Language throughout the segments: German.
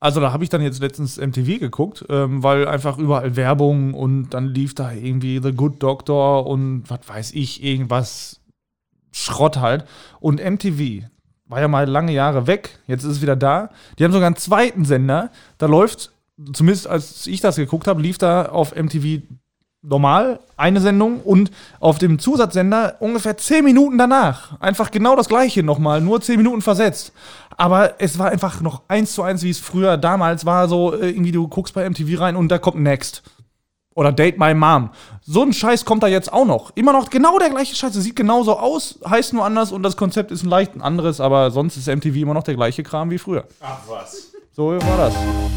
Also da habe ich dann jetzt letztens MTV geguckt, weil einfach überall Werbung und dann lief da irgendwie The Good Doctor und was weiß ich, irgendwas Schrott halt. Und MTV war ja mal lange Jahre weg, jetzt ist es wieder da. Die haben sogar einen zweiten Sender, da läuft, zumindest als ich das geguckt habe, lief da auf MTV normal eine Sendung und auf dem Zusatzsender ungefähr 10 Minuten danach. Einfach genau das Gleiche nochmal, nur 10 Minuten versetzt. Aber es war einfach noch 1:1, wie es früher damals war, so irgendwie du guckst bei MTV rein und da kommt Next. Oder Date My Mom. So ein Scheiß kommt da jetzt auch noch. Immer noch genau der gleiche Scheiß. Es sieht genauso aus, heißt nur anders und das Konzept ist ein leicht anderes, aber sonst ist MTV immer noch der gleiche Kram wie früher. Ach was. So war das.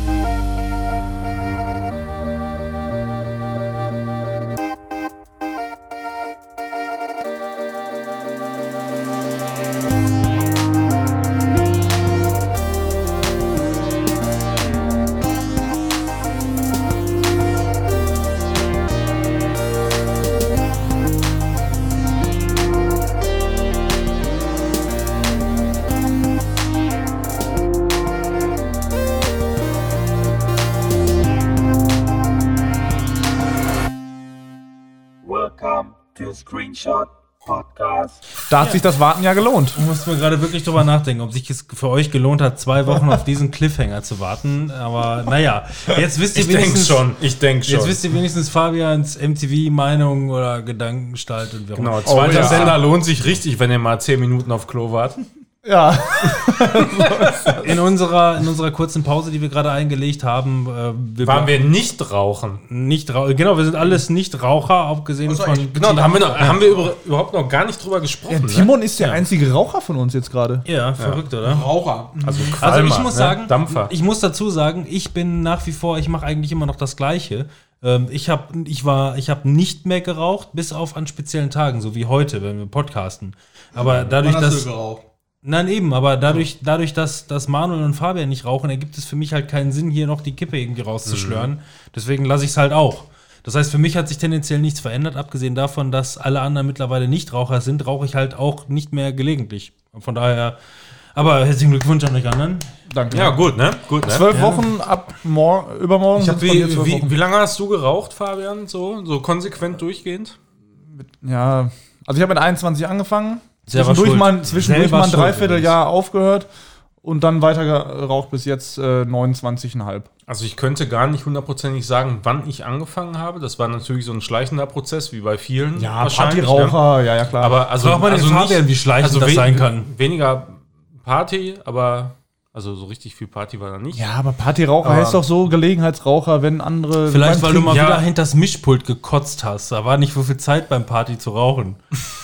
Screenshot Podcast. Da hat sich das Warten ja gelohnt. Ich muss mir gerade wirklich drüber nachdenken, ob sich es für euch gelohnt hat, 2 Wochen auf diesen Cliffhanger zu warten. Aber naja, jetzt wisst ihr wenigstens. Ich denke schon. Jetzt wisst ihr wenigstens Fabians MTV-Meinung oder Gedankenstalt und warum. Genau, zweiter Sender lohnt sich richtig, wenn ihr mal 10 Minuten auf Klo warten. Ja. In unserer kurzen Pause, die wir gerade eingelegt haben, waren wir nicht rauchen. Genau, wir sind alles Nichtraucher, abgesehen von. Genau, da haben wir überhaupt noch gar nicht drüber gesprochen. Ja, Timon ist der einzige Raucher von uns jetzt gerade. Ja, verrückt, oder? Raucher. Also ich muss sagen, Dampfer. Ich muss dazu sagen, ich bin nach wie vor, ich mache eigentlich immer noch das Gleiche. Ich habe nicht mehr geraucht, bis auf an speziellen Tagen, so wie heute, wenn wir podcasten. Aber dadurch, Wann hast dass. du geraucht? Nein, eben, aber dadurch, dass Manuel und Fabian nicht rauchen, ergibt es für mich halt keinen Sinn, hier noch die Kippe irgendwie rauszuschlören. Deswegen lasse ich es halt auch. Das heißt, für mich hat sich tendenziell nichts verändert, abgesehen davon, dass alle anderen mittlerweile Nichtraucher sind, rauche ich halt auch nicht mehr gelegentlich. Von daher, aber herzlichen Glückwunsch an euch anderen. Danke. Ja, gut, ne? 12 Wochen ab übermorgen. Wie lange hast du geraucht, Fabian? So konsequent durchgehend? Ja, also ich habe mit 21 angefangen. Zwischendurch mal ein Dreivierteljahr aufgehört und dann weiter geraucht bis jetzt 29,5. Also ich könnte gar nicht hundertprozentig sagen, wann ich angefangen habe. Das war natürlich so ein schleichender Prozess, wie bei vielen. Ja, Partyraucher, ja klar. Aber also, frag mal den Fabian, wie schleichend das sein kann. Weniger Party, aber also so richtig viel Party war da nicht. Ja, aber Partyraucher heißt doch so Gelegenheitsraucher, wenn andere... Vielleicht, weil du mal wieder hinters Mischpult gekotzt hast. Da war nicht so viel Zeit beim Party zu rauchen.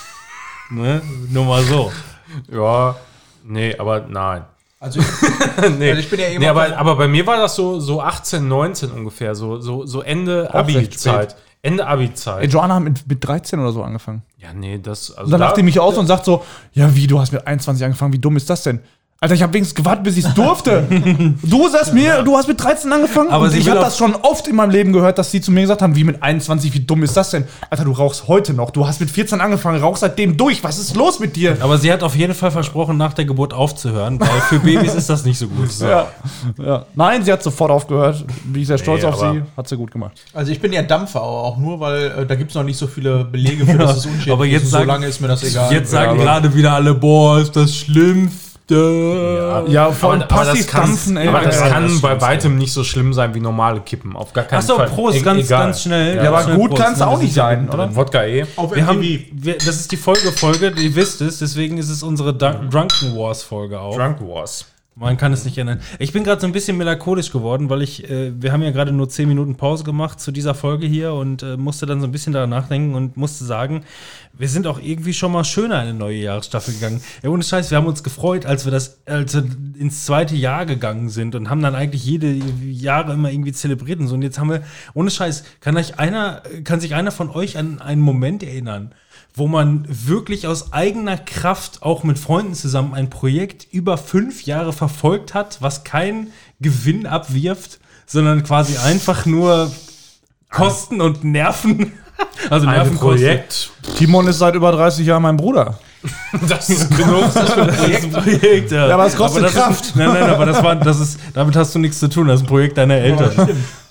Ne? Nur mal so. Ja, nee, aber nein. Also ich bin ja eben. Nee, aber bei mir war das so 18, 19 ungefähr, so Ende Abi-Zeit. Ende Abi-Zeit. Ey, Joanna hat mit 13 oder so angefangen. Ja, nee, das. Also und dann lacht die mich aus und sagt so: Ja, wie, du hast mit 21 angefangen, wie dumm ist das denn? Alter, ich habe wenigstens gewartet, bis ich es durfte. Du sagst mir, du hast mit 13 angefangen. Aber und ich habe das schon oft in meinem Leben gehört, dass sie zu mir gesagt haben, wie mit 21, wie dumm ist das denn? Alter, du rauchst heute noch. Du hast mit 14 angefangen, rauchst seitdem durch. Was ist los mit dir? Aber sie hat auf jeden Fall versprochen, nach der Geburt aufzuhören, weil für Babys ist das nicht so gut. So. Ja. Nein, sie hat sofort aufgehört. Bin ich sehr stolz auf sie. Hat sie gut gemacht. Also ich bin ja Dampfer, auch nur, weil da gibt es noch nicht so viele Belege für, dass es unschädlich aber jetzt ist. So lange ist mir das egal. Jetzt sagen gerade wieder alle, boah, ist das Schlimmste. Ja, vor allem passiv dampfen, ey. Aber das kann bei weitem nicht so schlimm sein wie normale Kippen. Auf gar keinen Fall. Achso, Prost, ganz schnell. Ja, aber gut kann es auch nicht sein, oder? Wodka Auf wir haben, MTV. das ist die Folge, ihr wisst es, deswegen ist es unsere Drunken Wars Folge auch. Drunk Wars. Man kann es nicht ändern. Ich bin gerade so ein bisschen melancholisch geworden, weil wir haben ja gerade nur 10 Minuten Pause gemacht zu dieser Folge hier und musste dann so ein bisschen daran nachdenken und musste sagen, wir sind auch irgendwie schon mal schöner in eine neue Jahresstaffel gegangen. Ja, ohne Scheiß, wir haben uns gefreut, als wir ins zweite Jahr gegangen sind und haben dann eigentlich jede Jahre immer irgendwie zelebriert und so. Und jetzt haben wir, ohne Scheiß, kann sich einer von euch an einen Moment erinnern, wo man wirklich aus eigener Kraft auch mit Freunden zusammen ein Projekt über 5 Jahre verfolgt hat, was keinen Gewinn abwirft, sondern quasi einfach nur Kosten und Nerven. Also Ein Projekt. Timon ist seit über 30 Jahren mein Bruder. Das ist genug. Das ist ein Projekt, ja. aber es kostet das Kraft. Ist, nein, aber damit hast du nichts zu tun. Das ist ein Projekt deiner Eltern.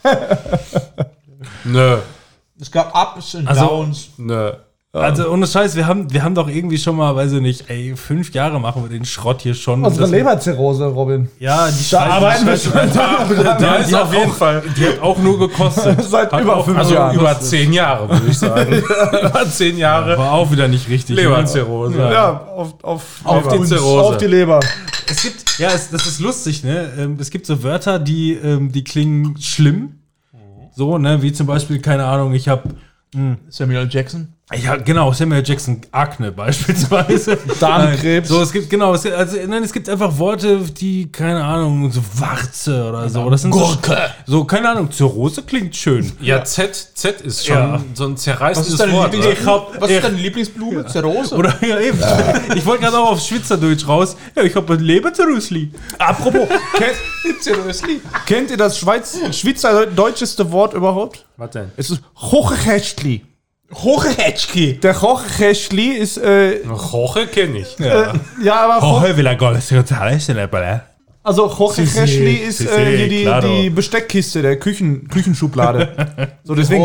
Nö. Es gab Ups und Also- Downs. Nö. Also ohne Scheiß, wir haben doch irgendwie schon mal, weiß ich nicht, 5 Jahre machen wir den Schrott hier schon. Unsere Das- Leberzirrhose, Robin. Ja, die Da arbeiten wir Scheiße. schon Da ist auf jeden Fall. Die hat auch nur gekostet. Seit Hat über auch- 5 Also Jahren. über 10 Jahre, würde ich sagen. Über 10 Jahre War auch wieder nicht richtig. Leberzirrhose. Ja, auf die uns, Zirrhose. auf die Leber. Es gibt, das ist lustig, ne? Es gibt so Wörter, die klingen schlimm. So, ne? Wie zum Beispiel, keine Ahnung, ich habe Samuel Jackson. Ja, genau, Samuel Jackson Akne beispielsweise. Darmkrebs. So, es gibt einfach Worte, die, keine Ahnung, so Warze oder so. Das sind Gurke. So, keine Ahnung, Zirrhose klingt schön. Ja, Z ist schon Ja. so ein Was zerreißendes ist deine, Wort. was ist deine Lieblingsblume? Zerrose? Oder ja, eben. Ich wollte gerade auch auf Schwitzerdeutsch raus. Ja, ich habe ein Leberzirrhusli. Apropos, Zerrösli. kennt ihr das schweizerdeutscheste Wort überhaupt? Was denn? Es ist Hochkästli. Hochhetschki. Der Hochkästli ist, Roche kenne ich. ja, aber will er gar nicht also Hochkästli ist si, hier claro. die Besteckkiste der Küchenschublade. So, deswegen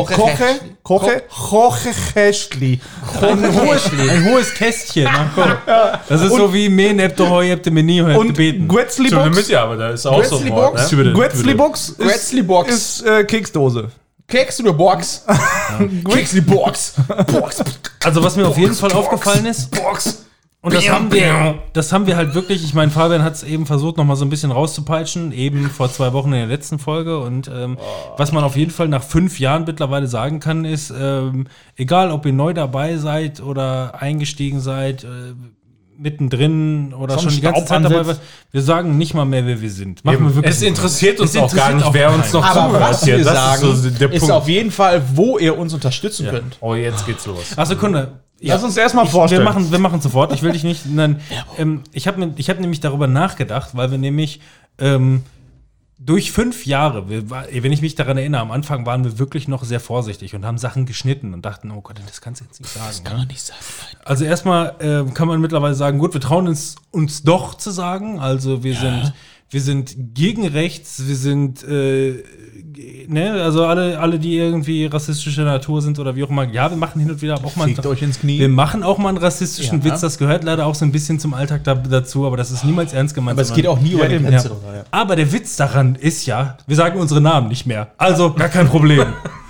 Hochkästli. Ein hohes Kästchen. Na, komm. Das ist so wie men habt ihr heute, habt ihr mir nie heute Und gebeten. Guetzli-Box Ja, aber da ist auch so ein Wort. Ne? Guetzli-Box Guetzli-Box. ist Keksdose. Keks oder Box? Keksli-Box. Also was mir auf jeden Fall aufgefallen ist, und das haben wir halt wirklich, ich meine, Fabian hat es eben versucht, noch mal so ein bisschen rauszupeitschen, eben vor 2 Wochen in der letzten Folge. Und was man auf jeden Fall nach 5 Jahren mittlerweile sagen kann, ist, egal ob ihr neu dabei seid oder eingestiegen seid, mittendrin oder schon die ganze Zeit dabei war, wir sagen nicht mal mehr, wer wir sind. Machen wir wirklich. Es interessiert uns Es auch gar nicht, interessiert wer auch uns noch Aber zuhört. was hier. wir Das sagen, ist so der ist Punkt. auf jeden Fall, wo ihr uns unterstützen könnt. Oh, jetzt geht's los. Ach, Sekunde. Ja, Lass uns erstmal vorstellen. wir machen sofort. Ich will dich nicht. Nein, ich hab nämlich darüber nachgedacht, weil wir nämlich durch 5 Jahre, wenn ich mich daran erinnere, am Anfang waren wir wirklich noch sehr vorsichtig und haben Sachen geschnitten und dachten, oh Gott, das kannst du jetzt nicht sagen. Das kann man nicht sagen. Also erstmal kann man mittlerweile sagen, gut, wir trauen uns doch zu sagen. Also wir sind gegen rechts, wir sind also alle, die irgendwie rassistischer Natur sind oder wie auch immer. Ja, wir machen hin und wieder auch mal. Fickt euch ins Knie. Wir machen auch mal einen rassistischen Ja. Witz. Das gehört leider auch so ein bisschen zum Alltag dazu, aber das ist niemals ernst gemeint. Aber es geht auch nie über die eben, Grenze ja. drüber, ja. Aber der Witz daran ist ja, wir sagen unsere Namen nicht mehr. Also gar kein Problem.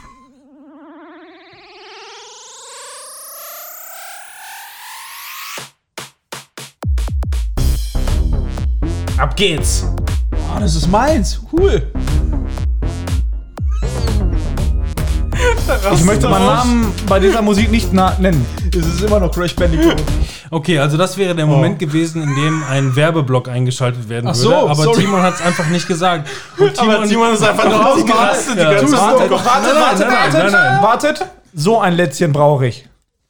Ab geht's. Oh, das ist meins. Cool. Ich möchte meinen Namen bei dieser Musik nicht nennen. Es ist immer noch Crash Bandicoot. Okay, also das wäre der Moment gewesen, in dem ein Werbeblock eingeschaltet werden Ach würde. so, Aber sorry. Timon hat es einfach nicht gesagt. Und Timon ist einfach nur ausgerastet. Ja. Wartet. Wartet. So ein Lätzchen brauche ich.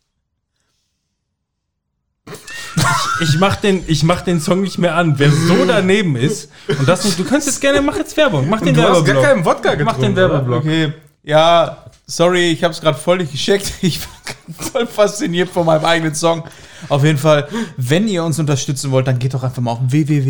Ich mach den Song nicht mehr an. Wer so daneben ist und das nicht, du kannst jetzt gerne, mach jetzt Werbung. Mach den Du hast Werbeblock. gar keinen Wodka getrunken. Mach den Werbeblock. Okay. Ja, sorry, ich hab's gerade voll nicht gecheckt. Ich war voll fasziniert von meinem eigenen Song. Auf jeden Fall, wenn ihr uns unterstützen wollt, dann geht doch einfach mal auf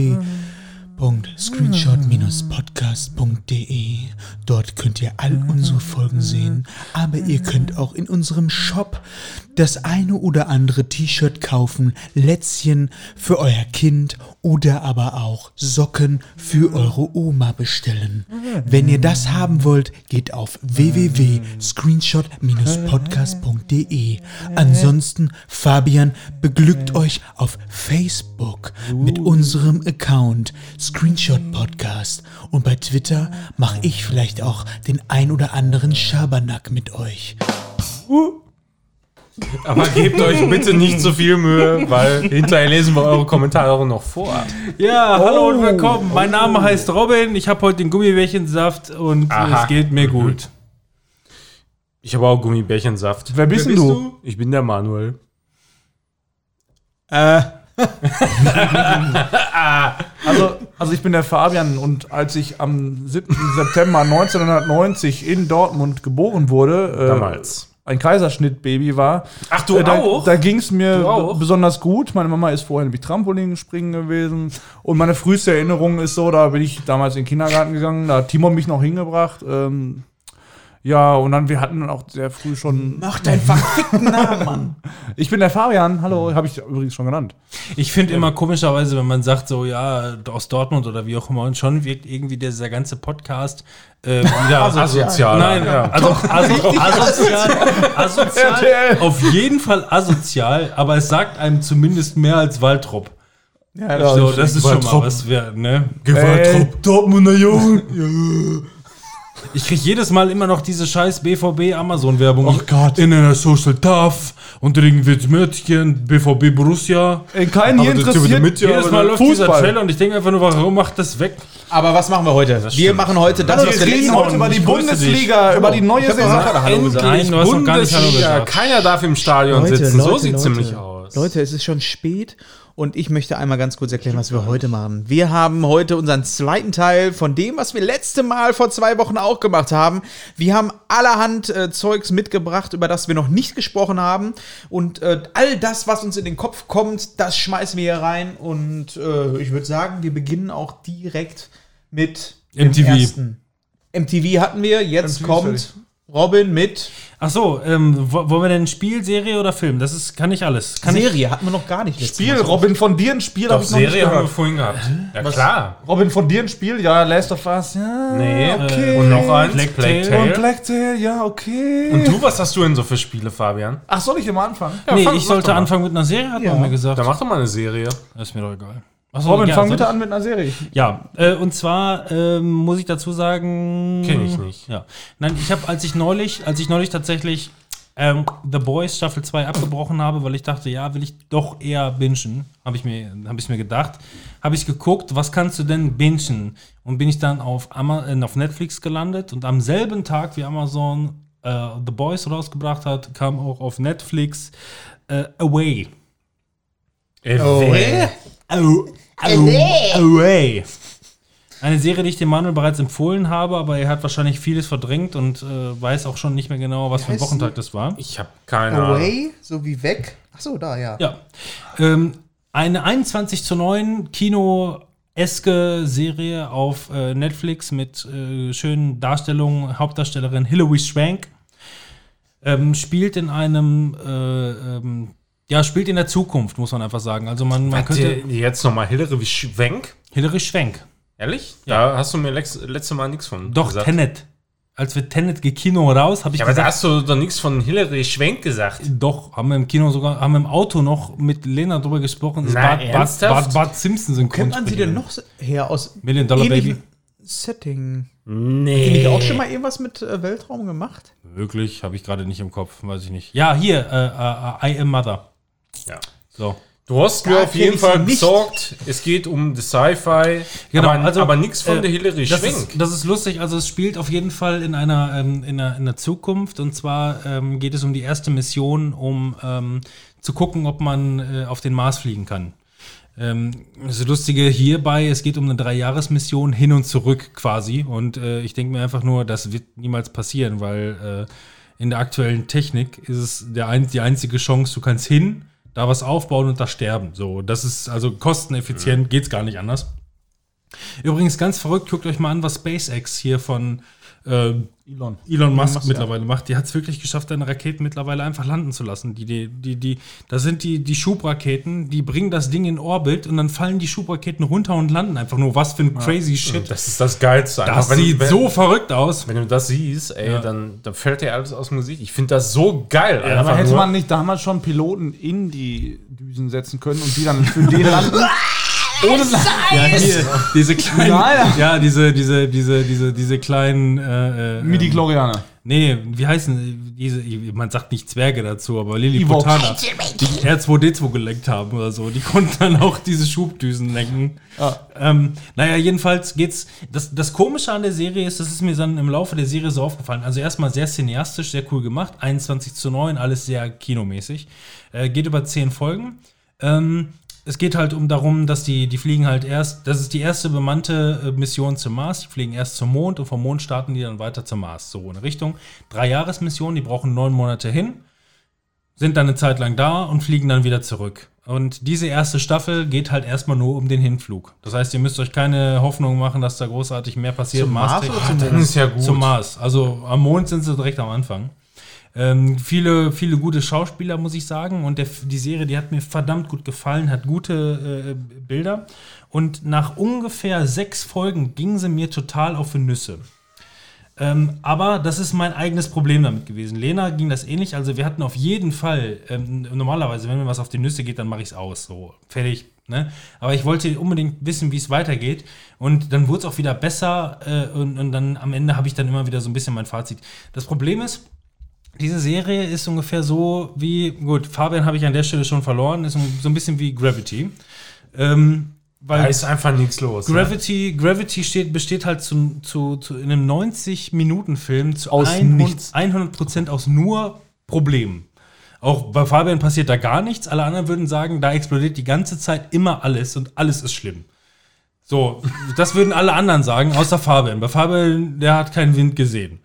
www.screenshot-podcast.de. Dort könnt ihr all unsere Folgen sehen, aber ihr könnt auch in unserem Shop das eine oder andere T-Shirt kaufen, Lätzchen für euer Kind oder aber auch Socken für eure Oma bestellen. Wenn ihr das haben wollt, geht auf www.screenshot-podcast.de. Ansonsten, Fabian beglückt euch auf Facebook mit unserem Account Screenshot Podcast und bei Twitter mache ich vielleicht auch den ein oder anderen Schabernack mit euch. Aber gebt euch bitte nicht so viel Mühe, weil hinterher lesen wir eure Kommentare noch vor. Ja, hallo und willkommen. Mein Name heißt Robin. Ich habe heute den Gummibärchensaft und Aha. es geht mir gut. Ich habe auch Gummibärchensaft. Wer bist denn du? Ich bin der Manuel. Also ich bin der Fabian und als ich am 7. September 1990 in Dortmund geboren wurde, Damals. ein Kaiserschnittbaby war. Ach, du auch? Da ging es mir Du auch? besonders gut. Meine Mama ist vorher nämlich Trampolin springen gewesen. Und meine früheste Erinnerung ist so, da bin ich damals in den Kindergarten gegangen, da hat Timon mich noch hingebracht. Ja, und dann, wir hatten dann auch sehr früh schon... Mach deinen verfickten Namen, Mann. Ich bin der Fabian, hallo, habe ich übrigens schon genannt. Ich finde immer komischerweise, wenn man sagt so, ja, aus Dortmund oder wie auch immer, und schon wirkt irgendwie dieser ganze Podcast wieder asozial. Nein, ja. also asozial, auf jeden Fall asozial, aber es sagt einem zumindest mehr als Waltrop. Ja, So, das ist schon mal Waltrop. was wert, ne? Dortmunder Jungen. Ich kriege jedes Mal immer noch diese scheiß BVB-Amazon-Werbung. Ach Gott. In einer Social Tough und trinken wir Mädchen, BVB Borussia. Keinen hier interessiert Jedes Mal läuft dieser Trailer und ich denke einfach nur, warum macht das weg? Aber was machen wir heute? Wir machen heute das, Also, was wir wir reden letztes heute Mal über die Ich grüße Bundesliga, dich. über die neue Saison. Nein, du hast noch gar nicht Hallo Bundesliga. gesagt. Keiner darf im Stadion sitzen. So sieht es ziemlich aus. Leute, es ist schon spät und ich möchte einmal ganz kurz erklären, was wir heute machen. Wir haben heute unseren zweiten Teil von dem, was wir letzte Mal vor 2 Wochen auch gemacht haben. Wir haben allerhand Zeugs mitgebracht, über das wir noch nicht gesprochen haben. Und all das, was uns in den Kopf kommt, das schmeißen wir hier rein. Und ich würde sagen, wir beginnen auch direkt mit dem MTV. ersten. MTV hatten wir, jetzt MTV kommt fertig. Robin mit Ach so, wollen wir denn Spiel, Serie oder Film? Kann ich alles. Serie, hatten wir noch gar nicht. letztes Spiel, Mal. Robin von dir ein Spiel, Doch, habe ich noch nicht Serie haben wir gehört. vorhin gehabt. Ja, klar. Robin von dir ein Spiel, ja, Last of Us, ja, Nee, okay. und noch eins. Plague Plague Tale. Und Tale. Black Tail, ja, okay. Und du, was hast du denn so für Spiele, Fabian? Ach, soll ich immer anfangen? Ja, Nee, mach ich sollte doch mal. anfangen mit einer Serie, hat man mir gesagt. Dann mach doch mal eine Serie. Das ist mir doch egal. Achso, Robin, ja, fang soll bitte ich? an mit einer Serie. Ja, und zwar muss ich dazu sagen... Kenn ich nicht. Ja. Nein, als ich neulich tatsächlich The Boys Staffel 2 abgebrochen habe, weil ich dachte, ja, will ich doch eher bingen, habe ich mir gedacht. Habe ich geguckt, was kannst du denn bingen? Und bin ich dann auf Netflix gelandet und am selben Tag wie Amazon The Boys rausgebracht hat, kam auch auf Netflix Away. Away. Eine Serie, die ich dem Manuel bereits empfohlen habe, aber er hat wahrscheinlich vieles verdrängt und weiß auch schon nicht mehr genau, was für ein heißt Wochentag das war. Ich habe keine Ahnung. Away, so wie weg. Ach so, da, ja. Ja. Eine 21:9 Kino-eske Serie auf Netflix mit schönen Darstellungen. Hauptdarstellerin Hilary Swank spielt in einem spielt in der Zukunft, muss man einfach sagen. Also man könnte... Jetzt nochmal Hilary Swank? Hilary Swank. Ehrlich? Ja. Da hast du mir letztes Mal nichts von Doch, gesagt. Tenet. Als wir Tenet Kino raus, habe ich Ja, aber da gesagt... hast du doch nichts von Hilary Swank gesagt. Doch, haben wir im Kino sogar, haben wir im Auto noch mit Lena drüber gesprochen. Das Na, ernsthaft? Bart Simpson synchron. Kennt man sie denn noch her aus $1 Million ähnlichem Baby? Setting? Nee. Finde ich auch schon mal irgendwas mit Weltraum gemacht? Wirklich, habe ich gerade nicht im Kopf, weiß ich nicht. Ja, hier, I Am Mother. Ja. So. Du hast mir Da auf kenn jeden ich sie Fall nicht. besorgt, es geht um das Sci-Fi, Genau, aber nichts von der Hilary das Swank. das ist lustig, also es spielt auf jeden Fall in einer Zukunft und zwar geht es um die erste Mission, um zu gucken, ob man auf den Mars fliegen kann. Das Lustige hierbei, es geht um eine 3-Jahres-Mission hin und zurück quasi und ich denke mir einfach nur, das wird niemals passieren, weil in der aktuellen Technik ist es die einzige Chance, du kannst hin, da was aufbauen und da sterben. So, das ist also kosteneffizient, geht's gar nicht anders. Übrigens ganz verrückt, guckt euch mal an, was SpaceX hier von Elon Musk mittlerweile macht. Die hat es wirklich geschafft, deine Raketen mittlerweile einfach landen zu lassen. Das sind die Schubraketen, die bringen das Ding in Orbit und dann fallen die Schubraketen runter und landen einfach nur. Was für ein crazy Shit. Das ist das Geilste. Das sieht so verrückt aus. Wenn du das siehst, ey, dann fällt dir alles aus dem Gesicht. Ich finde das so geil. Ja, aber hätte man nicht damals schon Piloten in die Düsen setzen können und die dann für den landen? Ohne Ja, hier, diese kleinen, Ja. diese kleinen Midi-Chlorianer. Nee, wie heißen diese, man sagt nicht Zwerge dazu, aber Lilliputaner, die R2D2 gelenkt haben oder so, die konnten dann auch diese Schubdüsen lenken. Naja, jedenfalls geht's, das Komische an der Serie ist, das ist mir dann im Laufe der Serie so aufgefallen, also erstmal sehr cineastisch, sehr cool gemacht, 21:9, alles sehr kinomäßig, geht über 10 Folgen, es geht halt darum, dass die fliegen halt erst, das ist die erste bemannte Mission zum Mars, die fliegen erst zum Mond und vom Mond starten die dann weiter zum Mars, so in Richtung 3-Jahres-Mission, die brauchen 9 Monate hin, sind dann eine Zeit lang da und fliegen dann wieder zurück. Und diese erste Staffel geht halt erstmal nur um den Hinflug. Das heißt, ihr müsst euch keine Hoffnung machen, dass da großartig mehr passiert. Zum Mars oder zum Mond? Das ist ja gut. Zum Mars. Also am Mond sind sie direkt am Anfang. Viele gute Schauspieler, muss ich sagen. Und die Serie, die hat mir verdammt gut gefallen, hat gute Bilder. Und nach ungefähr 6 Folgen ging sie mir total auf die Nüsse. Aber das ist mein eigenes Problem damit gewesen. Lena ging das ähnlich. Also wir hatten auf jeden Fall, normalerweise, wenn mir was auf die Nüsse geht, dann mache ich es aus. So, fertig. Ne? Aber ich wollte unbedingt wissen, wie es weitergeht. Und dann wurde es auch wieder besser. Und dann am Ende habe ich dann immer wieder so ein bisschen mein Fazit. Das Problem ist, diese Serie ist ungefähr so wie, gut, Fabian habe ich an der Stelle schon verloren, ist so ein bisschen wie Gravity. Weil da ist einfach nichts los. Gravity besteht halt in einem 90-Minuten-Film zu Aus nichts. 100% aus nur Problemen. Auch bei Fabian passiert da gar nichts. Alle anderen würden sagen, da explodiert die ganze Zeit immer alles und alles ist schlimm. So, das würden alle anderen sagen, außer Fabian. Bei Fabian, der hat keinen Wind gesehen.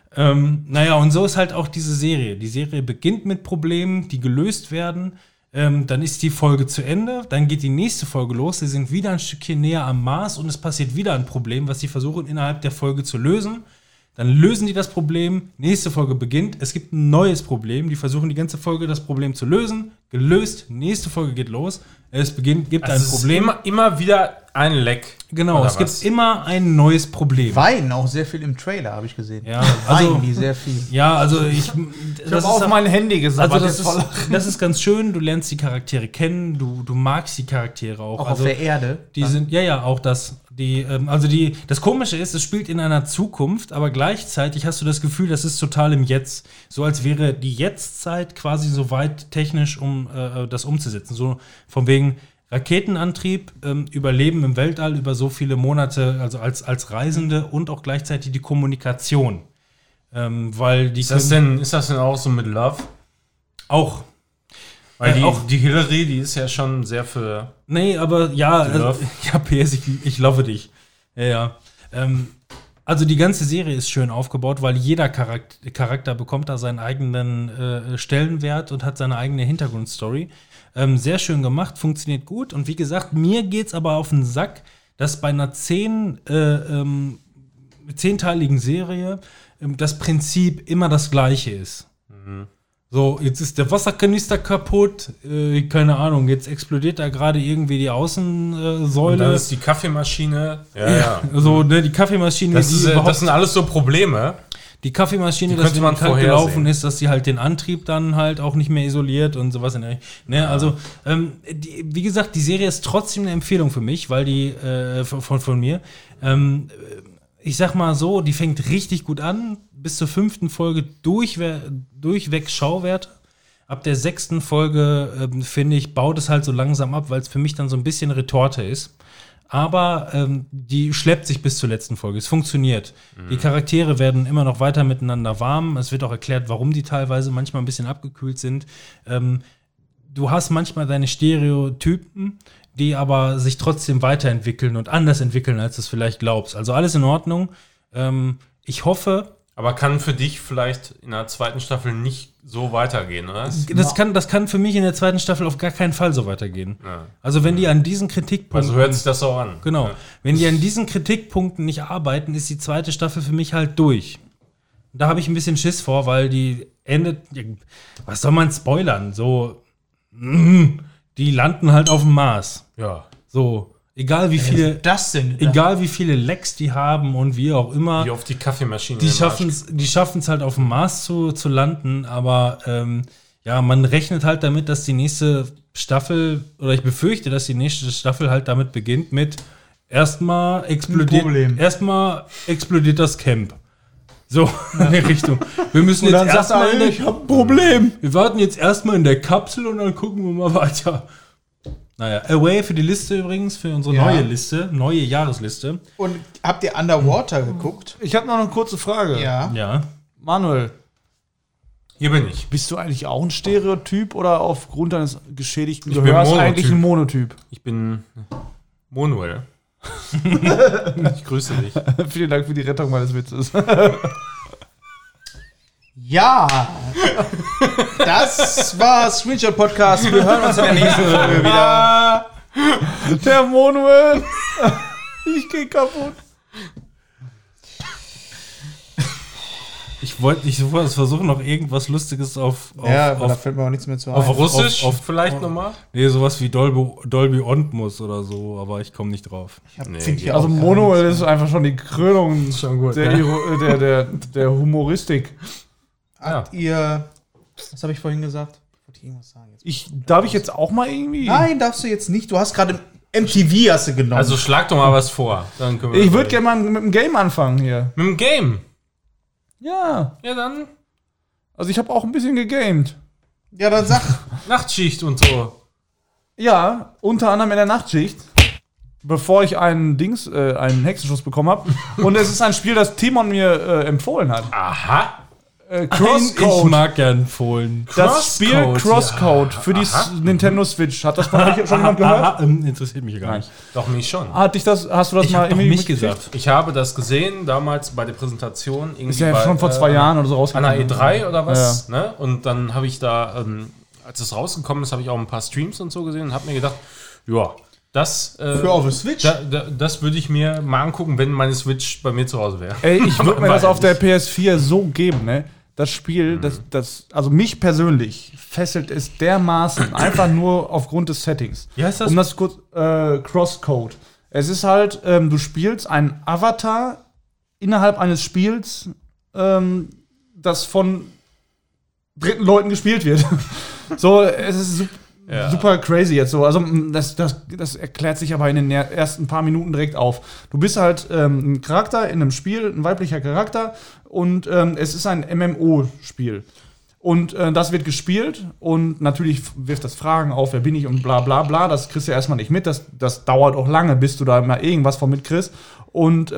Und so ist halt auch diese Serie. Die Serie beginnt mit Problemen, die gelöst werden. Dann ist die Folge zu Ende, dann geht die nächste Folge los, sie sind wieder ein Stückchen näher am Mars und es passiert wieder ein Problem, was sie versuchen innerhalb der Folge zu lösen. Dann lösen die das Problem, nächste Folge beginnt, es gibt ein neues Problem, die versuchen die ganze Folge das Problem zu lösen, gelöst, nächste Folge geht los, gibt ein Problem. Immer wieder ein Leck. Genau, es gibt immer ein neues Problem. Weinen auch sehr viel im Trailer, habe ich gesehen. Ja, also, Weinen die sehr viel. Ja, also ich habe auf mein Handy gesagt. Also das ist ganz schön, du lernst die Charaktere kennen, du magst die Charaktere auch. Auch also, auf der Erde. Die sind, auch das. Das Komische ist, es spielt in einer Zukunft, aber gleichzeitig hast du das Gefühl, das ist total im Jetzt. So als wäre die Jetztzeit quasi so weit technisch, um das umzusetzen. So von wegen Raketenantrieb, Überleben im Weltall über so viele Monate, also als Reisende und auch gleichzeitig die Kommunikation. Weil die ist das denn auch so mit Love? Auch. Weil die Hillary, die ist ja schon sehr für. Nee, aber PS, ich love dich. Ja. Also die ganze Serie ist schön aufgebaut, weil jeder Charakter bekommt da seinen eigenen Stellenwert und hat seine eigene Hintergrundstory. Sehr schön gemacht, funktioniert gut. Und wie gesagt, mir geht's aber auf den Sack, dass bei einer 10-teiligen Serie das Prinzip immer das gleiche ist. Mhm. So, jetzt ist der Wasserkanister kaputt, keine Ahnung, jetzt explodiert da gerade irgendwie die Außensäule. Und dann ist die Kaffeemaschine. Ja. So, ne, die Kaffeemaschine, das sind alles so Probleme. Die Kaffeemaschine, dass die kalt gelaufen ist, dass sie halt den Antrieb dann halt auch nicht mehr isoliert und sowas. Also, wie gesagt, die Serie ist trotzdem eine Empfehlung für mich, weil die von mir. Ich sag mal so, die fängt richtig gut an. Bis zur 5. Folge durchweg Schauwert. Ab der 6. Folge, finde ich, baut es halt so langsam ab, weil es für mich dann so ein bisschen Retorte ist. Aber die schleppt sich bis zur letzten Folge. Es funktioniert. Die Charaktere werden immer noch weiter miteinander warm. Es wird auch erklärt, warum die teilweise manchmal ein bisschen abgekühlt sind. Du hast manchmal deine Stereotypen, die aber sich trotzdem weiterentwickeln und anders entwickeln, als du es vielleicht glaubst. Also alles in Ordnung. Ich hoffe. Aber kann für dich vielleicht in der 2. Staffel nicht so weitergehen, oder? Das kann für mich in der 2. Staffel auf gar keinen Fall so weitergehen. Ja. Also wenn die an diesen Kritikpunkten... Also hört sich das so an. Genau. Ja. Wenn die an diesen Kritikpunkten nicht arbeiten, ist die 2. Staffel für mich halt durch. Da habe ich ein bisschen Schiss vor, weil die endet... Was soll man spoilern? So... Die landen halt auf dem Mars. Ja. So... Egal wie viele Lecks die haben und wie auch immer. Wie auf die Kaffeemaschine. Die schaffen es halt auf dem Mars zu landen, aber man rechnet halt damit, dass die nächste Staffel, oder ich befürchte, dass die nächste Staffel halt damit beginnt mit erstmal explodiert das Camp. So, in die Richtung. Wir müssen jetzt erstmal ich hab ein Problem. Wir warten jetzt erstmal in der Kapsel und dann gucken wir mal weiter. Naja, Away für die Liste übrigens, für unsere neue Jahresliste. Und habt ihr Underwater geguckt? Ich habe noch eine kurze Frage. Ja. Manuel, Hier bin ich. Bist du eigentlich auch ein Stereotyp oder aufgrund deines geschädigten Ich bin Gehörs Monotyp. eigentlich ein Monotyp? Ich bin Manuel. Ich grüße dich. Vielen Dank für die Rettung meines Witzes. Ja, das war Screenshot Podcast. Wir hören uns in der nächsten Folge wieder. Der Manuel. Ich geh kaputt. Ich wollte versuchen, noch irgendwas Lustiges auf Da fällt mir auch nichts mehr zu ein. Auf Russisch auf- vielleicht nochmal? nee, sowas wie Dolby Ontmus oder so, aber ich komme nicht drauf. Also Manuel ist einfach schon die Krönung Schon gut. der, Ja. der Humoristik. Habt ihr, was habe ich vorhin gesagt? Wollte ich irgendwas sagen jetzt? Darf ich jetzt auch mal irgendwie? Nein, darfst du jetzt nicht. Du hast gerade MTV hast du genommen. Also schlag doch mal was vor. Dann können wir Ich würde gerne mal mit dem Game anfangen hier. mit dem Game. Ja. Ja, dann Also ich habe auch ein bisschen gegamed. ja, dann sag. Nachtschicht und so. Ja, unter anderem in der Nachtschicht, bevor ich einen Hexenschuss bekommen habe. Und es ist ein Spiel, das Timon mir empfohlen hat. Aha. Ich Crosscode. mag gern Fohlen. Das Spiel Crosscode, Crosscode für die Nintendo Switch. Hat das von euch schon jemand gehört? Interessiert mich gar nicht. Doch, mich schon. Hast du das Ich mal hab doch irgendwie nicht mitgekriegt? gesagt. Ich habe das gesehen, damals bei der Präsentation. Irgendwie Ist ja bei, schon vor 2 Jahren oder so An rausgekommen. der E3 oder was, ne? Und dann habe ich da, als es rausgekommen ist, habe ich auch ein paar Streams und so gesehen und habe mir gedacht, ja, das Für auf der Switch? das würde ich mir mal angucken, wenn meine Switch bei mir zu Hause wäre. Ey, ich würde mir das Weil auf der PS4 so geben, ne? Das Spiel, also mich persönlich fesselt es dermaßen, einfach nur aufgrund des Settings. Wie heißt das? Um das kurz, Crosscode. Es ist halt, du spielst einen Avatar innerhalb eines Spiels, das von dritten Leuten gespielt wird. So, es ist super crazy jetzt so. Also, das erklärt sich aber in den ersten paar Minuten direkt auf. Du bist halt ein Charakter in einem Spiel, ein weiblicher Charakter, und es ist ein MMO-Spiel. Und das wird gespielt und natürlich wirft das Fragen auf, wer bin ich und bla bla bla. Das kriegst du erstmal nicht mit. Das dauert auch lange, bis du da mal irgendwas von mitkriegst. Und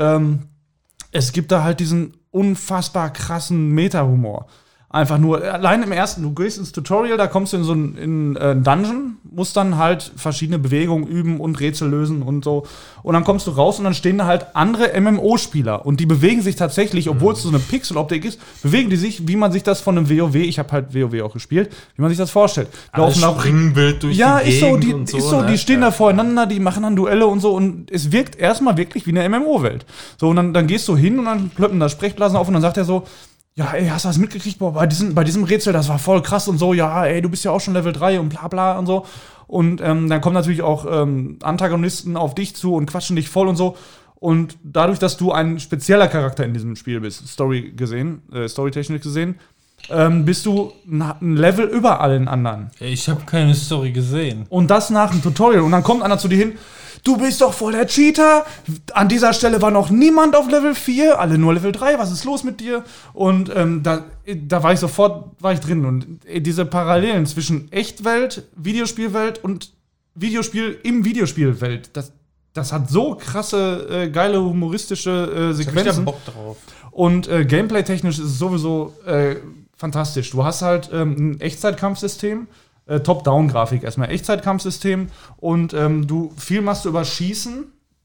es gibt da halt diesen unfassbar krassen Meta-Humor. Einfach nur, allein im ersten, du gehst ins Tutorial, da kommst du in so einen Dungeon, musst dann halt verschiedene Bewegungen üben und Rätsel lösen und so. Und dann kommst du raus und dann stehen da halt andere MMO-Spieler. Und die bewegen sich tatsächlich, obwohl es so eine Pixeloptik ist, bewegen die sich, wie man sich das von einem WoW, ich habe halt WoW auch gespielt, wie man sich das vorstellt. Laufen auch Springbild durch ja, die ist so, Gegend und so, ne? die stehen da voreinander, die machen dann Duelle und so und es wirkt erstmal wirklich wie eine MMO-Welt. So, und dann gehst du hin und dann plöppen da Sprechblasen auf und dann sagt er so, ja, ey, hast du das mitgekriegt? Boah, bei diesem Rätsel, das war voll krass und so, ja, ey, du bist ja auch schon Level 3 und bla bla und so. Und dann kommen natürlich auch Antagonisten auf dich zu und quatschen dich voll und so. Und dadurch, dass du ein spezieller Charakter in diesem Spiel bist, storytechnisch gesehen, bist du ein Level über allen anderen. Ich habe keine Story gesehen. Und das nach dem Tutorial. Und dann kommt einer zu dir hin, du bist doch voll der Cheater. An dieser Stelle war noch niemand auf Level 4, alle nur Level 3, was ist los mit dir? Und da war ich drin. Und diese Parallelen zwischen Echtwelt, Videospielwelt und Videospiel im Videospielwelt, das hat so krasse, geile, humoristische Sequenzen. Bock drauf. Und gameplay-technisch ist es sowieso fantastisch. Du hast halt ein Echtzeitkampfsystem, Top-Down-Grafik erstmal, Echtzeitkampfsystem und viel machst du über Schießen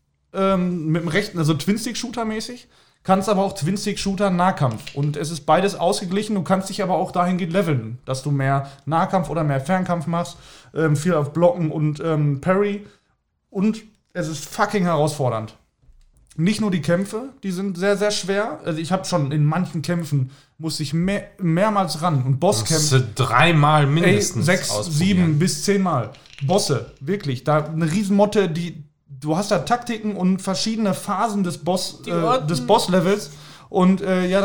mit dem rechten, also Twin-Stick-Shooter-mäßig, kannst aber auch Twin-Stick-Shooter Nahkampf. Und es ist beides ausgeglichen, du kannst dich aber auch dahingehend leveln, dass du mehr Nahkampf oder mehr Fernkampf machst, viel auf Blocken und Parry. Und es ist fucking herausfordernd. Nicht nur die Kämpfe, die sind sehr, sehr schwer. Also ich habe schon in manchen Kämpfen musste ich mehrmals ran. Und Bosskämpfe, 3-mal mindestens 6, 7 bis 10 Mal. Bosse, wirklich. Da eine Riesenmotte, du hast da Taktiken und verschiedene Phasen des Boss-Levels. Und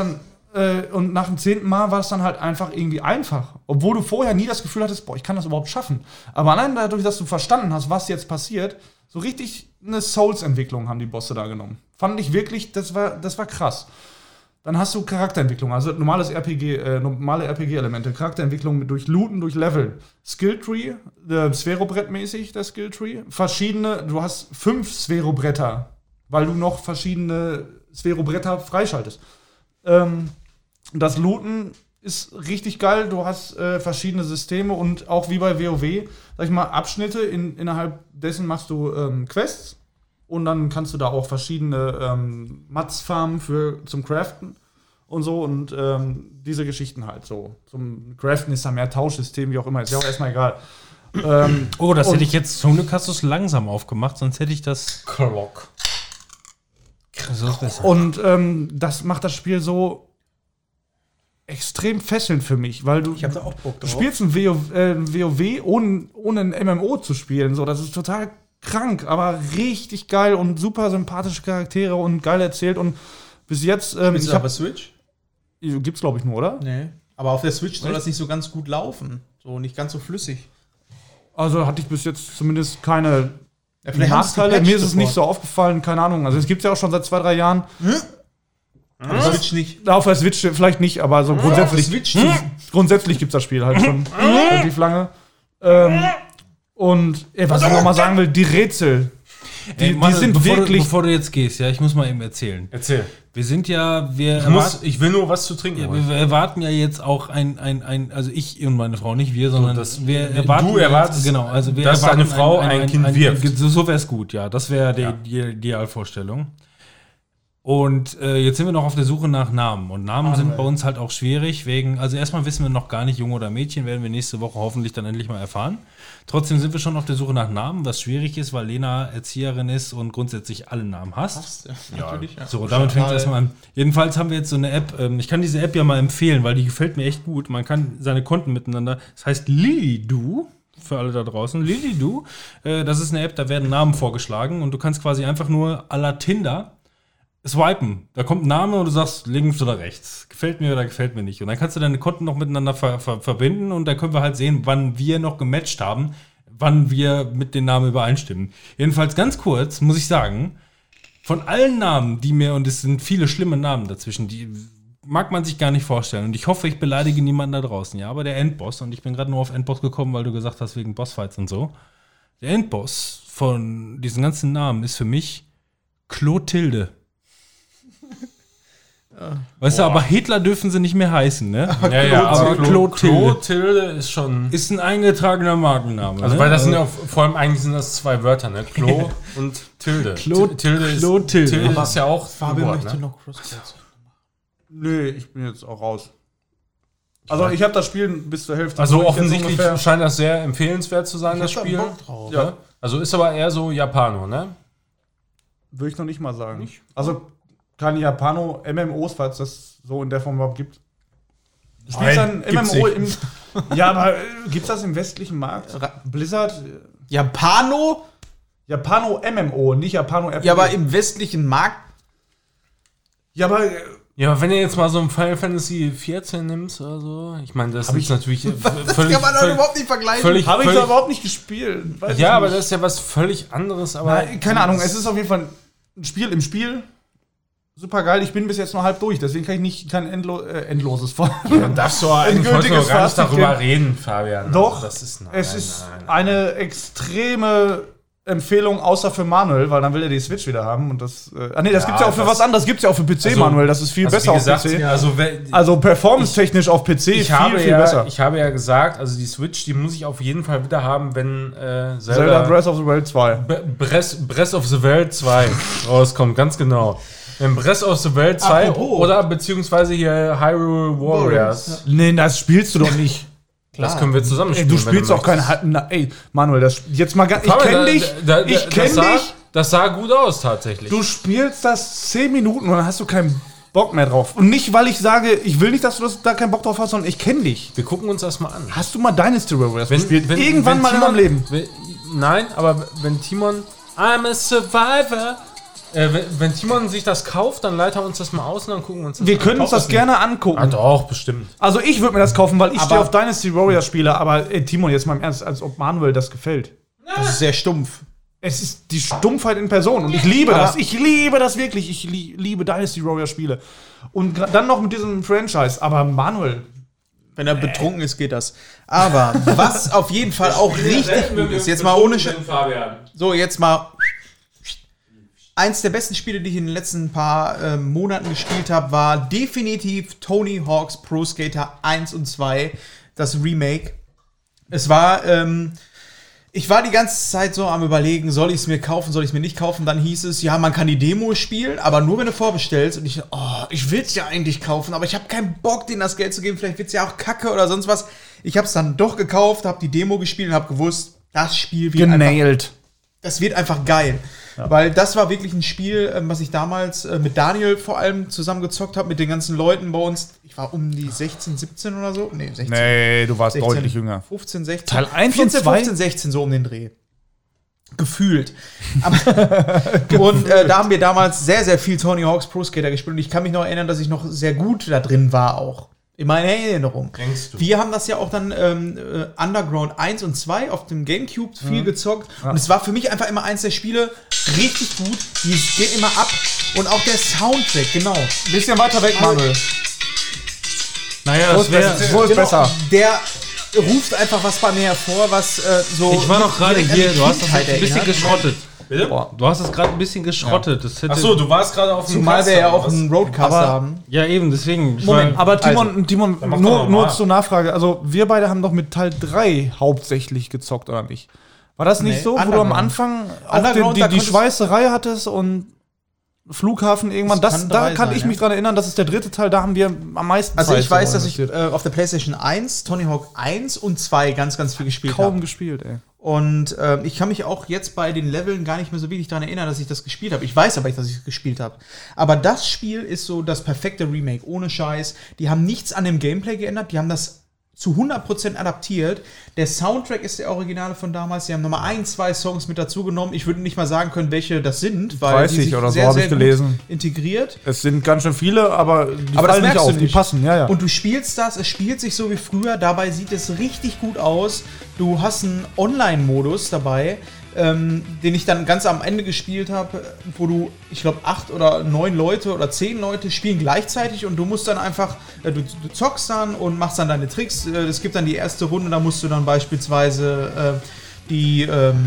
und nach dem 10. Mal war es dann halt einfach irgendwie einfach. Obwohl du vorher nie das Gefühl hattest, boah, ich kann das überhaupt schaffen. Aber allein dadurch, dass du verstanden hast, was jetzt passiert, so richtig eine Souls-Entwicklung haben die Bosse da genommen. Fand ich wirklich, das war krass. Dann hast du Charakterentwicklung, also normale RPG-Elemente, Charakterentwicklung durch Looten, durch Level. Skilltree, Sphärobrettmäßig, der Skilltree. Du hast 5 Sphärobretter, weil du noch verschiedene Sphärobretter freischaltest. Das Looten ist richtig geil. Du hast verschiedene Systeme und auch wie bei WoW, sag ich mal, Abschnitte. Innerhalb dessen machst du Quests und dann kannst du da auch verschiedene Mats farmen zum Craften und so und diese Geschichten halt so. Zum Craften ist da mehr Tauschsystem, wie auch immer. Ist ja auch erstmal egal. Das hätte ich jetzt zum Glück hast du es langsam aufgemacht, sonst hätte ich das. Clock. So ist besser. Und das macht das Spiel so extrem fesselnd für mich, weil du Ich hab da auch Bock drauf. spielst ein WoW ohne ein MMO zu spielen. So, das ist total krank, aber richtig geil und super sympathische Charaktere und geil erzählt. Und bis jetzt Spielst du aber Switch? gibt's glaube ich nur, oder? Nee. Aber auf der Switch soll das nicht so ganz gut laufen. So nicht ganz so flüssig. Also hatte ich bis jetzt zumindest keine Ja, vielleicht haben sie Nachteile. gepatcht Mir ist es sofort. nicht so aufgefallen, keine Ahnung. Also es gibt's ja auch schon seit 2-3 Jahren. Auf der Switch nicht. Auf der Switch vielleicht nicht, aber so grundsätzlich. Switch Grundsätzlich gibt es das Spiel halt schon relativ lange. Und was ich noch mal sagen will, die Rätsel, die sind wirklich. Bevor du jetzt gehst, ja, ich muss mal eben erzählen. Erzähl. Wir sind ja, Ich will nur was zu trinken. Ja, wir erwarten ja jetzt auch also ich und meine Frau, nicht wir, sondern wir erwarten. Du erwartest, genau, also wir dass erwarten deine Frau ein Kind wirft. So wäre es gut, ja. Das wäre die Idealvorstellung. Und jetzt sind wir noch auf der Suche nach Namen. Und Namen sind bei uns halt auch schwierig, also erstmal wissen wir noch gar nicht, Junge oder Mädchen, werden wir nächste Woche hoffentlich dann endlich mal erfahren. Trotzdem sind wir schon auf der Suche nach Namen, was schwierig ist, weil Lena Erzieherin ist und grundsätzlich alle Namen hasst. Natürlich, ja. So, damit fängt es erstmal an. Jedenfalls haben wir jetzt so eine App, ich kann diese App ja mal empfehlen, weil die gefällt mir echt gut. Man kann seine Konten miteinander, das heißt Lilido, für alle da draußen, Lilido, das ist eine App, da werden Namen vorgeschlagen und du kannst quasi einfach nur à la Tinder swipen. Da kommt ein Name und du sagst links oder rechts. Gefällt mir oder gefällt mir nicht. Und dann kannst du deine Konten noch miteinander verbinden und dann können wir halt sehen, wann wir noch gematcht haben, wann wir mit den Namen übereinstimmen. Jedenfalls ganz kurz muss ich sagen, von allen Namen, und es sind viele schlimme Namen dazwischen, die mag man sich gar nicht vorstellen. Und ich hoffe, ich beleidige niemanden da draußen. Ja, aber der Endboss, und ich bin gerade nur auf Endboss gekommen, weil du gesagt hast, wegen Bossfights und so. Der Endboss von diesen ganzen Namen ist für mich Clotilde. Weißt du, aber Hitler dürfen sie nicht mehr heißen, ne? Aber Clotilde. Clotilde ist schon. Ist ein eingetragener Markenname. Also, ne? weil das sind ja vor allem eigentlich sind das 2 Wörter, ne? Klo und Tilde. Clotilde ist ja auch ein Fabian Wort, möchte ne? noch Crosscodes. Nee, ich bin jetzt auch raus. Also ich habe das Spiel bis zur Hälfte. Also durch, jetzt offensichtlich ungefähr. scheint das sehr empfehlenswert zu sein, das Ich hab da Spiel. Bock drauf. Ja. Also ist aber eher so Japano, ne? Würde ich noch nicht mal sagen. Also keine Japano-MMOs, falls das so in der Form überhaupt gibt. Du spielst Nein, ein gibt's MMO nicht. Ja, aber gibt's das im westlichen Markt? Blizzard? Japano? Japano-MMO, nicht Japano-RPG. Ja, aber im westlichen Markt. Ja, aber Ja, aber wenn du jetzt mal so ein Final Fantasy 14 nimmst oder so, ich meine, das ist natürlich Das kann man doch überhaupt nicht vergleichen. völlig, habe ich völlig da überhaupt nicht gespielt. Weiß ich ja, aber nicht. das ist ja was völlig anderes, aber Keine Ahnung, es ist auf jeden Fall ein Spiel im Spiel. Super geil, ich bin bis jetzt noch halb durch, deswegen kann ich kein endloses vor. dann darfst du eigentlich heute endgültiges noch gar nicht Fazit darüber geben. reden, Fabian. Doch, das ist, es ist eine extreme Empfehlung, außer für Manuel, weil dann will er die Switch wieder haben. Und das das gibt's ja auch für was anderes, gibt's ja auch für PC, Also- Manuel, das ist viel Also besser wie gesagt, auf PC. also, Also performance-technisch auf PC ich habe viel besser. Ich habe ja gesagt, also die Switch, die muss ich auf jeden Fall wieder haben, wenn Zelda Breath of the Wild 2. Breath of the Wild 2 rauskommt, ganz genau. Wenn Breath of the Wild 2 Apropos. oder beziehungsweise hier Hyrule Warriors. Nee, das spielst du doch nicht. Das können wir zusammen Ey, spielen. du spielst auch keine Ey, Manuel, jetzt mal ganz. Ich kenn dich. Ich kenn dich. Das sah gut aus, tatsächlich. Du spielst das 10 Minuten und dann hast du keinen Bock mehr drauf. Und nicht, weil ich sage, ich will nicht, dass du da keinen Bock drauf hast, sondern ich kenne dich. Wir gucken uns das mal an. Hast du mal Dynasty Warriors gespielt? Irgendwann mal in deinem Leben. Nein, aber wenn Timon I'm a Survivor wenn Timon sich das kauft, dann leitet er uns das mal aus und dann gucken wir uns das Wir an. können uns das gerne angucken. Ah, doch, bestimmt. Also ich würde mir das kaufen, weil ich Aber- stehe auf Dynasty Warriors Spiele, aber Timon, jetzt mal im Ernst, als ob Manuel das gefällt. Das ist sehr stumpf. Es ist die Stumpfheit in Person und ich liebe das. Ich liebe das wirklich. Ich liebe Dynasty Warriors Spiele. Und dann noch mit diesem Franchise. Aber Manuel, Wenn er betrunken ist, geht das. Aber was auf jeden Fall auch richtig gut ist, jetzt mal ohne So, jetzt mal eins der besten Spiele, die ich in den letzten paar Monaten gespielt habe, war definitiv Tony Hawk's Pro Skater 1 und 2, das Remake. Es war, ich war die ganze Zeit so am Überlegen, soll ich es mir kaufen, soll ich es mir nicht kaufen? Dann hieß es, ja, man kann die Demo spielen, aber nur wenn du vorbestellst. Und ich, ich will es ja eigentlich kaufen, aber ich habe keinen Bock, denen das Geld zu geben. Vielleicht wird es ja auch kacke oder sonst was. Ich habe es dann doch gekauft, habe die Demo gespielt und habe gewusst, das Spiel wird Genailt. das wird einfach geil. Ja. Weil das war wirklich ein Spiel, was ich damals mit Daniel vor allem zusammen gezockt habe, mit den ganzen Leuten bei uns. Ich war um die 16, 17 oder so. Nee, 16. Nee, du warst 16, deutlich jünger. 15, 16. Teil 1 14, und 2? 15, 16, so um den Dreh. Gefühlt. Und da haben wir damals sehr, sehr viel Tony Hawk's Pro Skater gespielt. Und ich kann mich noch erinnern, dass ich noch sehr gut da drin war auch. In meiner Erinnerung. Denkst du? Wir haben das ja auch dann Underground 1 und 2 auf dem Gamecube viel gezockt. Ja. Und es war für mich einfach immer eins der Spiele richtig gut. Die geht immer ab. Und auch der Soundtrack, genau. Bisschen weiter weg, Manuel. Naja, das wäre so ist besser. Der ruft einfach was bei mir hervor, was so. Ich war doch gerade hier, du hast das Kindheit ein bisschen erinnert. geschrottet. Bitte? Du hast es gerade ein bisschen geschrottet. Das hätte Achso, du warst gerade auf dem Zumal wir ja auch was? einen Roadcaster haben. Ja, eben, deswegen. Moment, aber Timon, mach doch nur mal. zur Nachfrage. Also, wir beide haben doch mit Teil 3 hauptsächlich gezockt, oder nicht? War das nicht Nee, so, wo du am Underground. Anfang auch Underground, da die konntest- Schweißerei hattest und Flughafen irgendwann? Das kann Da dabei kann sein, ich ja. mich dran erinnern, das ist der dritte Teil, da haben wir am meisten Also Zeit ich weiß, so dass ich investiert. auf der PlayStation 1 Tony Hawk 1 und 2 ganz, ganz viel gespielt habe. Kaum gespielt, ey. Und ich kann mich auch jetzt bei den Leveln gar nicht mehr so wenig daran erinnern, dass ich das gespielt habe. Ich weiß aber nicht, dass ich es gespielt habe. Aber das Spiel ist so das perfekte Remake, ohne Scheiß. Die haben nichts an dem Gameplay geändert, die haben das zu 100% adaptiert. Der Soundtrack ist der Originale von damals. Sie haben nochmal 1, 2 Songs mit dazu genommen. Ich würde nicht mal sagen können, welche das sind, weil 30 die sich oder so sehr, habe sehr ich gut gelesen. integriert. Es sind ganz schön viele, aber die Aber das fallen nicht merkst du auf, die nicht. passen, ja. Und du spielst das, es spielt sich so wie früher, dabei sieht es richtig gut aus. Du hast einen Online-Modus dabei, den ich dann ganz am Ende gespielt habe, wo du, ich glaube, 8 oder 9 Leute oder 10 Leute spielen gleichzeitig und du musst dann einfach, du zockst dann und machst dann deine Tricks. Es gibt dann die erste Runde, da musst du dann beispielsweise die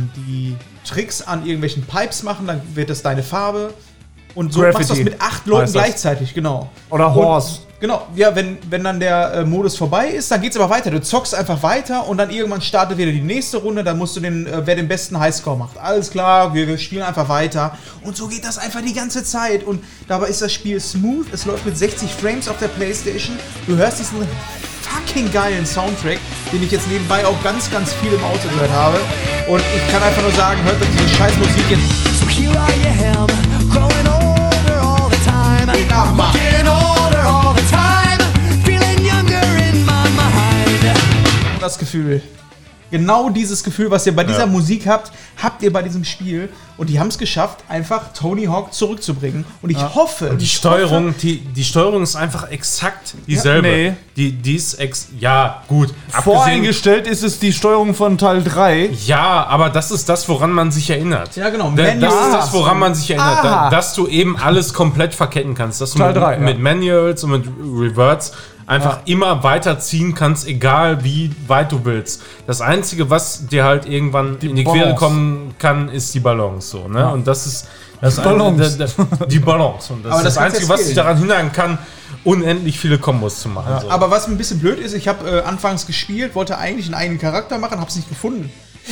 Tricks an irgendwelchen Pipes machen, dann wird das deine Farbe. Und so machst du das Graffiti mit 8 Leuten heißt das. gleichzeitig, genau. Oder Horse. Genau, ja, wenn dann der Modus vorbei ist, dann geht's aber weiter. Du zockst einfach weiter und dann irgendwann startet wieder die nächste Runde, dann musst du wer den besten Highscore macht. Alles klar, wir spielen einfach weiter. Und so geht das einfach die ganze Zeit. Und dabei ist das Spiel smooth, es läuft mit 60 Frames auf der Playstation. Du hörst diesen fucking geilen Soundtrack, den ich jetzt nebenbei auch ganz, ganz viel im Auto gehört habe. Und ich kann einfach nur sagen, hört euch diese scheiß Musik jetzt. So here I am, growing older all the time. Getting older all the time. Feeling younger in my mind. Das Gefühl. Genau dieses Gefühl, was ihr bei dieser Musik habt, habt ihr bei diesem Spiel. Und die haben es geschafft, einfach Tony Hawk zurückzubringen. Und ich hoffe, Die Steuerung, die Steuerung ist einfach exakt dieselbe. Ja, Die ist ja, gut. Voreingestellt ist es die Steuerung von Teil 3. Ja, aber das ist das, woran man sich erinnert. Ja, genau. Das ist Manuals. das, woran man sich erinnert. Ah. Dass du eben alles komplett verketten kannst. Dass du Teil 3, mit Manuals und mit Reverts einfach immer weiterziehen kannst, egal wie weit du willst. Das Einzige, was dir halt irgendwann in die Quere Balance. kommen kann, ist die Balance. So, ne? Und das ist Balance. die Balance. Und das Aber ist das das kannst Einzige, du was jetzt dich daran hindern kann, unendlich viele Kombos zu machen. So. Aber was ein bisschen blöd ist, ich habe anfangs gespielt, wollte eigentlich einen eigenen Charakter machen, hab's nicht gefunden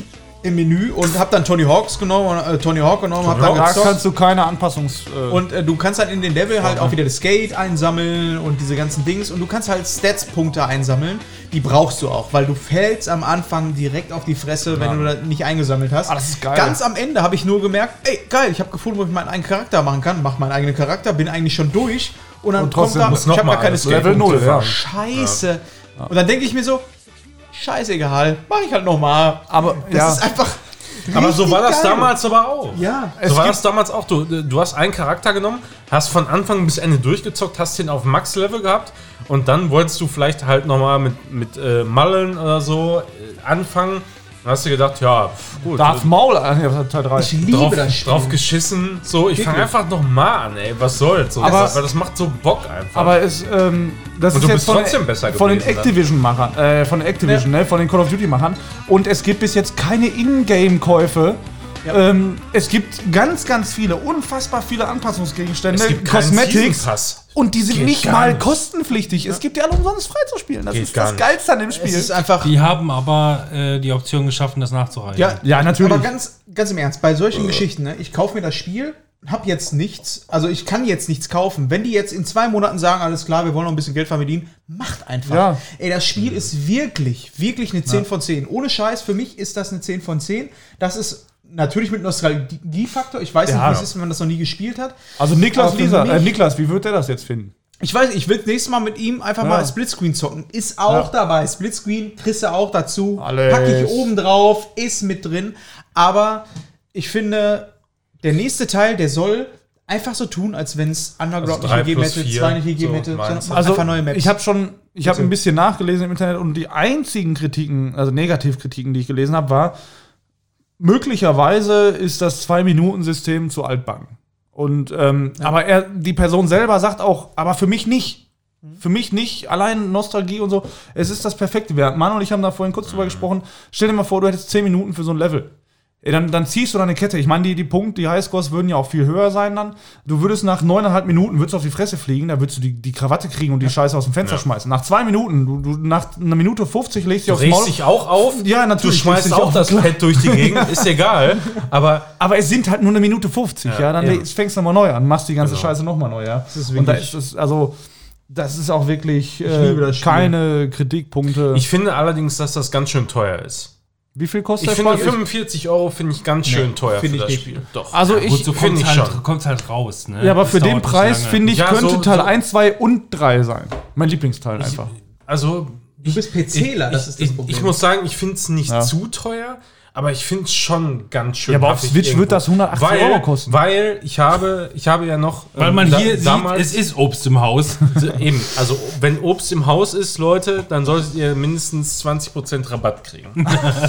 im Menü und hab dann Tony Hawk genommen, hab dann Da gezockt. kannst du keine Und du kannst halt in den Level halt auch wieder das Skate einsammeln und diese ganzen Dings. Und du kannst halt Stats-Punkte einsammeln. Die brauchst du auch, weil du fällst am Anfang direkt auf die Fresse, wenn du das nicht eingesammelt hast. das ist geil. Ganz am Ende habe ich nur gemerkt, ey, geil, ich habe gefunden, wo ich meinen eigenen Charakter machen kann. Mach meinen eigenen Charakter, bin eigentlich schon durch. Und dann trotzdem kommt muss da, noch ich habe mal gar keine alles Level Skate-Punkte. 0, ja. Scheiße. Und dann denke ich mir so, scheißegal, mach ich halt nochmal. Aber Das ist einfach Aber so richtig war das geil. damals aber auch. Ja. So war das damals auch. Du hast einen Charakter genommen, hast von Anfang bis Ende durchgezockt, hast den auf Max-Level gehabt und dann wolltest du vielleicht halt nochmal mit Mullen oder so anfangen. Dann hast du gedacht, ja, gut. Darth Maul, Teil 3. Ich liebe das Spiel. drauf geschissen. So, ich fange Wirklich. einfach nochmal an, ey. Was soll's? So, Aber- weil das macht so Bock einfach. Aber es, das Und ist du jetzt bist trotzdem besser von den gewesen dann. Activision-Machern, von den Activision, ne, von den Call of Duty-Machern. Und es gibt bis jetzt keine Ingame-Käufe Es gibt ganz, ganz viele, unfassbar viele Anpassungsgegenstände, Es gibt keinen Season Cosmetics. Pass. Und die sind Geht nicht gar mal nicht. kostenpflichtig. Es gibt die alle umsonst freizuspielen. Das Geht ist gar das nicht. Geilste an dem Spiel. Es ist einfach. Die haben aber die Option geschaffen, das nachzureichen. Ja, natürlich. Aber ganz im Ernst, bei solchen Geschichten, ne, ich kaufe mir das Spiel, hab jetzt nichts, also ich kann jetzt nichts kaufen. Wenn die jetzt in 2 Monaten sagen, alles klar, wir wollen noch ein bisschen Geld verdienen, macht einfach. Ja. Ey, das Spiel ist wirklich eine 10 von 10. Ohne Scheiß, für mich ist das eine 10 von 10. Das ist natürlich mit Nostalgiefaktor. Ich weiß nicht, wie es ist, wenn man das noch nie gespielt hat. Also Niklas, Aber für mich- Niklas, wie wird der das jetzt finden? Ich weiß, ich will das nächste Mal mit ihm einfach mal Splitscreen zocken. Ist auch dabei. Splitscreen kriegst du auch dazu. Alles. Packe ich oben drauf, ist mit drin. Aber ich finde, der nächste Teil, der soll einfach so tun, als wenn es Underground Also nicht gegeben 3 hätte, plus 4, 2 nicht gegeben so hätte, meinst sondern einfach neue Maps. Ich habe ein bisschen nachgelesen im Internet und die einzigen Kritiken, also Negativkritiken, die ich gelesen habe, war, möglicherweise ist das 2-Minuten-System zu altbacken. Und, aber die Person selber sagt auch, aber für mich nicht. Für mich nicht, allein Nostalgie und so, es ist das perfekte Wert. Manu und ich haben da vorhin kurz drüber gesprochen. Stell dir mal vor, du hättest 10 Minuten für so ein Level. Ey, dann ziehst du da eine Kette. Ich meine, die Highscores würden ja auch viel höher sein dann. Du würdest nach 9,5 Minuten würdest auf die Fresse fliegen, da würdest du die Krawatte kriegen und die Scheiße aus dem Fenster schmeißen. Nach 2 Minuten, du nach einer Minute 50 legst du Du aufs Maul. regst dich auch auf. Ja, natürlich. Du schmeißt regst dich auch auf, das klar. Pad durch die Gegend, ist egal. Aber Aber es sind halt nur 1 Minute 50, ja. Dann Ja. fängst du nochmal neu an, machst die ganze Genau. Scheiße nochmal neu, ja. ist Und da wirklich- ist es, also, das ist auch wirklich liebe das Spiel. keine Kritikpunkte. ich finde allerdings, dass das ganz schön teuer ist. Wie viel kostet Ich der finde Spaß? 45 € finde ich ganz schön teuer für finde ich das nicht. Spiel. Doch. Also Gut, ich, so finde ich schon. kommt's halt raus. Ne? ja, aber Das für den dauert nicht Preis, lange. finde ich, Ja, könnte so- Teil so- 1, 2 und 3 sein. Mein Lieblingsteil einfach. Also Du bist PCler, das ist das Problem. Ich muss sagen, ich finde es nicht Ja. zu teuer, aber ich finde es schon ganz schön. Ja, aber auf happig Switch irgendwo. wird das 180 weil, € kosten. Weil ich habe ja noch. Weil man hier sieht, damals, es ist Obst im Haus. Eben, also wenn Obst im Haus ist, Leute, dann solltet ihr mindestens 20% Rabatt kriegen.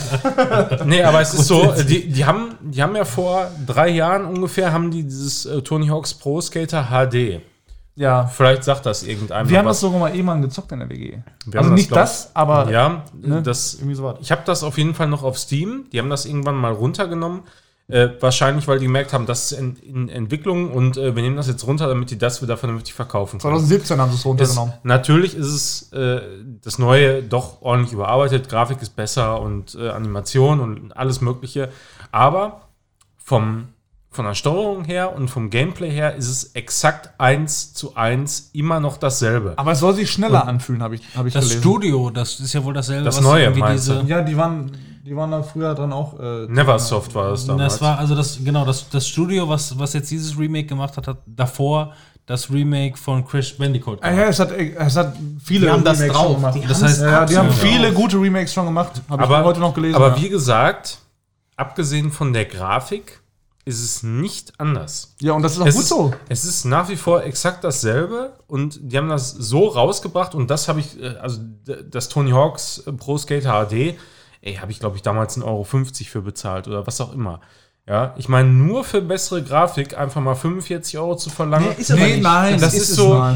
Nee, aber es ist so, die haben ja vor 3 Jahren ungefähr, haben die dieses Tony Hawk's Pro Skater HD. Ja. Vielleicht sagt das irgendeinem Wir haben noch das sogar mal eben gezockt in der WG. Wir Also haben nicht glaub ich- das, aber Ja, ne? das, irgendwie so was. ich habe das auf jeden Fall noch auf Steam. Die haben das irgendwann mal runtergenommen. Wahrscheinlich, weil die gemerkt haben, das ist in Entwicklung und wir nehmen das jetzt runter, damit die das wieder vernünftig verkaufen können. 2017 haben sie es runtergenommen. Natürlich ist es das Neue doch ordentlich überarbeitet. Grafik ist besser und Animation und alles Mögliche. Aber von der Steuerung her und vom Gameplay her ist es exakt 1:1 immer noch dasselbe. Aber es soll sich schneller anfühlen, habe ich Das gelesen. Studio, das ist ja wohl dasselbe. Das Neue, irgendwie meinst du? Ja, die waren da früher dran auch. Neversoft war das damals. Das war also das Studio, was jetzt dieses Remake gemacht hat davor das Remake von Crash Bandicoot Ja, es hat viele Die haben das Remakes drauf. schon gemacht. Die Das haben heißt, es Ja, die haben absolut viele gute Remakes schon gemacht. Habe ich aber heute noch gelesen. Aber ja. wie gesagt, abgesehen von der Grafik ist es nicht anders. Ja, und das ist auch Es gut ist, so. es ist nach wie vor exakt dasselbe und die haben das so rausgebracht und das habe ich, also das Tony Hawk's Pro Skater HD, habe ich glaube ich damals 1,50 € für bezahlt oder was auch immer. Ja, ich meine, nur für bessere Grafik einfach mal 45 € zu verlangen. Nee, ist aber nicht. nein, das ist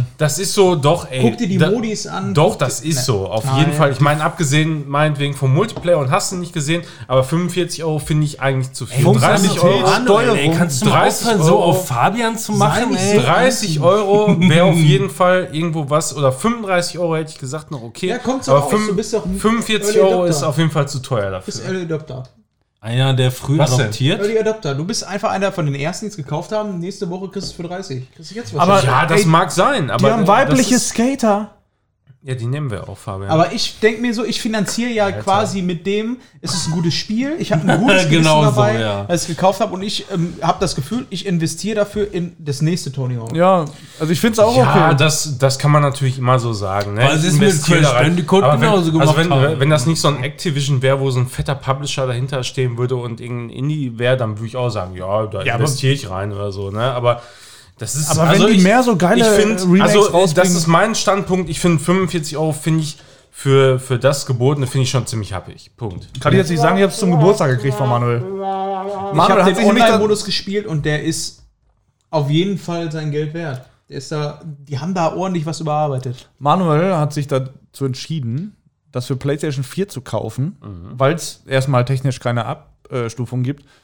so, doch, ey. Guck dir die Modis an. Doch, Guck das dir- ist Ne. so, auf Nein. jeden Fall. Ich meine, abgesehen meinetwegen vom Multiplayer und hast du nicht gesehen, aber 45 € finde ich eigentlich zu viel. 30 Funktionalität, €. Steuerung. Ey, kannst du mal 30 aufhören, so €. auf Fabian zu machen, nicht ey? so 30 € wäre auf jeden Fall irgendwo was, oder 35 € hätte ich gesagt, noch okay. Ja, kommt's doch aber raus, du bist doch ein 45 Early € Adopter. ist auf jeden Fall zu teuer Du bist dafür. Early Adopter. Einer, der früh Was denn? adoptiert. Early Adopter. Du bist einfach einer von den ersten, die es gekauft haben. Nächste Woche kriegst du es für 30. Kriegst du jetzt was? Aber- Ja, das Ey, mag sein, aber Die haben das weibliche ist- Skater. Ja, die nehmen wir auch, Fabian. Aber ich denke mir so, ich finanziere ja quasi mit dem, es ist ein gutes Spiel, ich habe ein gutes Gewissen Genau so, dabei, ja. als ich es gekauft habe und ich habe das Gefühl, ich investiere dafür in das nächste Tony Hawk. Ja, also ich finde es auch ja, okay. das kann man natürlich immer so sagen. Ne? Weil sie es mit Investiere Crash da rein. Bandicoot Aber genauso gemacht also haben. wenn das nicht so ein Activision wäre, wo so ein fetter Publisher dahinter stehen würde und irgendein Indie wäre, dann würde ich auch sagen, ja, da investiere ich rein oder so. Ne? Aber das ist. Aber wenn die mehr so geile Remakes das rausbringen- ist mein Standpunkt. Ich finde 45 € finde ich für das Gebotene finde ich schon ziemlich happig. Punkt. Kann ich jetzt nicht sagen, ich habe es zum Geburtstag gekriegt von Manuel. Ich Manuel habe hat den sich nämlich Online-Modus gespielt und der ist auf jeden Fall sein Geld wert. Der ist da, die haben da ordentlich was überarbeitet. Manuel hat sich dazu entschieden, das für PlayStation 4 zu kaufen, weil es erstmal technisch keine Abstufung gibt.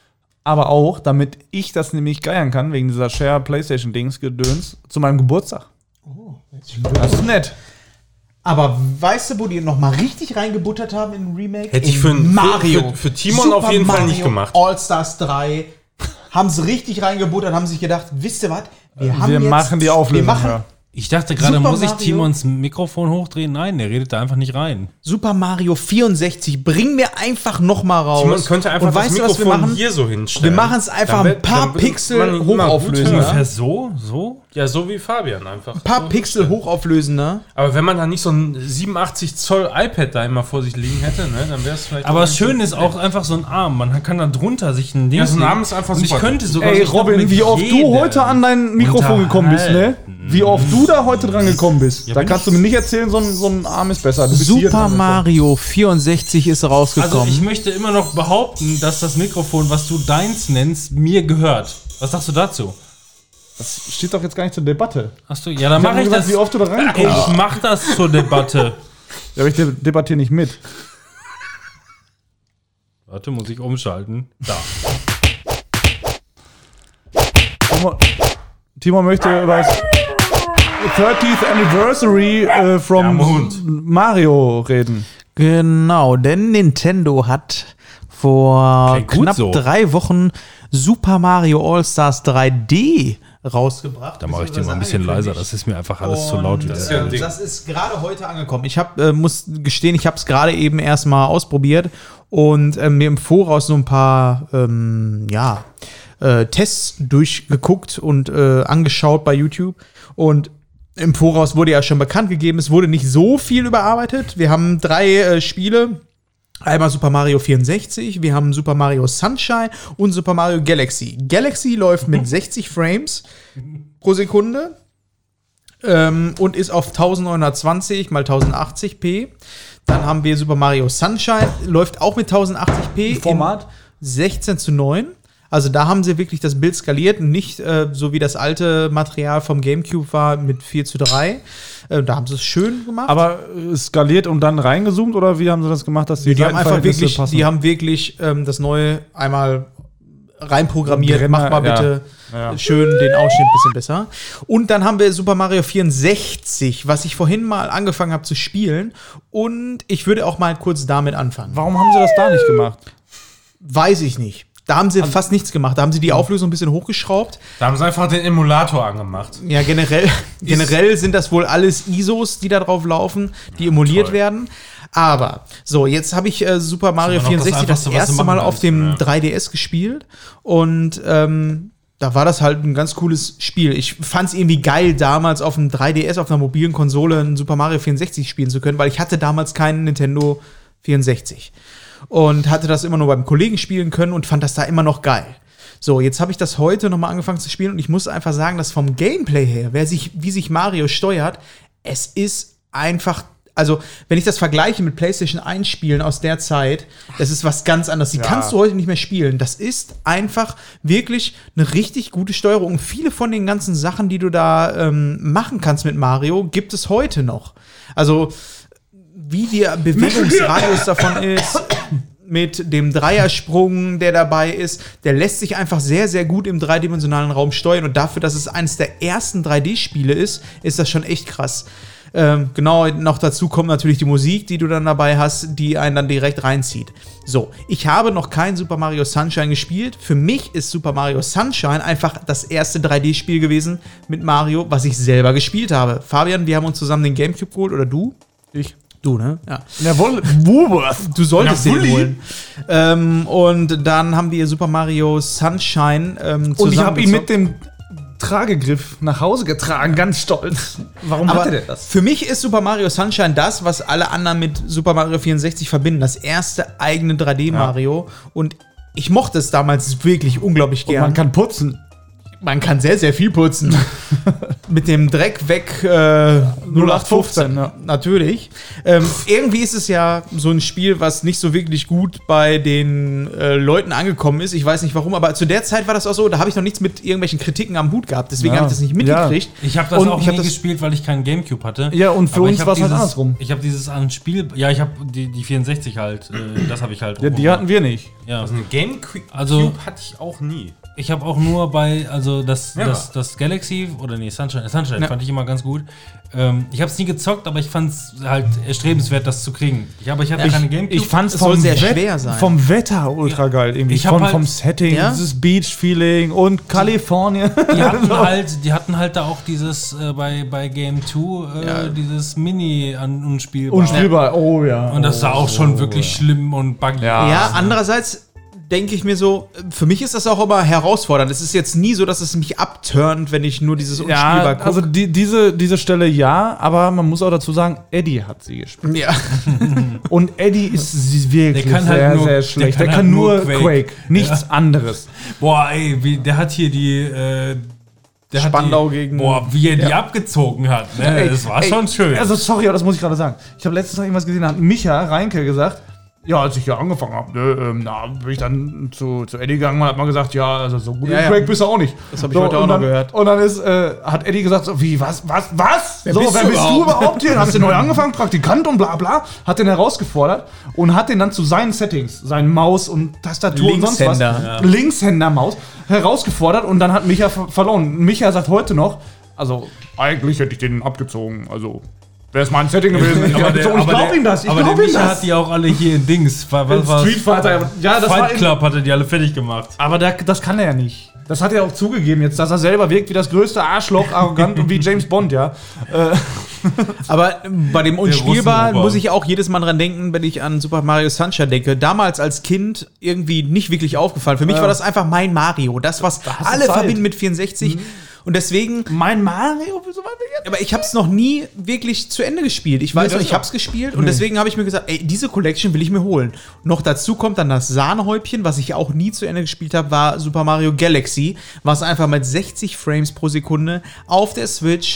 aber auch, damit ich das nämlich geiern kann, wegen dieser Share PlayStation-Dings Gedöns, zu meinem Geburtstag. Das ist nett. Aber weißt du, wo die noch mal richtig reingebuttert haben in Remake? Hätte ich In für Timon auf jeden Fall nicht gemacht. All-Stars 3 haben sie richtig reingebuttert, haben sich gedacht, wisst ihr was? Wir machen die Auflösung. Wir machen ja. Ich dachte gerade, Super muss ich Mario. Timons Mikrofon hochdrehen? Nein, der redet da einfach nicht rein. Super Mario 64. Bring mir einfach noch mal raus. Timon könnte einfach Und das weißt du, was wir Mikrofon machen? hier so hinstellen. Wir machen es einfach Dann ein wird- paar dann wird man Pixel ihn immer gut hochauflösender. hören. Ungefähr so? Ja, so wie Fabian einfach. Ein paar Pixel hochauflösender. Aber wenn man da nicht so ein 87 Zoll iPad da immer vor sich liegen hätte, ne, dann wäre es vielleicht. Aber auch das nicht so Schöne ist schlecht. auch einfach so ein Arm. Man kann da drunter sich ein Ding. Ja, so ein legen. Arm ist einfach Und ich super. könnte sogar. Ey, ich glaub, Robin, mit wie oft du jedem heute an dein Mikrofon gekommen bist, ne? Wie oft du da heute dran gekommen bist. Ja, Da bin kannst du ich- mir nicht erzählen, so ein Arm ist besser. Du bist hier Super dran gekommen. Mario 64 ist rausgekommen. Also ich möchte immer noch behaupten, dass das Mikrofon, was du deins nennst, mir gehört. Was sagst du dazu? Das steht doch jetzt gar nicht zur Debatte. Achso, ja, dann Ich hab mache nur ich gesagt, das. wie oft du da reingekommen bist. Ich mach das zur Debatte. Ja, aber ich debattiere nicht mit. Warte, muss ich umschalten. Da. Timo möchte über das 30th Anniversary from Mario reden. Genau, denn Nintendo hat vor Klingt gut knapp so. 3 Wochen Super Mario All-Stars 3D rausgebracht. Da mache ich den mal ein bisschen leiser. Das ist mir einfach alles zu laut. Das ist ja ein Ding. Das ist gerade heute angekommen. Ich muss gestehen, ich habe es gerade eben erstmal ausprobiert und mir im Voraus so ein paar Tests durchgeguckt und angeschaut bei YouTube. Und im Voraus wurde ja schon bekannt gegeben, es wurde nicht so viel überarbeitet. Wir haben 3 Spiele. Einmal Super Mario 64, wir haben Super Mario Sunshine und Super Mario Galaxy. Galaxy läuft mit 60 Frames pro Sekunde und ist auf 1920 x 1080p. Dann haben wir Super Mario Sunshine, läuft auch mit 1080p. Format? In 16:9. Also da haben sie wirklich das Bild skaliert und nicht so wie das alte Material vom GameCube war mit 4:3. Da haben sie es schön gemacht. Aber skaliert und dann reingezoomt oder wie haben sie das gemacht, dass die haben einfach Seitenverhältnisse wirklich, passen? die haben wirklich das Neue einmal reinprogrammiert. Brenner, Mach mal bitte ja. schön den Ausschnitt ein bisschen besser. Und dann haben wir Super Mario 64, was ich vorhin mal angefangen habe zu spielen. Und ich würde auch mal kurz damit anfangen. Warum haben sie das da nicht gemacht? Weiß ich nicht. Da haben sie fast nichts gemacht. Da haben sie die Auflösung ein bisschen hochgeschraubt. Da haben sie einfach den Emulator angemacht. Ja, generell sind das wohl alles ISOs, die da drauf laufen, die emuliert werden. Aber, so, jetzt habe ich Super Mario immer noch das 64 das Einfachste, was du erste machen Mal kannst, auf dem ja. 3DS gespielt. Und da war das halt ein ganz cooles Spiel. Ich fand es irgendwie geil, damals auf dem 3DS, auf einer mobilen Konsole, ein Super Mario 64 spielen zu können, weil ich hatte damals keinen Nintendo 64. Und hatte das immer nur beim Kollegen spielen können und fand das da immer noch geil. So, jetzt habe ich das heute nochmal angefangen zu spielen und ich muss einfach sagen, dass vom Gameplay her, wie sich Mario steuert, es ist einfach, also wenn ich das vergleiche mit PlayStation 1 Spielen aus der Zeit, das ist was ganz anderes. Die kannst du heute nicht mehr spielen. Das ist einfach wirklich eine richtig gute Steuerung. Und viele von den ganzen Sachen, die du da machen kannst mit Mario, gibt es heute noch. Also wie der Bewegungsradius davon ist, mit dem Dreiersprung, der dabei ist, der lässt sich einfach sehr, sehr gut im dreidimensionalen Raum steuern. Und dafür, dass es eines der ersten 3D-Spiele ist das schon echt krass. Genau, noch dazu kommt natürlich die Musik, die du dann dabei hast, die einen dann direkt reinzieht. So, ich habe noch kein Super Mario Sunshine gespielt. Für mich ist Super Mario Sunshine einfach das erste 3D-Spiel gewesen mit Mario, was ich selber gespielt habe. Fabian, wir haben uns zusammen den GameCube geholt, oder du? Ich. Du, ne? Ja. Jawohl. Du solltest Jawohl. den holen. Und dann haben wir Super Mario Sunshine Und ich habe ihn mit zusammengezockt. dem Tragegriff nach Hause getragen, ganz stolz. Warum Aber hatte der das? für mich ist Super Mario Sunshine das, was alle anderen mit Super Mario 64 verbinden. Das erste eigene 3D-Mario. Und ich mochte es damals wirklich unglaublich Und gern. man kann putzen. Man kann sehr, sehr viel putzen. Mit dem Dreck weg 0815, ja. natürlich. Irgendwie ist es ja so ein Spiel, was nicht so wirklich gut bei den Leuten angekommen ist. Ich weiß nicht warum, aber zu der Zeit war das auch so, da habe ich noch nichts mit irgendwelchen Kritiken am Hut gehabt. Deswegen Ja. habe ich das nicht mitgekriegt. Ich habe das Und auch ich hab nie das- gespielt, weil ich keinen Gamecube hatte. Ja, und für Aber uns ich hab war es halt dieses- andersrum. Ich habe dieses an Spiel, ja, ich habe die 64 halt, das habe ich halt. Ja, die hatten wir nicht. Ja. Also ein Gamecube Also- hatte ich auch nie. Ich habe auch nur bei, also das Galaxy, oder nee, Sunshine Ja. fand ich immer ganz gut. Ich habe es nie gezockt, aber ich fand es halt erstrebenswert, das zu kriegen. Ich hatte keine Gamecube. Ich fand es Es soll sehr schwer sein. vom Wetter ultra geil irgendwie. Ich hab halt- vom Setting, Ja? dieses Beach-Feeling und Kalifornien. Die hatten halt da auch dieses bei Game 2 dieses Mini unspielbar. Unspielbar, oh ja. Und das war auch schon wirklich schlimm und buggy. Ja. Ja, andererseits denke ich mir so, für mich ist das auch immer herausfordernd. Es ist jetzt nie so, dass es mich abturnt, wenn ich nur dieses Unspielbar Ja, gucke. also diese Stelle ja, aber man muss auch dazu sagen, Eddie hat sie gespielt. ja. Und Eddie ist wirklich Der kann halt sehr, nur- sehr schlecht. der Der kann kann halt nur nur Quake, nichts anderes. Boah, ey, der hat hier die der Spandau hat die, gegen- Boah, wie er die abgezogen hat. Ne? Ey, das war ey, schon schön. Also sorry, aber das muss ich gerade sagen. Ich habe letztens noch irgendwas gesehen, da hat Micha Reinke gesagt, ja, als ich hier angefangen habe, bin ich dann zu Eddie gegangen und hat mal gesagt, ja, also so gut Ja, in ja. Quake bist du auch nicht. Das hab ich heute auch und noch dann, gehört. Und dann hat Eddie gesagt, so, wie, was? Wer So, bist wer du bist du überhaupt? überhaupt hier? Hast du neu angefangen, Praktikant und bla bla. Hat den herausgefordert und hat den dann zu seinen Settings, seinen Maus und Tastatur und sonst was, Linkshänder. Linkshänder-Maus, herausgefordert und dann hat Micha verloren. Micha sagt heute noch, also eigentlich hätte ich den abgezogen, also wäre es mein Setting gewesen, hätte ich abgezogen. Ich glaube ihm das, ich aber der glaube ihm Micha das. hat die auch alle hier in Dings. Street Fighter, ja, das war Fight Club hat er die alle fertig gemacht. aber das kann er ja nicht. Das hat er auch zugegeben jetzt, dass er selber wirkt wie das größte Arschloch, arrogant und wie James Bond, ja. Aber bei dem Unspielbar Russenoper. muss ich auch jedes Mal dran denken, wenn ich an Super Mario Sunshine denke. Damals als Kind irgendwie nicht wirklich aufgefallen. Für mich war das einfach mein Mario. Das, was hast du alle Zeit. verbinden mit 64. Und deswegen, Mein Mario, wieso waren wir jetzt? aber ich habe es noch nie wirklich zu Ende gespielt. Ich weiß Nee, noch, das ich habe es gespielt und deswegen habe ich mir gesagt, ey, diese Collection will ich mir holen. Noch dazu kommt dann das Sahnehäubchen, was ich auch nie zu Ende gespielt habe, war Super Mario Galaxy, was einfach mit 60 Frames pro Sekunde auf der Switch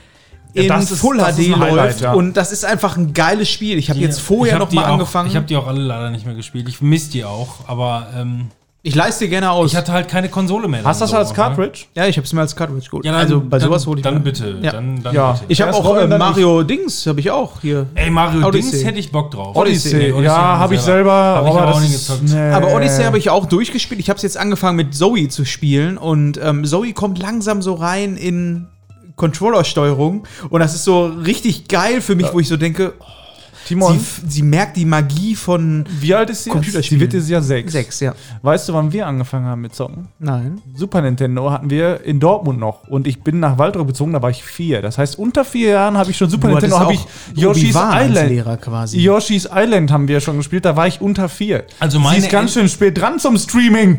in das ist- Full das ist HD ein Highlight, läuft ja. und das ist einfach ein geiles Spiel. Ich habe jetzt vorher noch mal angefangen. Ich habe die auch alle leider nicht mehr gespielt. Ich vermisse die auch, aber Ich leiste dir gerne aus. ich hatte halt keine Konsole mehr. Hast du das dann als so, Cartridge? Ja, ich habe es mir als Cartridge geholt. Ne? Ja, dann, also bei dann, sowas hole ich dann mir. bitte. Ja. Dann Ja. bitte. Ich habe Erst auch Robin, dann Mario Dings, habe ich auch hier. Ey, Mario Odyssey. Dings hätte ich Bock drauf. Odyssey, Nee, ja, habe ich selber, Hab ich aber auch das nie ist- gezockt. nee. Aber Odyssey habe ich auch durchgespielt. Ich habe es jetzt angefangen mit Zoe zu spielen und Zoe kommt langsam so rein in Controller-Steuerung und das ist so richtig geil für mich, wo ich so denke, Timon, sie merkt die Magie von wie alt ist sie? Computerspielen. Sie wird dieses Jahr 6. 6, ja. Weißt du, wann wir angefangen haben mit Zocken? Nein. Super Nintendo hatten wir in Dortmund noch und ich bin nach Waldorf gezogen, da war ich 4. Das heißt, unter 4 Jahren habe ich schon Super Nintendo, habe ich Yoshi's Island. Lehrer quasi. Yoshi's Island haben wir schon gespielt, da war ich unter 4. Also Sie meine ist ganz schön spät dran zum Streaming.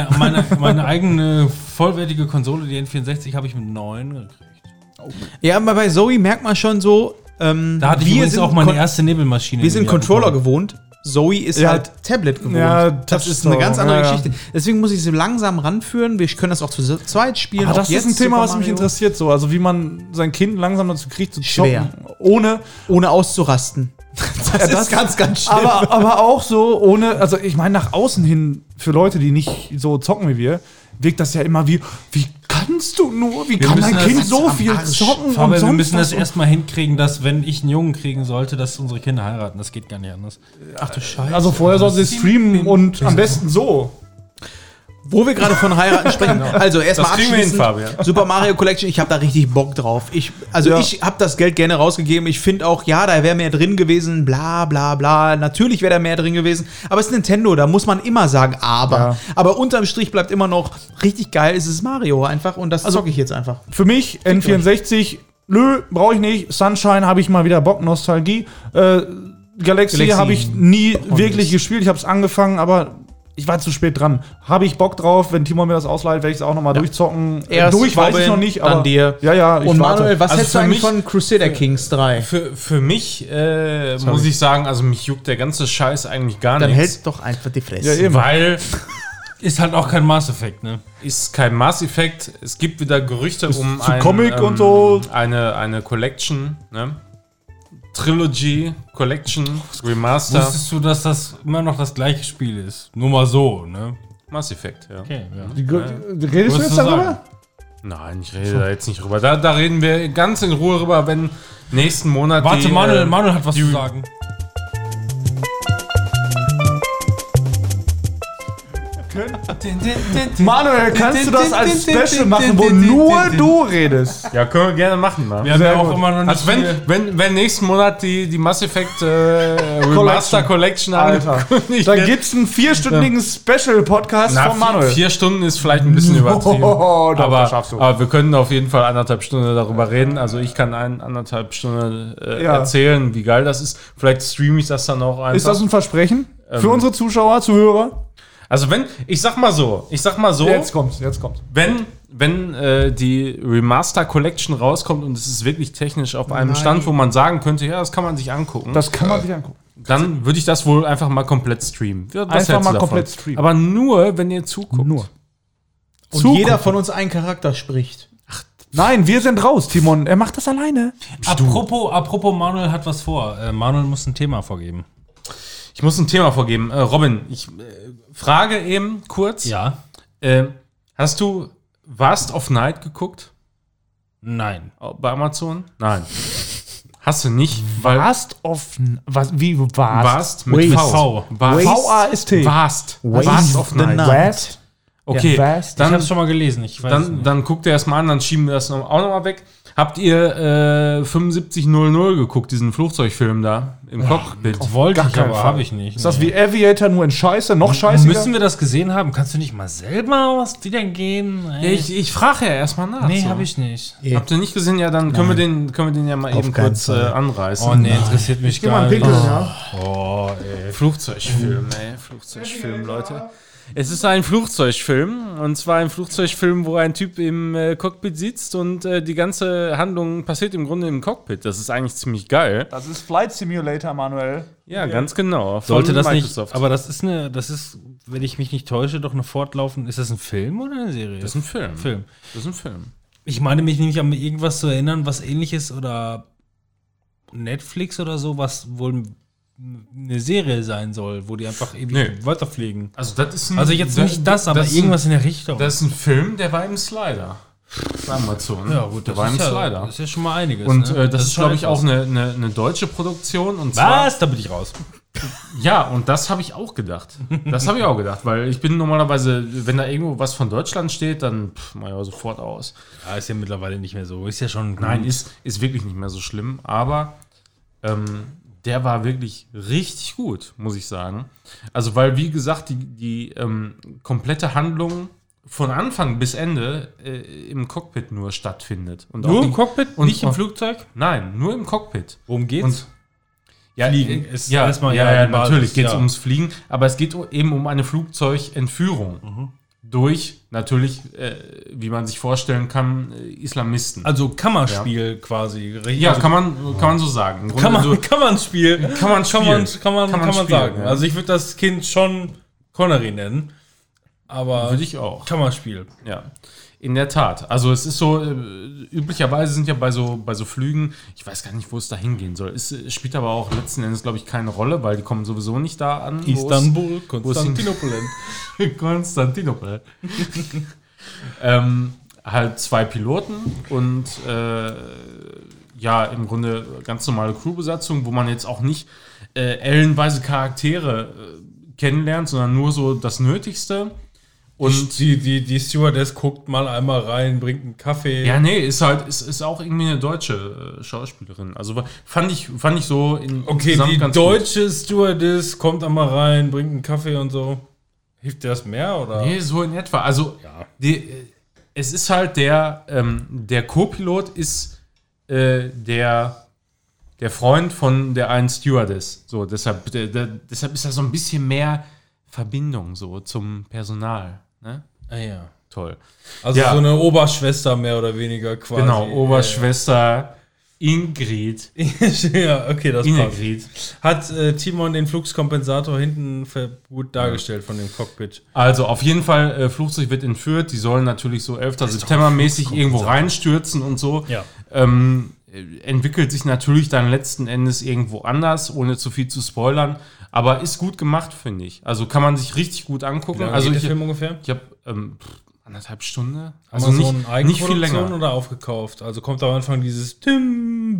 Meine eigene vollwertige Konsole, die N64, habe ich mit 9 gekriegt. Ja, aber bei Zoe merkt man schon so, Da hatte ich übrigens auch meine Kon- erste Nebelmaschine. wir sind die Controller bekommen. gewohnt. Zoe ist Ja. halt Tablet gewohnt. Ja, das ist eine Touchstone, ganz andere ja, ja. Geschichte. Deswegen muss ich sie langsam ranführen. Wir können das auch zu zweit spielen. Aber auch das ist jetzt ein Thema, Super was mich Mario. interessiert, so. Also wie man sein Kind langsam dazu kriegt, zu zocken, Schwer. ohne Ohne auszurasten. Das, das- ist ganz, ganz schlimm. aber auch so ohne, also ich meine nach außen hin, für Leute, die nicht so zocken wie wir, wirkt das ja immer wie kannst du nur, wie kann müssen dein das Kind ganz so am viel Arsch. zocken Aber wir sonst müssen was das erstmal hinkriegen, dass wenn ich einen Jungen kriegen sollte, dass unsere Kinder heiraten. Das geht gar nicht anders. Ach du Scheiße. Also vorher sollen sie streamen und am besten so. Wo wir gerade von heiraten sprechen. Also erstmal Das kriegen wir hin, abschließend. Fabian. Super Mario Collection, ich habe da richtig Bock drauf. Ich habe das Geld gerne rausgegeben. Ich finde auch, ja, da wäre mehr drin gewesen, bla bla bla. Natürlich wäre da mehr drin gewesen. Aber es ist Nintendo, da muss man immer sagen, aber. Ja. Aber unterm Strich bleibt immer noch richtig geil, ist es Mario einfach. Und das zocke ich jetzt einfach. Für mich N64, nö, brauche ich nicht. Sunshine habe ich mal wieder Bock, Nostalgie. Galaxy habe ich nie wirklich gespielt. Ich habe es angefangen, aber ich war zu spät dran. Habe ich Bock drauf, wenn Timon mir das ausleiht, werde ich es auch nochmal durchzocken. Erst Durch weiß ich Robin, noch nicht, dann aber dir. Ja, ich Und warte. Manuel, was Also hältst du für eigentlich mich- von Crusader Kings 3? Für mich muss ich sagen, also mich juckt der ganze Scheiß eigentlich gar Dann nichts. hältst doch einfach die Fresse. Ja, eben. Weil Ist halt auch kein Mass Effect, ne? Ist kein Mass Effect. Es gibt wieder Gerüchte um zu Comic und so. eine Collection, ne? Trilogy, Collection, Remaster. Wusstest du, dass das immer noch das gleiche Spiel ist? Nur mal so, ne? Mass Effect, ja. Okay, ja. Redest du jetzt darüber? Nein, ich rede da jetzt nicht drüber. Da reden wir ganz in Ruhe drüber, wenn nächsten Monat Warte, Manuel hat was zu sagen. Manuel, kannst du das als Special machen, wo nur du redest? Ja, können wir gerne machen, ne? Wir haben ja auch immer noch nicht Also wenn nächsten Monat die Mass Effect Remaster Collection angekündigt Dann wird. gibt's einen 4-stündigen Special-Podcast von Manuel. 4 Stunden ist vielleicht ein bisschen übertrieben. Doch, das schaffst du. Aber wir können auf jeden Fall 1,5 Stunden darüber reden. Also ich kann 1,5 Stunden erzählen, wie geil das ist. Vielleicht streame ich das dann auch einfach. Ist das ein Versprechen für unsere Zuschauer, Zuhörer? Also ich sag mal so. Jetzt kommt's. Wenn die Remaster Collection rauskommt und es ist wirklich technisch auf einem Stand, wo man sagen könnte, ja, das kann man sich angucken. Das kann man sich angucken. Dann würde ich das wohl einfach mal komplett streamen. Was Einfach hältst du mal davon? komplett streamen. Aber nur, wenn ihr zuguckt. Nur. Und jeder von uns einen Charakter spricht. Nein, wir sind raus, Timon. Er macht das alleine. Apropos Manuel hat was vor. Manuel muss ein Thema vorgeben. Ich muss ein Thema vorgeben. Robin, ich frage eben kurz. Ja. Hast du Vast of Night geguckt? Nein. Bei Amazon? Nein. Hast du nicht, weil Vast of... Wie Vast? Vast mit V. V-A-S-T. Vast. Waste Vast of Night. Vast? Okay, Ja, Vast. Ich hab's schon mal gelesen. Ich weiß nicht. dann guckt ihr das mal an, dann schieben wir das auch nochmal weg. Habt ihr 7500 geguckt, diesen Flugzeugfilm da im Cockpit? Wollte Gar ich, keinen aber Fall. habe ich nicht. Ist das wie Aviator nur in Scheiße? Noch scheiße? Müssen wir das gesehen haben? Kannst du nicht mal selber was wieder gehen? Ja, ich frage ja erstmal nach. Nee, so. habe ich nicht. Habt ihr nicht gesehen? Ja, dann können wir den ja mal Auf eben keinen kurz Fall. anreißen. Oh nee, interessiert mich Geh mal gar nicht. pinkeln, ja. Oh, ey. Flugzeugfilm, Flugzeugfilm, Leute. Es ist ein Flugzeugfilm, und zwar ein Flugzeugfilm, wo ein Typ im Cockpit sitzt und die ganze Handlung passiert im Grunde im Cockpit. Das ist eigentlich ziemlich geil. Das ist Flight Simulator, Manuel. Ja, ganz genau. Von Sollte das Microsoft. nicht, aber das ist, wenn ich mich nicht täusche, doch eine fortlaufende, ist das ein Film oder eine Serie? Das ist ein Film. Film. Das ist ein Film. Ich meine mich nämlich an irgendwas zu erinnern, was ähnliches oder Netflix oder so, was wohl eine Serie sein soll, wo die einfach ewig weiterfliegen. Also das ist ein, Also jetzt nicht das, aber ist irgendwas in der Richtung. Das ist ein Film, der war im Slider. Bei Amazon. Ja gut, der war im ist ja, Slider. das ist ja schon mal einiges. Und ne? das ist, schon glaube ich, auch etwas. eine deutsche Produktion. Und zwar, Was? Da bin ich raus. ja, und das habe ich auch gedacht. Weil ich bin normalerweise, wenn da irgendwo was von Deutschland steht, dann mach ich ja sofort aus. Ja, ist ja mittlerweile nicht mehr so. Ist ja schon. Nein, ist wirklich nicht mehr so schlimm, aber der war wirklich richtig gut, muss ich sagen. Also, weil, wie gesagt, die komplette Handlung von Anfang bis Ende im Cockpit nur stattfindet. Und Nur auch im Cockpit? und Nicht im Flugzeug? Nein, nur im Cockpit. Worum geht's? Und ja, Fliegen ist ja, erstmal ja, die Basis, natürlich geht es ja. ums Fliegen, aber es geht eben um eine Flugzeugentführung durch, natürlich, wie man sich vorstellen kann, Islamisten. Also Kammerspiel quasi. ja, also, kann man so sagen. Im Kann Grunde man, kann man spielen. Kann man spielen. Kann man spielen, sagen. ja. Also ich würde das Kind schon Connery nennen. Aber Würde ich auch. Kammerspiel. Ja, in der Tat. Also es ist so, üblicherweise sind ja bei so Flügen, ich weiß gar nicht, wo es da hingehen soll. Es spielt aber auch letzten Endes, glaube ich, keine Rolle, weil die kommen sowieso nicht da an. Istanbul, wo es Konstantinopel. Konstantinopel. Halt 2 Piloten und ja, im Grunde ganz normale Crewbesatzung, wo man jetzt auch nicht ellenweise Charaktere kennenlernt, sondern nur so das Nötigste. Und die Stewardess guckt mal einmal rein, bringt einen Kaffee. ja, nee, ist auch irgendwie eine deutsche Schauspielerin. Also fand ich so in Okay, insgesamt die ganz deutsche Stewardess kommt einmal rein, bringt einen Kaffee und so. Hilft dir das mehr, oder? gut. Nee, so in etwa. Also es ist halt der Co-Pilot ist der Freund von der einen Stewardess. So, deshalb ist da so ein bisschen mehr Verbindung so zum Personal. Ne? Ah ja. Toll. Also Ja. so eine Oberschwester mehr oder weniger quasi. Genau, Oberschwester Ingrid. Ja, okay, das passt. Ingrid. Hat Timon den Fluxkompensator hinten gut dargestellt von dem Cockpit? Also auf jeden Fall, Flugzeug wird entführt. Die sollen natürlich so 11. September mäßig irgendwo reinstürzen und so. Ja. Entwickelt sich natürlich dann letzten Endes irgendwo anders, ohne zu viel zu spoilern. Aber ist gut gemacht, finde ich. Also kann man sich richtig gut angucken. Also der Film ungefähr? Ich habe 1,5 Stunden. Also Also nicht viel länger. länger. Oder aufgekauft? Also kommt am Anfang dieses Tim,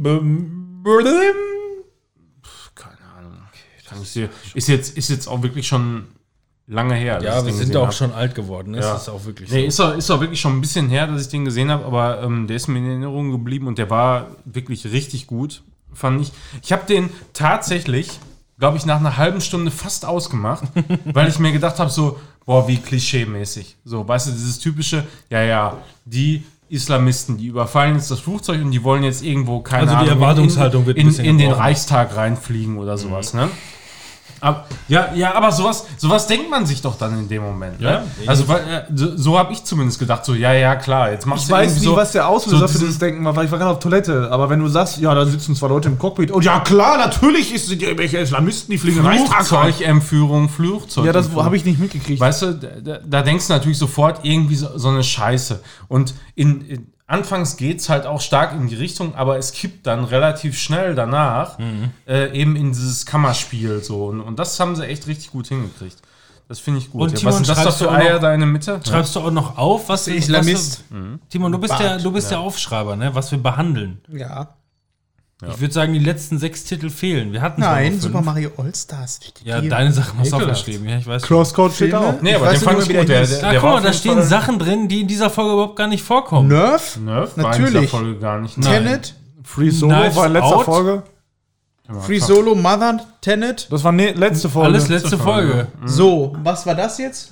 Keine Ahnung. Ist jetzt auch wirklich schon lange her. dass ja, ich wir den sind gesehen auch hab. schon alt geworden. Ne? Ja. Das ist auch wirklich Nee, ist auch wirklich schon ein bisschen her, dass ich den gesehen habe, aber der ist mir in Erinnerung geblieben und der war wirklich richtig gut, fand ich. Ich habe den tatsächlich, glaube ich, nach einer halben Stunde fast ausgemacht, weil ich mir gedacht habe, so, boah, wie klischee-mäßig. So, weißt du, dieses typische, die Islamisten, die überfallen jetzt das Flugzeug und die wollen jetzt irgendwo, keine Also die Ahnung, Erwartungshaltung wird ein in bisschen den gebrochen. Reichstag reinfliegen oder sowas, ne? Aber, aber sowas denkt man sich doch dann in dem Moment. Ja, Ne? Also so habe ich zumindest gedacht, so klar, jetzt machst Ich du weiß irgendwie nicht, so, was der Auslöser so für diesen- dieses Denken war, weil ich war gerade auf Toilette. Aber wenn du sagst, ja, da sitzen 2 Leute im Cockpit. Und ja, klar, natürlich sind ja irgendwelche Islamisten, die fliegen in den Reichstag rein. Flugzeug. Ja, das habe ich nicht mitgekriegt. Weißt du, da denkst du natürlich sofort irgendwie so eine Scheiße. Und anfangs geht es halt auch stark in die Richtung, aber es kippt dann relativ schnell danach eben in dieses Kammerspiel so. Und das haben sie echt richtig gut hingekriegt. Das finde ich gut. Und Ja, Timon, was sind das da schreibst für du auch Eier noch- da in der Mitte? Schreibst du auch noch auf, was wir... Islamist. Timon, du bist der Aufschreiber, ne? Was wir behandeln. Ja. Ich würde sagen, die letzten 6 Titel fehlen. Wir hatten Nein, zwar noch Super 5. Mario All-Stars. Ja, deine Sachen hast du Ekelhaft. aufgeschrieben. Ja, ich weiß. Crosscode steht da auch. Nee, Ich aber weiß den nicht fand mehr, ich wie der gut. Der, hieß. der, Ja, der guck war mal, auf da jeden stehen Fall- Sachen drin, die in dieser Folge überhaupt gar nicht vorkommen. Nerf? Nerf war in Natürlich. dieser Folge gar nicht. Tenet? Free Solo Knives war in letzter Out. Folge. Free Solo, Mother, Tenet? Das war letzte Folge. Alles letzte Folge. So, was war das jetzt?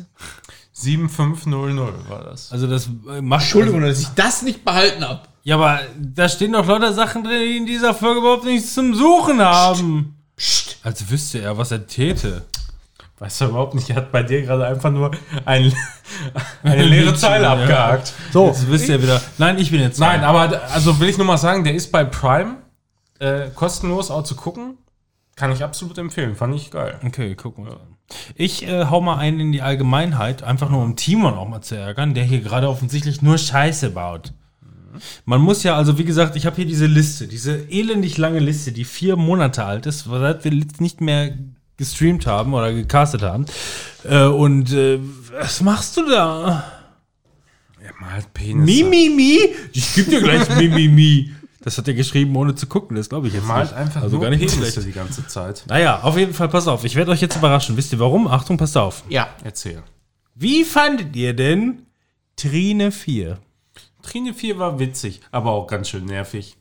7500 war das. Also das macht... Entschuldigung, dass ich das nicht behalten habe. Ja, aber da stehen doch lauter Sachen drin, die in dieser Folge überhaupt nichts zum Suchen haben. Psst. Als wüsste er, was er täte. Weiß er überhaupt nicht, er hat bei dir gerade einfach nur eine leere Zeile abgehakt. So, Jetzt wisst ihr wieder... Nein, ich bin jetzt... Nein, aber also will ich nur mal sagen, der ist bei Prime kostenlos auch zu gucken. Kann ich absolut empfehlen, fand ich geil. Okay, gucken wir mal. Ich hau mal einen in die Allgemeinheit, einfach nur um Timon auch mal zu ärgern, der hier gerade offensichtlich nur Scheiße baut. Man muss ja, also wie gesagt, ich habe hier diese Liste, diese elendig lange Liste, die 4 Monate alt ist, seit wir nicht mehr gestreamt haben oder gecastet haben. Was machst du da? Er malt Penis. Mimimi? Ich geb dir gleich Mimimi. Das hat er geschrieben, ohne zu gucken, das glaube ich jetzt Malt nicht. einfach also nur gar nicht Penisse schlecht. die ganze Zeit. Naja, auf jeden Fall, pass auf, ich werde euch jetzt überraschen. Wisst ihr warum? Achtung, passt auf. Ja. Erzähl. Wie fandet ihr denn Trine 4? Trine 4 war witzig, aber auch ganz schön nervig.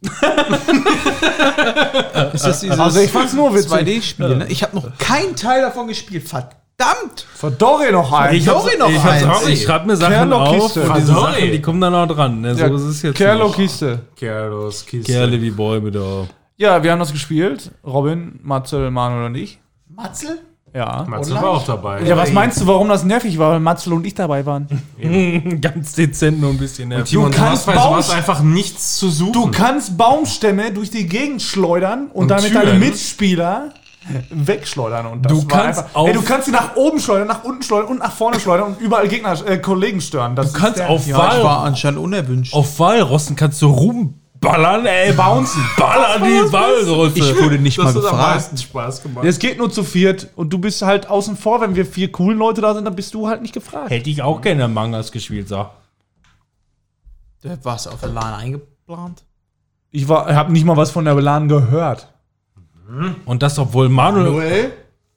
Ist das dieses Also ich fand's nur witzig. 2D-Spiel, ne? Ich habe noch keinen Teil davon gespielt. Verdammt! Verdorre noch ein. Ich schreibe mir Sachen Kerlo-Kiste. auf und diese Verdorre. Sachen, die kommen dann auch dran. Ne? So ist es jetzt. Kerlo-Kiste. Kerlos, Kiste. Kerle wie Bäume da. Ja, wir haben das gespielt. Robin, Matzel, Manuel und ich. Matzel? Ja. Matze war auch dabei. Ja, was meinst du, warum das nervig war, weil Matzel und ich dabei waren? Ganz dezent nur ein bisschen nervig. Timon, Du du kannst hast bei sowas Baum- einfach nichts zu suchen. Du kannst Baumstämme durch die Gegend schleudern und damit Türen. deine Mitspieler wegschleudern. Und das Du war kannst einfach, auf- du kannst sie nach oben schleudern, nach unten schleudern und nach vorne schleudern und überall Gegner, Kollegen stören. Das Du kannst ist der- auf Ja, ich Wal- war anscheinend unerwünscht. Auf Walrossen kannst du rumballern, ey, bouncen. Ballern die Walrosse. Ich wurde nicht mal das hat am gefragt. meisten Spaß gemacht. Es geht nur zu viert und du bist halt außen vor, wenn wir 4 coole Leute da sind, dann bist du halt nicht gefragt. Hätte ich auch gerne Mangas gespielt, sag. Warst du auf der LAN eingeplant? Ich habe nicht mal was von der LAN gehört. Und das, obwohl Manuel... Noel?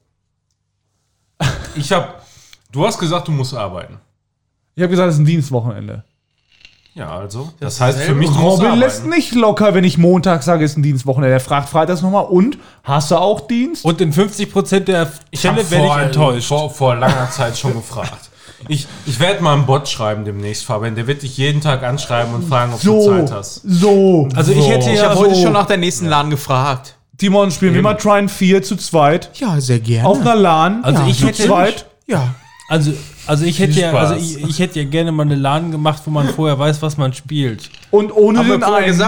Du hast gesagt, du musst arbeiten. Ich habe gesagt, es ist ein Dienstwochenende. Ja, also. Das heißt für mich, du musst Robin lässt arbeiten. nicht locker, wenn ich Montag sage, es ist ein Dienstwochenende. Er fragt freitags nochmal, und? Hast du auch Dienst? Und in 50% der Ich habe Fälle werde ich enttäuscht. vor langer Zeit schon gefragt. Ich werde mal einen Bot schreiben demnächst, Fabian. Der wird dich jeden Tag anschreiben und fragen, ob du Zeit hast. Also ich hätte Ich ja habe so... heute schon nach der nächsten LAN gefragt. Timon, spielen wir mal Trine 4 zu zweit. Ja, sehr gerne. Auf einer LAN. Also ich zu hätte- zweit. ja. Also ich hätte Viel ja, Spaß. ich hätte ja gerne mal eine LAN gemacht, wo man vorher weiß, was man spielt. Und ohne Haben wir den vorher einen. gesagt,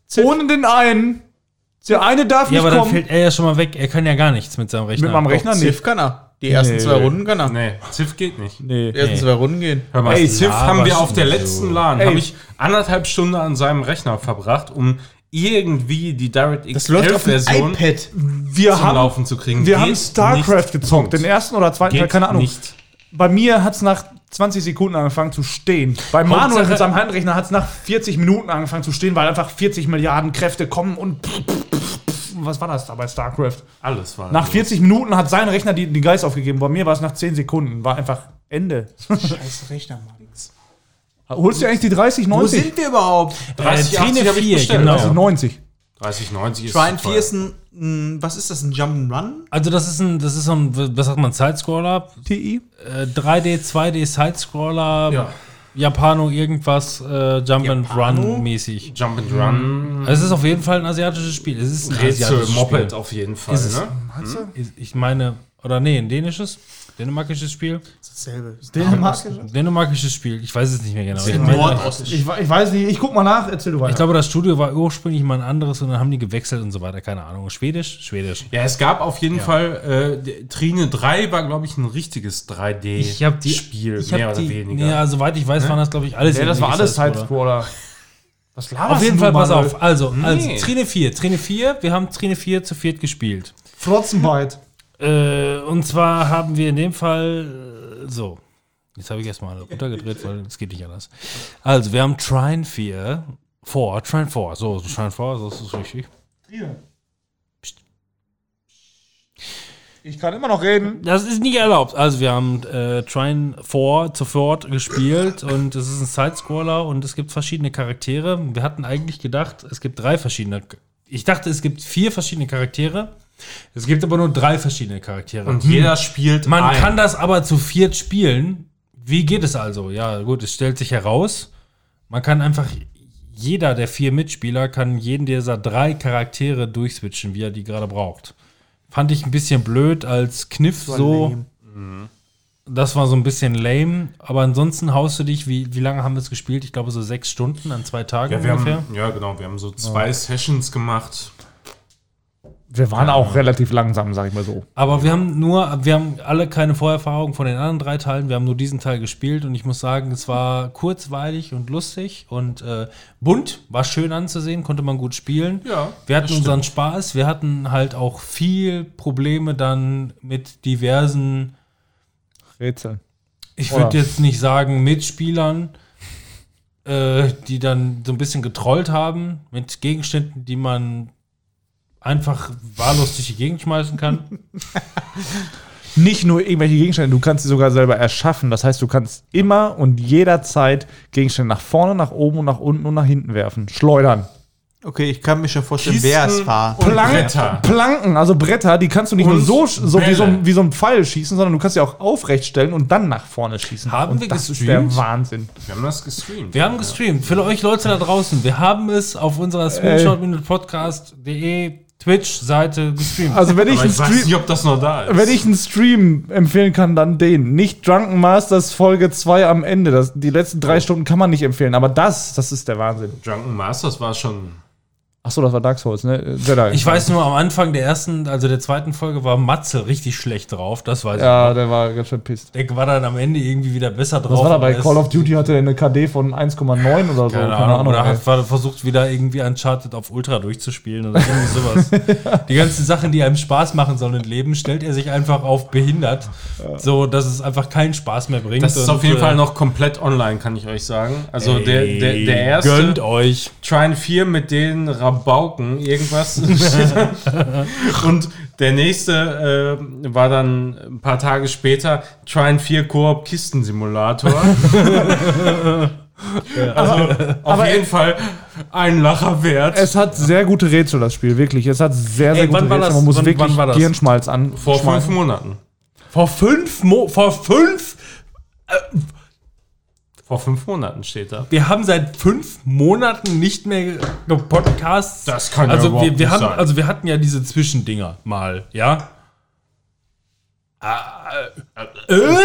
Ohne den einen. Der eine darf Ja, nicht aber dann kommen. fällt er ja schon mal weg. Er kann ja gar nichts mit seinem Rechner. Mit meinem Rechner nicht. Civ kann er. Die ersten 2 Runden kann er. Nee, Civ geht nicht. Nee. Die ersten 2 Runden gehen. Hör mal, Ey, Civ haben wir auf der laberst du letzten so. LAN, Ey. habe ich 1,5 Stunden an seinem Rechner verbracht, um irgendwie die DirectX Das läuft auf dem 11-Version iPad. Wir zum haben, Laufen zu kriegen. wir Geht haben StarCraft nicht. gezockt. Punkt. Den ersten oder zweiten Teil, Geht keine Ahnung. nicht. Bei mir hat es nach 20 Sekunden angefangen zu stehen. Bei Manuel Hauptsache- mit seinem Handrechner hat es nach 40 Minuten angefangen zu stehen, weil einfach 40 Milliarden Kräfte kommen und was war das da bei StarCraft? Alles war. Nach 40 Minuten hat sein Rechner die Geist aufgegeben. Bei mir war es nach 10 Sekunden. War einfach Ende. Scheiß Rechner, Mann. Holst du eigentlich die 30, Wo 90? sind wir überhaupt? 30, 80 Trine habe ich 4, bestellt. genau. Also 90. 30, 90 ist Trine zu 4 teuer. ist ein, was ist das, ein Jump'n'Run? Also das ist so ein, was sagt man, Sidescroller? TI? 3D, 2D Sidescroller, Ja. Japano irgendwas, Jump and Run mäßig. Jump and Run, Es ist auf jeden Fall ein asiatisches Spiel. Es ist ein Rätsel, asiatisches Moped Spiel. auf jeden Fall. Ist es. Ne? Ich meine, oder nee, ein dänemarkisches Spiel. Dasselbe. Dänemarkisches Spiel. Ich weiß es nicht mehr genau. Ich, Nordost. Ich weiß nicht, ich guck mal nach, erzähl du weiter. ich glaube, das Studio war ursprünglich mal ein anderes und dann haben die gewechselt und so weiter. Keine Ahnung. Schwedisch? Ja, Ja, es gab auf jeden Fall, Trine 3 war, glaube ich, ein richtiges 3D-Spiel, Ich habe die. mehr oder weniger. Ja, soweit ich weiß, waren das, glaube ich, alles. das war alles Sidescroller. Sidescroller. Was laberst Auf jeden du, Fall, pass Manuel? auf. Also Nee. Trine 4. Wir haben Trine 4 zu viert gespielt. Flotzenbeit. Und zwar haben wir in dem Fall so. Jetzt habe ich erstmal runtergedreht, weil es geht nicht anders. Also, wir haben Trine 4. Trine 4. So, Trine 4, das ist richtig. Ich kann immer noch reden. Das ist nicht erlaubt. Also, wir haben Trine 4 sofort gespielt und es ist ein Sidescroller und es gibt verschiedene Charaktere. Wir hatten eigentlich gedacht, es gibt 3 verschiedene. Ich dachte, es gibt 4 verschiedene Charaktere. Es gibt aber nur 3 verschiedene Charaktere. Und jeder spielt Man ein. kann das aber zu viert spielen. Wie geht es also? Ja, gut, es stellt sich heraus, man kann einfach, jeder der 4 Mitspieler kann jeden dieser 3 Charaktere durchswitchen, wie er die gerade braucht. Fand ich ein bisschen blöd als Kniff so. Das war so ein bisschen lame. Aber ansonsten haust du dich, wie lange haben wir es gespielt? Ich glaube so 6 Stunden an 2 Tagen Ja, wir ungefähr. haben so 2 Sessions gemacht. Wir waren auch relativ langsam, sag ich mal so. Aber wir haben alle keine Vorerfahrung von den anderen 3 Teilen. Wir haben nur diesen Teil gespielt und ich muss sagen, es war kurzweilig und lustig und bunt, war schön anzusehen, konnte man gut spielen. Ja, wir hatten das unseren Spaß, wir hatten halt auch viel Probleme dann mit diversen, Rätsel. ich Oder? würde jetzt nicht sagen Mitspielern, die dann so ein bisschen getrollt haben mit Gegenständen, die man einfach wahllos durch die Gegend schmeißen kann. Nicht nur irgendwelche Gegenstände, du kannst sie sogar selber erschaffen. Das heißt, du kannst immer und jederzeit Gegenstände nach vorne, nach oben und nach unten und nach hinten werfen. Schleudern. Okay, ich kann mir schon vorstellen, Kisten wer es war. und Bretter. Planken, also Bretter, die kannst du nicht Und nur so Bälle. wie so ein Pfeil schießen, sondern du kannst sie auch aufrecht stellen und dann nach vorne schießen. Haben und wir das ist gestreamt? der Wahnsinn. Wir haben das gestreamt. Wir haben gestreamt. Für euch Leute da draußen, wir haben es auf unserer screenshot-podcast.de Twitch-Seite gestreamt. Also wenn ich, Aber einen ich weiß Stream, nicht, ob das noch da ist. wenn ich einen Stream empfehlen kann, dann den. Nicht Drunken Masters Folge 2 am Ende. Die letzten 3 Stunden kann man nicht empfehlen, aber das ist der Wahnsinn. Drunken Masters war schon. Achso, das war Dark Souls, ne? Jedi. Ich weiß nur, am Anfang der zweiten Folge war Matze richtig schlecht drauf. Das weiß Ja, ich noch. der war ganz schön pisst. Der war dann am Ende irgendwie wieder besser drauf. Was war da bei aber Call es- of Duty? Hatte der eine KD von 1,9 oder so? Keine Ahnung. Oder hat versucht wieder irgendwie Uncharted auf Ultra durchzuspielen oder irgendwie sowas. Die ganzen Sachen, die einem Spaß machen sollen im Leben, stellt er sich einfach auf behindert, so dass es einfach keinen Spaß mehr bringt. Das ist Und, auf jeden Fall noch komplett online, kann ich euch sagen. Also der erste Gönnt euch. Trine 4 mit den Rabauken, irgendwas. Und der nächste war dann ein paar Tage später Trine 4 Koop Kistensimulator. Also auf jeden Fall ein Lacher wert. Es hat sehr gute Rätsel, das Spiel, wirklich. Es hat sehr, sehr Ey, gute wann war Rätsel. das? Man muss Wann wirklich war das? Gehirnschmalz an. Vor 5 Monaten. Vor 5 Vor 5 Monaten steht da. Wir haben seit 5 Monaten nicht mehr Podcasts. Das kann ja also überhaupt wir nicht haben, sein. Also wir hatten ja diese Zwischendinger mal, ja.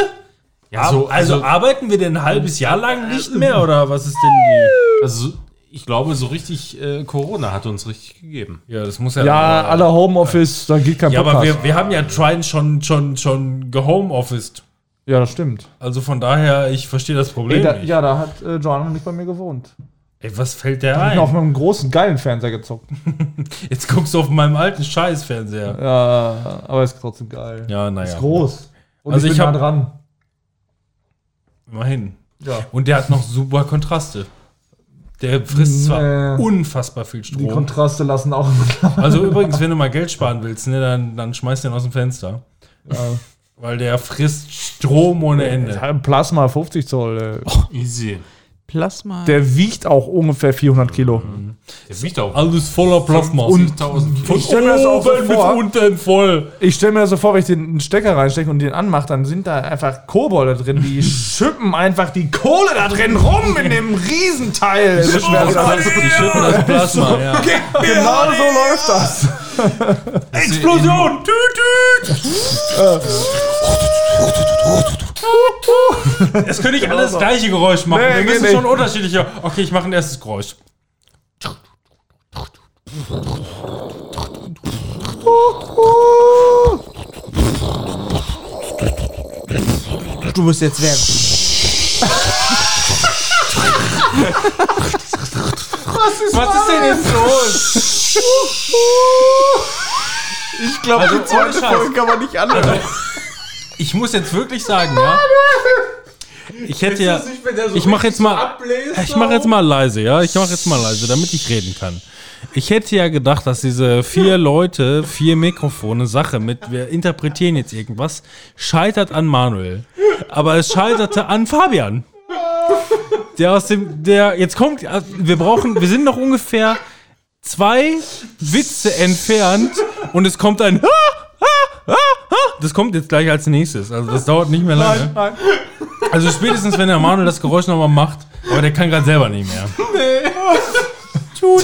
Ja, Also arbeiten wir denn ein halbes Jahr lang nicht mehr oder was ist denn die? also ich glaube, so richtig Corona hat uns richtig gegeben. Ja, das muss ja. Ja, alle Homeoffice, da geht kein Ja, Podcast. aber wir haben ja Trine schon gehomeofficed. Ja, das stimmt. Also von daher, ich verstehe das Problem nicht. Ja, da hat John noch nicht bei mir gewohnt. Ey, was fällt der Ich bin auf ein? meinem großen, geilen Fernseher gezockt. Jetzt guckst du auf meinem alten Scheißfernseher. Ja, aber ist trotzdem geil. Ja, naja. Ist groß. Und Also ich ich bin hab- nah dran. Immerhin. Ja. Und der hat noch super Kontraste. Der frisst zwar Nee. unfassbar viel Die Strom. Kontraste lassen auch. Also übrigens, wenn du mal Geld sparen willst, ne, dann schmeiß den aus dem Fenster. Weil der frisst Strom ohne Ende. Plasma 50 Zoll. Easy. Plasma. Der wiegt auch ungefähr 400 Kilo. Der wiegt auch Alles voller Plasma. Und 1000 von ich stell mir das auch so oben bis vor. unten voll. Ich stelle mir das so vor, wenn ich den Stecker reinstecke und den anmache, dann sind da einfach Kobolde drin, die schippen einfach die Kohle da drin rum in dem Riesenteil. So schwer wie das ist. Die schippen das Plasma, ja. Genau so läuft das. Explosion! Es könnte nicht alles das gleiche Geräusch machen. Nee, Wir geht müssen schon nicht. unterschiedliche. Okay, ich mache ein erstes Geräusch. Du musst jetzt werden. Was ist denn jetzt los? Ich glaube, Also, die zweite ohne Scheiß. Folge kann man nicht anhören. Ich muss jetzt wirklich sagen, ja. Ich hätte ja. Ich mache jetzt mal. Ich mache jetzt mal leise, ja. Ich mache jetzt mal leise, damit ich reden kann. Ich hätte ja gedacht, dass diese 4 Leute, 4 Mikrofone Sache mit, wir interpretieren jetzt irgendwas, scheitert an Manuel. Aber es scheiterte an Fabian. Jetzt kommt, wir sind noch ungefähr 2 Witze entfernt und es kommt ein das kommt jetzt gleich als nächstes. Also das dauert nicht mehr lange. Nein. Also spätestens, wenn der Manuel das Geräusch nochmal macht, aber der kann gerade selber nicht mehr. Tut.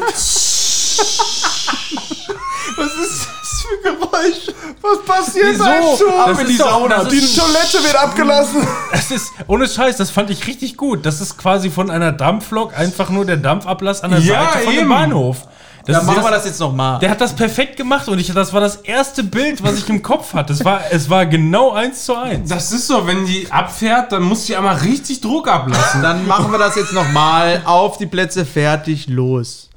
Was ist das für Geräusch? Was passiert Wieso? da schon? Das ist doch- das Die ist- Toilette wird abgelassen. Das ist, ohne Scheiß, das fand ich richtig gut. Das ist quasi von einer Dampflok einfach nur der Dampfablass an der Ja, Seite von dem eben. Bahnhof. Dann machen wir das jetzt nochmal. Der hat das perfekt gemacht und das war das erste Bild, was ich im Kopf hatte. Es war genau 1:1. Das ist so, wenn die abfährt, dann muss die einmal richtig Druck ablassen. Dann machen wir das jetzt nochmal. Auf die Plätze, fertig, los.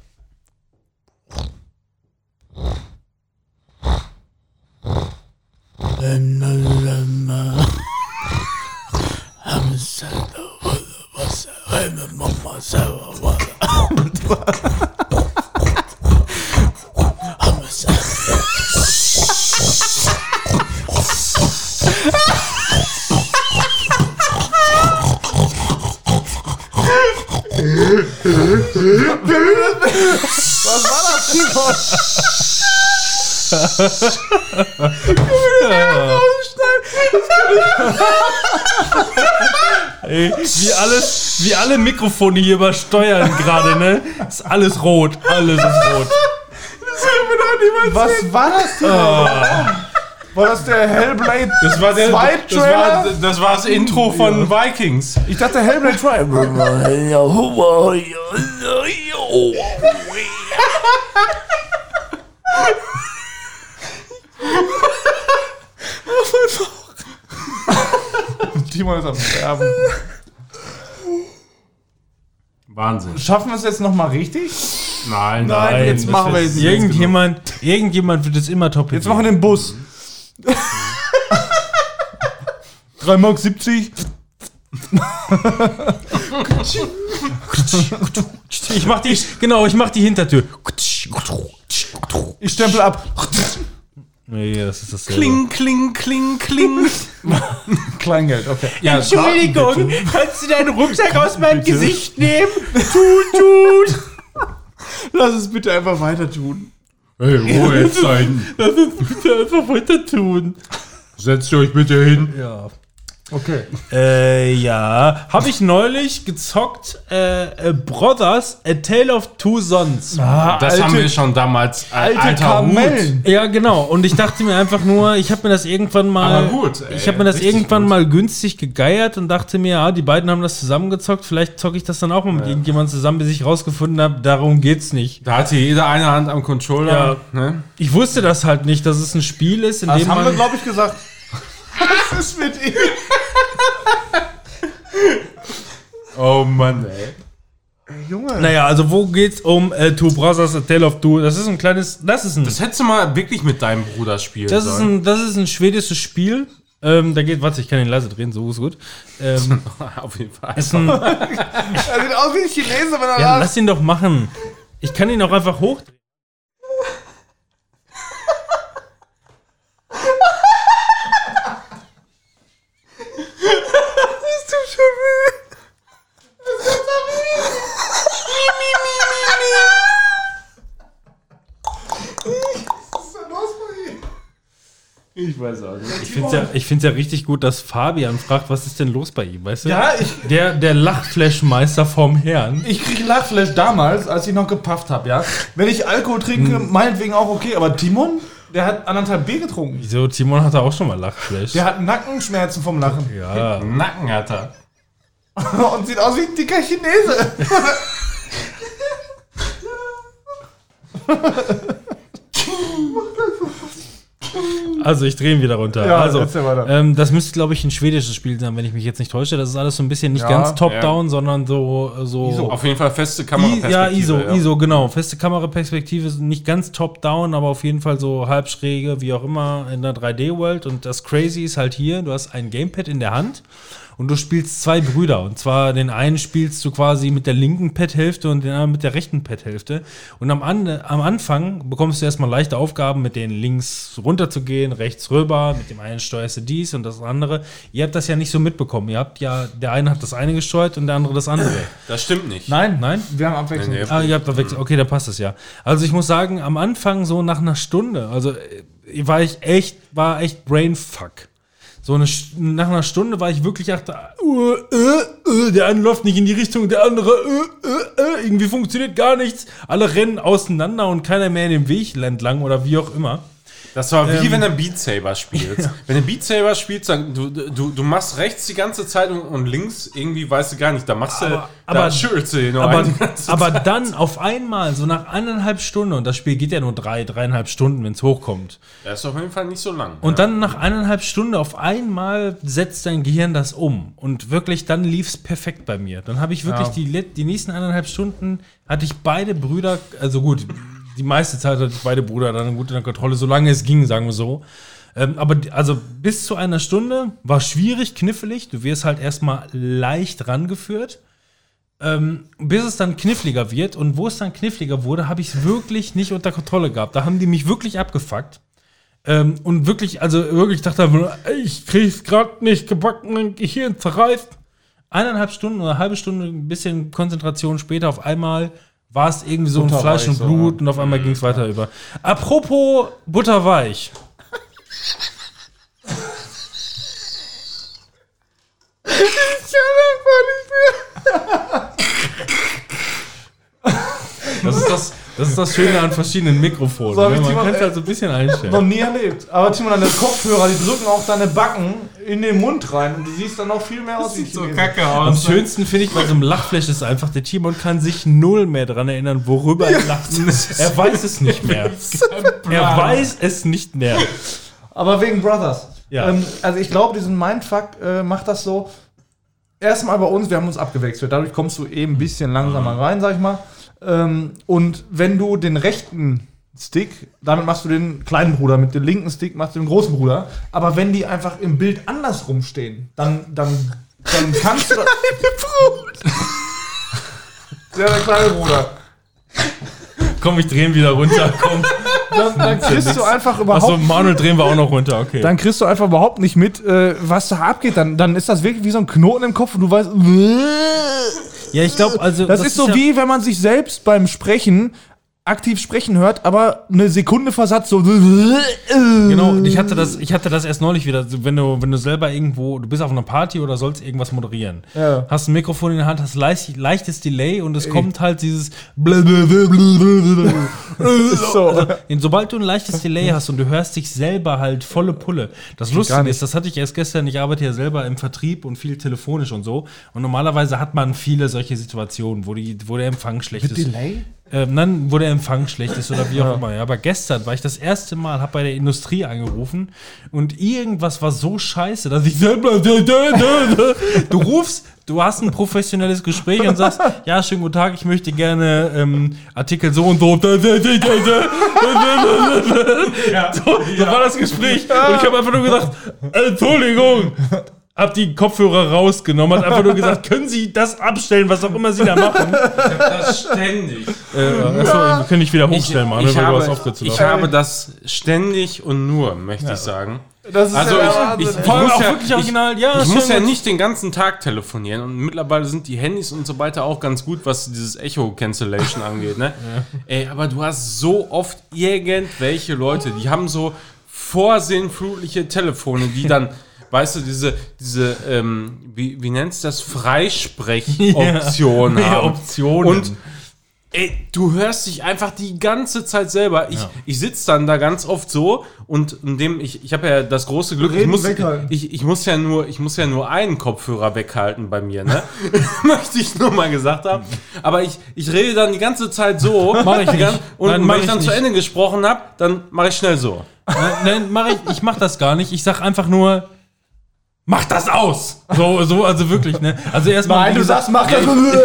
Ey, wie alle Mikrofone hier übersteuern gerade, ne? Ist alles rot, alles ist rot. Was war das denn? War das der Hellblade Das war Trailer? das war das Intro von Vikings. Ich dachte Hellblade Trailer. Timon ist am Sterben. Wahnsinn. Schaffen wir es jetzt nochmal richtig? Nein, jetzt machen wir jetzt nicht. Irgendjemand wird es immer top. Jetzt machen wir den Bus. 3,70 Mark. Ich mach die Hintertür. Ich stempel ab. Nee, das ist das Kling, kling, kling, kling. Kleingeld, okay. Ja, Entschuldigung, kannst du deinen Rucksack aus meinem Gesicht nehmen? Tut. Lass es bitte einfach weiter tun. Hey, Ruhe jetzt sein. Lass uns bitte einfach weiter tun. Setzt euch bitte hin. Ja. Okay. Ja. Habe ich neulich gezockt, Brothers, A Tale of Two Sons. Das haben wir schon damals. Alte alter Kamellen. Ja, genau. Und ich dachte mir einfach nur, ich habe mir das irgendwann mal, Aber gut, ey, ich habe mir das richtig irgendwann gut. mal günstig gegeiert und dachte mir, ja, die beiden haben das zusammengezockt, vielleicht zocke ich das dann auch mal mit irgendjemandem zusammen, bis ich rausgefunden habe, darum geht's nicht. Da hatte jeder eine Hand am Controller. Ja. Ne? Ich wusste das halt nicht, dass es ein Spiel ist, in Das dem haben wir, man... glaube ich, gesagt. Was ist mit ihm? Oh Mann, ey. Junge. Naja, also wo geht's um Two Brothers, A Tale of Two? Das ist ein kleines, Das hättest du mal wirklich mit deinem Bruder spielen sollen. das ist ein schwedisches Spiel. Da geht, warte, ich kann ihn leise drehen, so ist gut. Auf jeden Fall. Ist ein, Er sieht aus wie ein Chinese, wenn er ja, lacht. lass ihn doch machen. Ich kann ihn auch einfach hochdrehen. Ich weiß auch nicht. Ich finde es ja richtig gut, dass Fabian fragt, was ist denn los bei ihm, weißt du? Ja, Der Lachflash-Meister vom Herrn. ich kriege Lachflash damals, als ich noch gepafft habe, ja. Wenn ich Alkohol trinke, meinetwegen auch okay, aber Timon, der hat 1,5 Bier getrunken. Wieso? Timon hatte auch schon mal Lachflash. Der hat Nackenschmerzen vom Lachen. Ja. Nacken hat er. Und sieht aus wie ein dicker Chinese. Also ich drehe ihn wieder runter. Ja, also, erzähl weiter. das müsste, glaube ich, ein schwedisches Spiel sein, wenn ich mich jetzt nicht täusche. Das ist alles so ein bisschen nicht Ja, ganz top-down, sondern so Auf jeden Fall feste Kameraperspektive. ISO, genau. Feste Kameraperspektive, nicht ganz top-down, aber auf jeden Fall so halb schräge, wie auch immer, in der 3D-World. Und das Crazy ist halt hier, du hast ein Gamepad in der Hand und du spielst zwei Brüder. Und zwar den einen spielst du quasi mit der linken Pad-Hälfte und den anderen mit der rechten Pad-Hälfte. Und am Anfang bekommst du erstmal leichte Aufgaben, mit denen links runter zu gehen, rechts rüber, mit dem einen steuerst du dies und das andere. Ihr habt das ja nicht so mitbekommen. Ihr habt ja, der eine hat das eine gesteuert und der andere das andere. Das stimmt nicht. Nein? Wir haben Abwechslung. Nee, Ah, ihr habt verwechselt. Okay, da passt es ja. Also ich muss sagen, am Anfang so nach einer Stunde, also war echt Brainfuck. Nach einer Stunde war ich wirklich dachte, der eine läuft nicht in die Richtung, der andere, irgendwie funktioniert gar nichts. Alle rennen auseinander und keiner mehr in dem Weg entlang oder wie auch immer. Das war wie wenn du Beat Saber spielst. Wenn du Beat Saber spielst, dann du machst rechts die ganze Zeit und links irgendwie weißt du gar nicht. Da machst du, da schüttelst du noch ein die ganze Aber Zeit. dann auf einmal, so nach 1,5 Stunden, und das Spiel geht ja nur 3,5 Stunden, wenn es hochkommt. Das ist auf jeden Fall nicht so lang. Und dann nach 1,5 Stunden auf einmal setzt dein Gehirn das um. Und wirklich, dann lief es perfekt bei mir. Dann habe ich wirklich die nächsten 1,5 Stunden hatte ich beide Brüder, also gut, die meiste Zeit hatte ich beide Brüder dann gut in der Kontrolle, solange es ging, sagen wir so. Aber also bis zu einer Stunde war schwierig, knifflig. Du wirst halt erstmal leicht rangeführt, bis es dann kniffliger wird. Und wo es dann kniffliger wurde, habe ich es wirklich nicht unter Kontrolle gehabt. Da haben die mich wirklich abgefuckt. Und wirklich dachte ich krieg's gerade nicht gebacken, mein Gehirn zerreißt. 1,5 Stunden oder eine halbe Stunde, ein bisschen Konzentration später, auf einmal war es irgendwie so ein Fleisch und Blut und auf einmal ging es weiter über. Apropos butterweich. Das ist das Schöne an verschiedenen Mikrofonen. So, Ne? Man Timon, kann es halt so ein bisschen einstellen. Noch nie erlebt. Aber Timon, deine Kopfhörer, die drücken auch deine Backen in den Mund rein und du siehst dann noch viel mehr aus wie so Chinese. kacke Am aus. schönsten finde ich bei so einem Lachflash ist einfach, der Timon kann sich null mehr daran erinnern, worüber er lacht. Er weiß es nicht mehr. Er weiß es nicht mehr. Aber wegen Brothers. Ja. Also ich glaube, diesen Mindfuck macht das so. Erstmal bei uns, wir haben uns abgewechselt. Dadurch kommst du eben ein bisschen langsamer rein, sag ich mal. Und wenn du den rechten Stick, damit machst du den kleinen Bruder, mit dem linken Stick machst du den großen Bruder. Aber wenn die einfach im Bild andersrum stehen, dann kannst du... Der kleine Bruder. Komm, ich drehe ihn wieder runter. Komm. Dann kriegst du einfach überhaupt... Achso, Manuel drehen wir auch noch runter, okay. Dann kriegst du einfach überhaupt nicht mit, was da abgeht. Dann ist das wirklich wie so ein Knoten im Kopf und du weißt... Ja, ich glaube, also. Das ist so ja, wie, wenn man sich selbst beim Sprechen aktiv sprechen hört, aber eine Sekunde Versatz so. Genau, und ich hatte das erst neulich wieder, so, wenn du selber irgendwo, du bist auf einer Party oder sollst irgendwas moderieren, Ja. hast ein Mikrofon in der Hand, hast leichtes Delay und es kommt halt dieses So. sobald du ein leichtes Delay hast und du hörst dich selber halt volle Pulle. Das Lustige ist, das hatte ich erst gestern, ich arbeite ja selber im Vertrieb und viel telefonisch und so. Und normalerweise hat man viele solche Situationen, wo der Empfang schlecht ist. Delay? Nein, wo der Empfang schlecht ist oder wie auch immer. Ja, aber gestern war ich das erste Mal, habe bei der Industrie angerufen und irgendwas war so scheiße, dass ich selber du hast ein professionelles Gespräch und sagst, ja, schönen guten Tag, ich möchte gerne Artikel so und so. So war das Gespräch. Und ich habe einfach nur gesagt, Entschuldigung. Hab die Kopfhörer rausgenommen, hat einfach nur gesagt, können Sie das abstellen, was auch immer Sie da machen? Das ständig. Achso, wir können nicht wieder hochstellen, Mann, weil du hast aufgehört zu ich laufen. habe das ständig und nur, möchte ich sagen. Das ist Also ich Vor allem muss auch ja, wirklich original, ja. ich muss schön ja gut. nicht den ganzen Tag telefonieren und mittlerweile sind die Handys und so weiter auch ganz gut, was dieses Echo-Cancellation angeht, ne? Ey, aber du hast so oft irgendwelche Leute, die haben so vorsinnflutliche Telefone, die dann, weißt du, diese wie nennst du das, Freisprechoption mehr haben. Optionen. Und ey, du hörst dich einfach die ganze Zeit selber. Ich sitze dann da ganz oft so und indem ich habe ja das große Glück, ich muss ja nur einen Kopfhörer weghalten bei mir, ne? Möchte ich nur mal gesagt haben. Aber ich rede dann die ganze Zeit so. Mach ich nicht. Und Nein, wenn mach ich dann ich zu nicht. Ende gesprochen habe, dann mache ich schnell so. Nein, ich mach das gar nicht. Ich sag einfach nur, mach das aus! So, also wirklich, ne? Also erstmal. Nein, du sagst, mach das.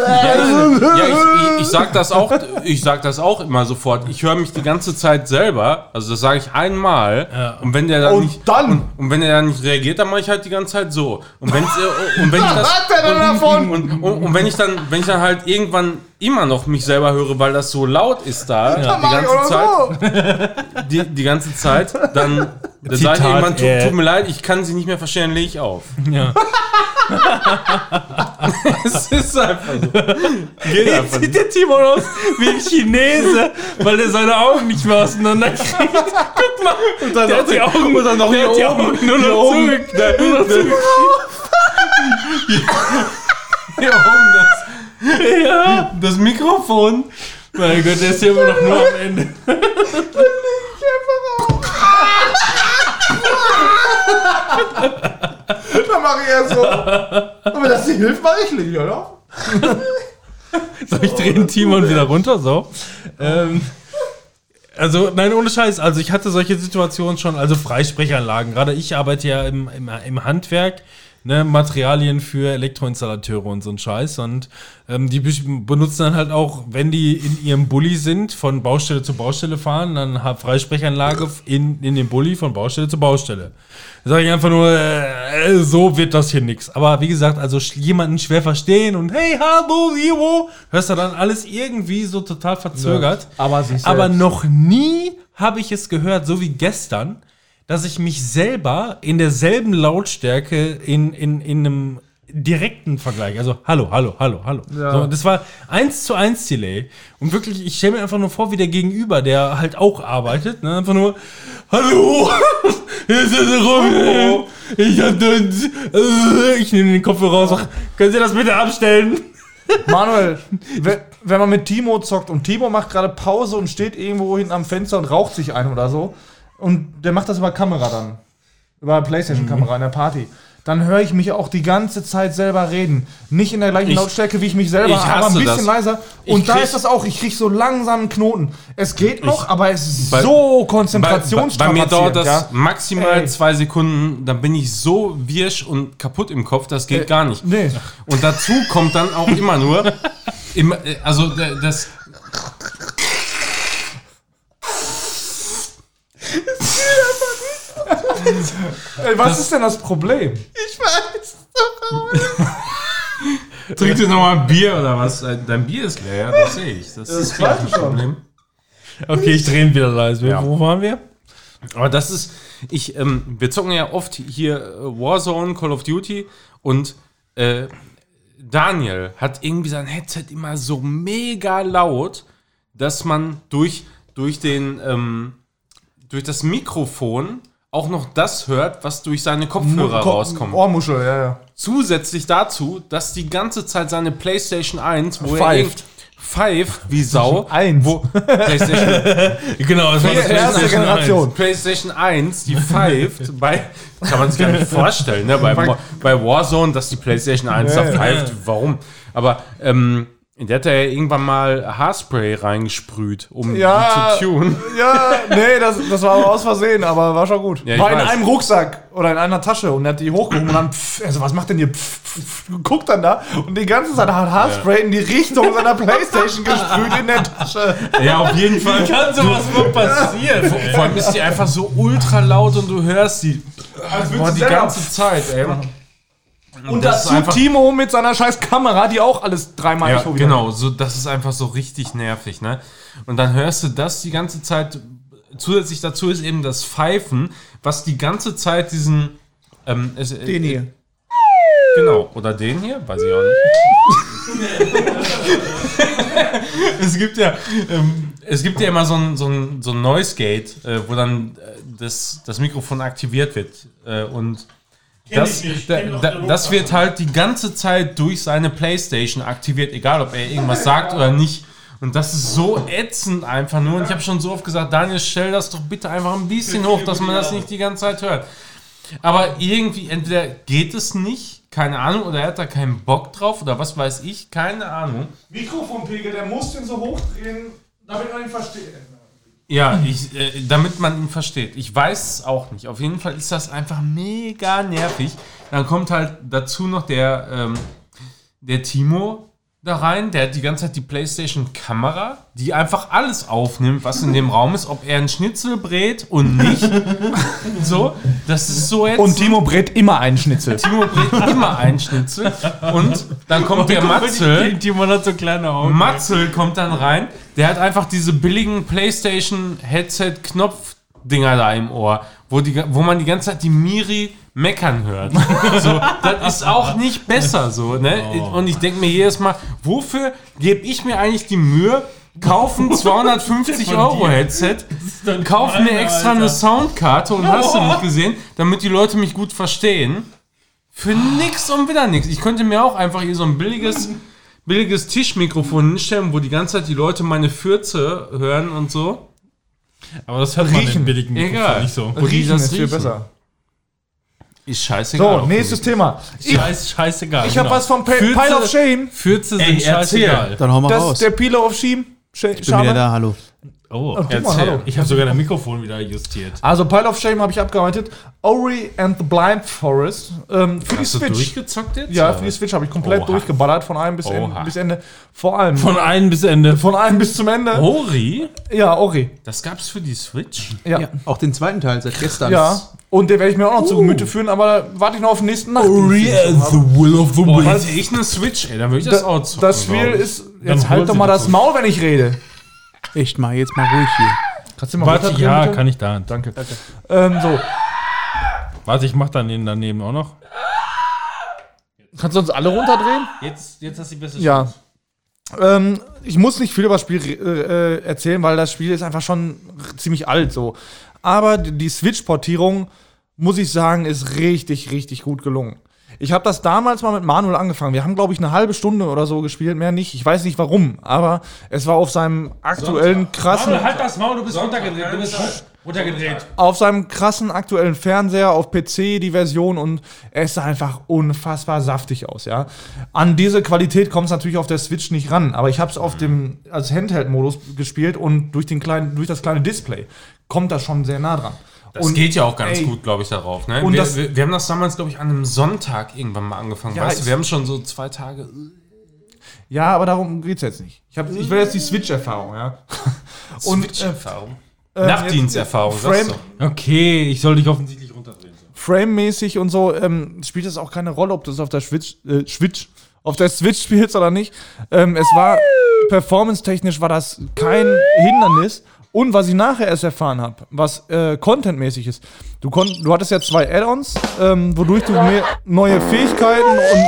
Ich sag das auch immer sofort. Ich höre mich die ganze Zeit selber, also das sage ich einmal. Ja. Und wenn der dann Und nicht dann? und wenn der dann nicht reagiert, dann mache ich halt die ganze Zeit so. Und wenn ich das hat der denn davon? und wenn ich dann halt irgendwann immer noch mich selber höre, weil das so laut ist da die ganze Zeit, dann sage ich Zitat, irgendwann, tut mir leid, ich kann sie nicht mehr verstehen, lege ich auf. Ja. Es ist einfach so. Geht Jetzt einfach sieht der Timon aus wie ein Chinese, weil er seine Augen nicht mehr auseinander kriegt. Guck mal, und dann der hat die Augen, und dann noch hier die Augen nur noch zugeknallt. Hier oben das Mikrofon. Mein Gott, der ist ja immer noch nur am Ende. Dann mache ich eher so. Aber das hilft, mache ich nicht, oder? Soll ich drehe den Timon wieder runter? So. Also, nein, ohne Scheiß. Also, ich hatte solche Situationen schon, also Freisprechanlagen. Gerade ich arbeite ja im Handwerk, ne, Materialien für Elektroinstallateure und so ein Scheiß. Und die benutzen dann halt auch, wenn die in ihrem Bulli sind, von Baustelle zu Baustelle fahren, dann Freisprechanlage in den Bulli von Baustelle zu Baustelle. Da sage ich einfach nur, so wird das hier nix. Aber wie gesagt, also jemanden schwer verstehen und hey, hallo, Ivo, hörst du dann alles irgendwie so total verzögert. aber sich selbst. Aber noch nie habe ich es gehört, so wie gestern, dass ich mich selber in derselben Lautstärke in einem direkten Vergleich, also hallo. Ja. So, das war 1:1 Delay. Und wirklich, ich stelle mir einfach nur vor, wie der Gegenüber, der halt auch arbeitet, ne, einfach nur, hallo, hier ist der Rum, ich nehme den Kopfhörer raus, sag, können Sie das bitte abstellen? Manuel, wenn man mit Timo zockt und Timo macht gerade Pause und steht irgendwo hinten am Fenster und raucht sich ein oder so und der macht das über Kamera dann, über PlayStation-Kamera in der Party, dann höre ich mich auch die ganze Zeit selber reden. Nicht in der gleichen Lautstärke, wie ich mich selber, ich hasse aber ein bisschen das. leiser. Und da ist das auch, ich kriege so langsam einen Knoten. Es geht noch, aber es ist bei- so Bei konzentrationsstrapazierend. mir dauert das ja. maximal Ey. 2 Sekunden, dann bin ich so wirsch und kaputt im Kopf, das geht gar nicht. Nee. Und dazu kommt dann auch immer nur, also das... Ey, was ist denn das Problem? Trink dir nochmal ein Bier oder was? Dein Bier ist leer, das sehe ich. Das ist vielleicht ein schon. Problem. Okay, ich drehe ihn wieder leise. Ja. Wo waren wir? Aber das ist, wir zocken ja oft hier Warzone, Call of Duty und Daniel hat irgendwie sein Headset immer so mega laut, dass man durch das Mikrofon auch noch das hört, was durch seine Kopfhörer rauskommt. Ohrmuschel, ja. Zusätzlich dazu, dass die ganze Zeit seine PlayStation 1, wo Pfeift. Pfeift wie Sau. PlayStation Genau, das war das Erste Generation. PlayStation 1, die pfeift kann man sich gar nicht vorstellen, ne? Bei Warzone, dass die PlayStation 1 da pfeift, warum? Aber der hat ja irgendwann mal Haarspray reingesprüht, um die zu tunen. Ja, nee, das war aber aus Versehen, aber war schon gut. Ja, war in weiß. einem Rucksack oder in einer Tasche und er hat die hochgehoben und dann, also was macht denn hier, guckt dann da und die ganze Zeit hat Haarspray in die Richtung seiner Playstation gesprüht in der Tasche. Ja, auf jeden Fall. Wie kann sowas nur passieren? Vor allem ist die einfach so ultra laut und du hörst die die ganze Zeit, ey. Und das ist dazu einfach- Timo mit seiner scheiß Kamera, die auch alles dreimal Ja, echo wieder. genau, so, das ist einfach so richtig nervig, ne? Und dann hörst du das die ganze Zeit. Zusätzlich dazu ist eben das Pfeifen, was die ganze Zeit diesen. Den hier. Genau, oder den hier, weiß ich auch nicht. Es gibt ja immer so ein Noise Gate, wo dann das Mikrofon aktiviert wird. Und das wird halt die ganze Zeit durch seine PlayStation aktiviert, egal ob er irgendwas sagt oder nicht. Und das ist so ätzend einfach nur. Und ich habe schon so oft gesagt, Daniel, stell das doch bitte einfach ein bisschen hoch, dass man das nicht die ganze Zeit hört. Aber irgendwie, entweder geht es nicht, keine Ahnung, oder er hat da keinen Bock drauf, oder was weiß ich, keine Ahnung. Mikrofonpegel, der muss den so hochdrehen, damit man ihn versteht. Ja, damit man ihn versteht. Ich weiß es auch nicht. Auf jeden Fall ist das einfach mega nervig. Dann kommt halt dazu noch der Timo da rein. Der hat die ganze Zeit die PlayStation-Kamera, die einfach alles aufnimmt, was in dem Raum ist. Ob er einen Schnitzel brät und nicht. So, das ist so jetzt. Und Timo brät immer einen Schnitzel. Timo brät immer einen Schnitzel. Und dann kommt der Matzel. Timo hat so kleine Augen. Matzel kommt dann rein, der hat einfach diese billigen PlayStation-Headset-Knopf-Dinger da im Ohr, wo man die ganze Zeit die Miri meckern hört. So, das ist auch nicht besser so, ne? Und ich denke mir jedes Mal, wofür gebe ich mir eigentlich die Mühe, kaufen 250 € Headset, kaufen mir extra eine Soundkarte und hast du nicht gesehen, damit die Leute mich gut verstehen. Für nix und wieder nix. Ich könnte mir auch einfach hier so ein billiges Tischmikrofon hinstellen, wo die ganze Zeit die Leute meine Fürze hören und so. Aber das hört man in billigen Mikrofon Egal. nicht so. Riechen das ist viel riechen. besser. Ist scheißegal. So, nächstes Thema. Scheißegal. Ich habe was vom Pile of Shame. Fürze sind Ey, scheißegal. Dann hau mal Das raus. ist der Pile of Shame. Ich bin wieder da, hallo. Oh, Guck mal, hallo. ich habe sogar das Mikrofon wieder justiert. Also Pile of Shame habe ich abgearbeitet. Ori and the Blind Forest. Für die Hast du Switch. durchgezockt jetzt? Ja, für die Switch habe ich komplett Oha. durchgeballert, von einem bis Ende. Vor allem Von einem bis Ende. von einem bis zum Ende. Ori? Ja, Ori. Das gab's für die Switch? Ja. Ja, auch den zweiten Teil seit gestern. Ja. Und den werde ich mir auch noch zu Gemüte führen, aber da warte ich noch auf den nächsten Nacht. Will of the Boah, hätte ich eine Switch, ey, dann würde ich das auch zocken. Das Spiel glaub ich. ist. Jetzt hol halt doch sie mal doch das so. Maul, wenn ich rede. Echt mal, jetzt mal ruhig hier. Kannst du mal Warte, weiterdrehen, ja, bitte? kann ich da. Danke. So. Warte, ich mach dann den daneben auch noch. Kannst du uns alle runterdrehen? Jetzt hast du die beste Ja. Ich muss nicht viel über das Spiel erzählen, weil das Spiel ist einfach schon ziemlich alt so. Aber die Switch-Portierung, muss ich sagen, ist richtig, richtig gut gelungen. Ich habe das damals mal mit Manuel angefangen. Wir haben, glaube ich, eine halbe Stunde oder so gespielt, mehr nicht. Ich weiß nicht warum, aber es war auf seinem aktuellen krassen, halt das Maul, du bist runtergedreht. auf seinem krassen aktuellen Fernseher, auf PC die Version und es sah einfach unfassbar saftig aus, ja. An diese Qualität kommt es natürlich auf der Switch nicht ran, aber ich habe es auf dem als Handheld-Modus gespielt und durch das kleine Display kommt das schon sehr nah dran. Das Und, geht ja auch ganz ey, gut, glaube ich, darauf. Ne? und Wir das- haben das damals, glaube ich, an einem Sonntag irgendwann mal angefangen. Ja, weißt du, ich- wir haben schon so 2 Tage. Ja, aber darum geht's jetzt nicht. Ich will jetzt die Switch-Erfahrung, ja. Switch-Erfahrung. Nachtdiensterfahrung, sagst du. Okay, ich soll dich offensichtlich runterdrehen. Frame-mäßig und so spielt das auch keine Rolle, ob du es auf der Switch spielst oder nicht. Es war performance-technisch war das kein Hindernis. Und was ich nachher erst erfahren habe, was contentmäßig ist, du hattest ja 2 Add-ons, wodurch du neue Fähigkeiten und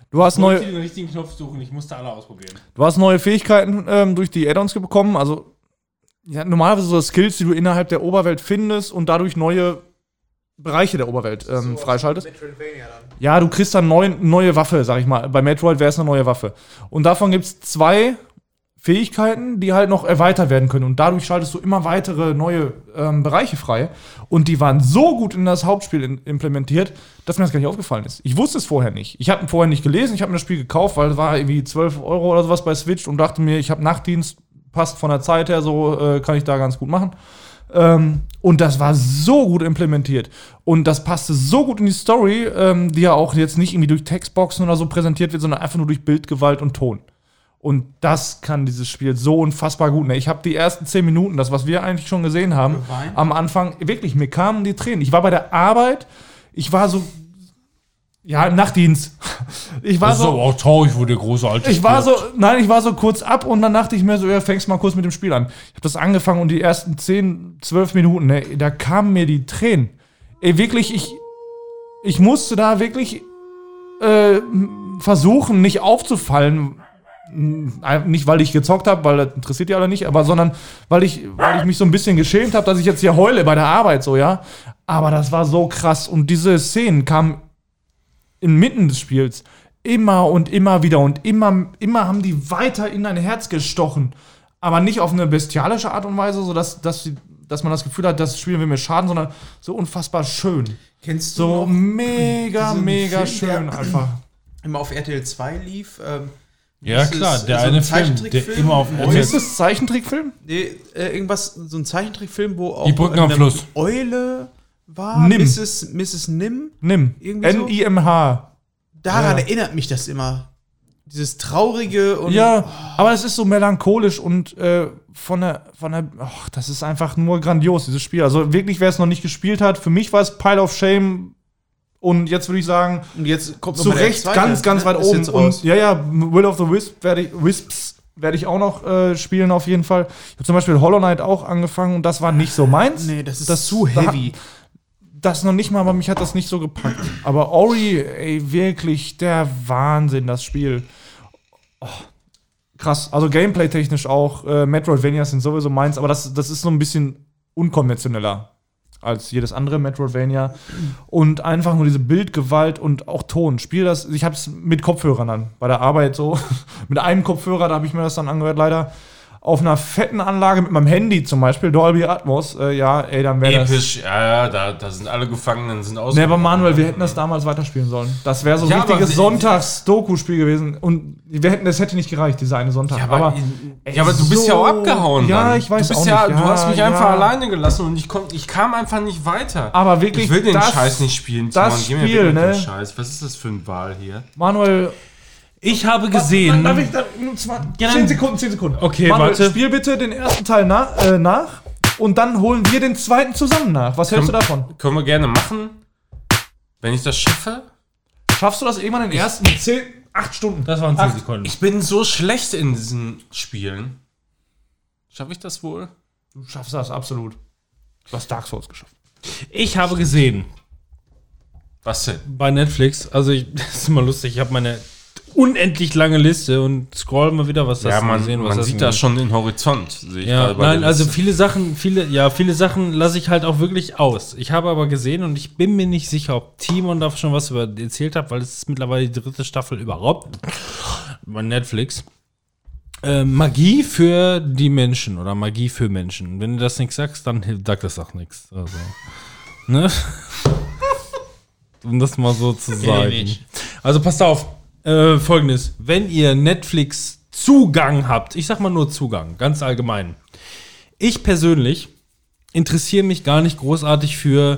Du hast Wollte neue, den richtigen Knopf suchen, ich musste alle ausprobieren. du hast neue Fähigkeiten durch die Add-ons bekommen. Also ja, normalerweise so Skills, die du innerhalb der Oberwelt findest und dadurch neue Bereiche der Oberwelt freischaltest. Metroidvania dann. Ja, du kriegst dann neue Waffe, sag ich mal. Bei Metroid wäre es eine neue Waffe. Und davon gibt es 2 Fähigkeiten, die halt noch erweitert werden können. Und dadurch schaltest du immer weitere neue Bereiche frei. Und die waren so gut in das Hauptspiel implementiert, dass mir das gar nicht aufgefallen ist. Ich wusste es vorher nicht. Ich habe vorher nicht gelesen, ich habe mir das Spiel gekauft, weil es war irgendwie 12 Euro oder sowas bei Switch und dachte mir, ich habe Nachtdienst, passt von der Zeit her, so kann ich da ganz gut machen. Und das war so gut implementiert. Und das passte so gut in die Story, die ja auch jetzt nicht irgendwie durch Textboxen oder so präsentiert wird, sondern einfach nur durch Bildgewalt und Ton. Und das kann dieses Spiel so unfassbar gut. Ne? Ich habe die ersten 10 Minuten, das, was wir eigentlich schon gesehen haben, am Anfang, wirklich, mir kamen die Tränen. Ich war bei der Arbeit, ich war so, ja, im Nachtdienst. Ich war Das ist aber auch traurig, wo der große Alte ich war so kurz ab und dann dachte ich mir so, ja, fängst mal kurz mit dem Spiel an. Ich habe das angefangen und die ersten 10, 12 Minuten, ne, da kamen mir die Tränen. Ey, wirklich, ich musste da wirklich versuchen, nicht aufzufallen. Nicht, weil ich gezockt habe, weil das interessiert die alle nicht, aber sondern weil ich mich so ein bisschen geschämt habe, dass ich jetzt hier heule bei der Arbeit, so, ja. Aber das war so krass und diese Szenen kamen inmitten des Spiels immer und immer wieder und immer haben die weiter in dein Herz gestochen. Aber nicht auf eine bestialische Art und Weise, sodass man das Gefühl hat, das Spiel will mir schaden, sondern so unfassbar schön. Kennst du So noch mega, diesen mega Film, schön der einfach. immer auf RTL 2 lief? Ja, Das klar, ist der so ein eine Film, der Zeichentrickfilm. immer auf Ist das Zeichentrickfilm? Nee, irgendwas, so ein Zeichentrickfilm, wo auch Die Brücken am eine Fluss. Eule war. Nim. Mrs. Nim. Nimm. Irgendwie so. N-I-M-H. Daran Ja. erinnert mich das immer. Dieses Traurige und. Ja, aber es ist so melancholisch und das ist einfach nur grandios, dieses Spiel. Also wirklich, wer es noch nicht gespielt hat, für mich war es Pile of Shame und jetzt würde ich sagen, Und jetzt kommt zu noch mal der Recht zweite, ganz, ganz ne? weit Ist oben. jetzt raus. Und ja, Will of the Wisps werde ich auch noch spielen auf jeden Fall. Ich habe zum Beispiel Hollow Knight auch angefangen und das war nicht so meins. Nee, das ist zu heavy. Das noch nicht mal, aber mich hat das nicht so gepackt. Aber Ori, ey, wirklich der Wahnsinn, das Spiel. Oh, krass. Also Gameplay-technisch auch. Metroidvanias sind sowieso meins, aber das ist so ein bisschen unkonventioneller als jedes andere Metroidvania. Und einfach nur diese Bildgewalt und auch Ton. Spiel das, ich habe es mit Kopfhörern an, bei der Arbeit so. Mit einem Kopfhörer, da habe ich mir das dann angehört, leider. Auf einer fetten Anlage mit meinem Handy zum Beispiel, Dolby Atmos, dann wäre das. Episch, ja, da sind alle Gefangenen, sind aus. Ne, aber Manuel, wir hätten das damals weiterspielen sollen. Das wäre so ein Ja, aber richtiges sie- Sonntags-Doku-Spiel gewesen. Und das hätte nicht gereicht, dieser eine Sonntag. Ja, aber du bist ja auch abgehauen. Ja, dann. ich weiß du bist auch ja, nicht. Du hast mich Ja, einfach ja. alleine gelassen und ich kam einfach nicht weiter. Aber wirklich, ich will den das- Scheiß nicht spielen. das Timon. Geh mir Spiel, weg mit dem ne? Scheiß. Was ist das für ein Wahl hier? Manuel, Ich habe gesehen. darf ich da, 10 Sekunden. Okay, Manuel, warte. spiel bitte den ersten Teil nach und dann holen wir den zweiten zusammen nach. Was hältst du davon? Können wir gerne machen, wenn ich das schaffe. Schaffst du das irgendwann in den ersten 8 Stunden? Das waren 10 Sekunden. Ich bin so schlecht in diesen Spielen. Schaffe ich das wohl? Du schaffst das, absolut. Du hast Dark Souls geschafft. Ich habe gesehen Was denn? bei Netflix, das ist immer lustig, ich habe meine unendlich lange Liste und scroll mal wieder, was das Ja, man was das sieht da schon den Horizont. Sehe ich Ja, gerade bei nein, der also Liste. viele Sachen lasse ich halt auch wirklich aus. Ich habe aber gesehen und ich bin mir nicht sicher, ob Timon da schon was über erzählt hat, weil es ist mittlerweile die 3. Staffel überhaupt bei Netflix. Magie für die Menschen oder Magie für Menschen. Wenn du das nichts sagst, dann sagt das auch nichts. Also, ne? Um das mal so zu sagen. Also passt auf. Folgendes. Wenn ihr Netflix Zugang habt, ich sag mal nur Zugang, ganz allgemein. Ich persönlich interessiere mich gar nicht großartig für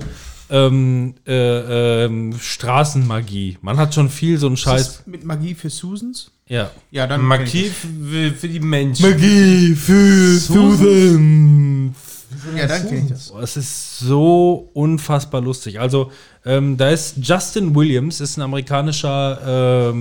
Straßenmagie. Man hat schon viel so einen Ist Scheiß. das mit Magie für Susans? Ja. Ja, dann. Magie für die Menschen. Magie für Susan. Ja, dann kenne ich das. Es ist so unfassbar lustig. Also, da ist Justin Williams, ist ein amerikanischer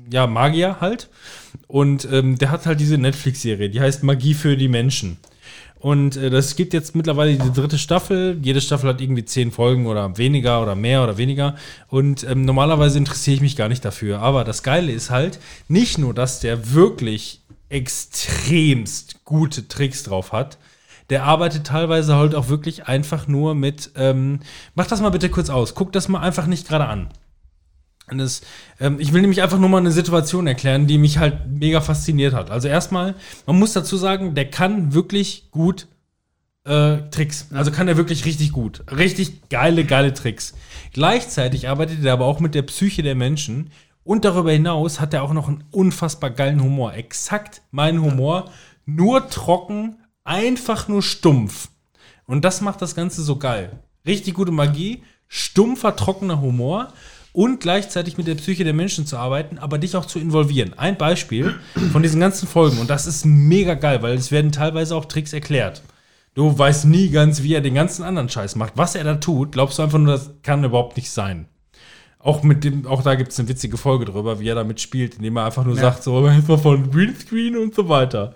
Magier halt. Und der hat halt diese Netflix-Serie, die heißt Magie für die Menschen. Und das gibt jetzt mittlerweile die 3. Staffel. Jede Staffel hat irgendwie 10 Folgen oder weniger oder mehr oder weniger. Und normalerweise interessiere ich mich gar nicht dafür. Aber das Geile ist halt, nicht nur, dass der wirklich extremst gute Tricks drauf hat, der arbeitet teilweise halt auch wirklich einfach nur mit, mach das mal bitte kurz aus, guck das mal einfach nicht gerade an. Und ich will nämlich einfach nur mal eine Situation erklären, die mich halt mega fasziniert hat. Also erstmal, man muss dazu sagen, der kann wirklich gut Tricks. Also kann er wirklich richtig gut. Richtig geile Tricks. Gleichzeitig arbeitet er aber auch mit der Psyche der Menschen. Und darüber hinaus hat er auch noch einen unfassbar geilen Humor. Exakt mein Humor, nur trocken, einfach nur stumpf. Und das macht das Ganze so geil. Richtig gute Magie, stumpfer, trockener Humor und gleichzeitig mit der Psyche der Menschen zu arbeiten, aber dich auch zu involvieren. Ein Beispiel von diesen ganzen Folgen, und das ist mega geil, weil es werden teilweise auch Tricks erklärt. Du weißt nie ganz, wie er den ganzen anderen Scheiß macht. Was er da tut, glaubst du einfach nur, das kann überhaupt nicht sein. Auch da gibt es eine witzige Folge drüber, wie er damit spielt, indem er einfach nur sagt, so, Hilfe von Greenscreen und so weiter.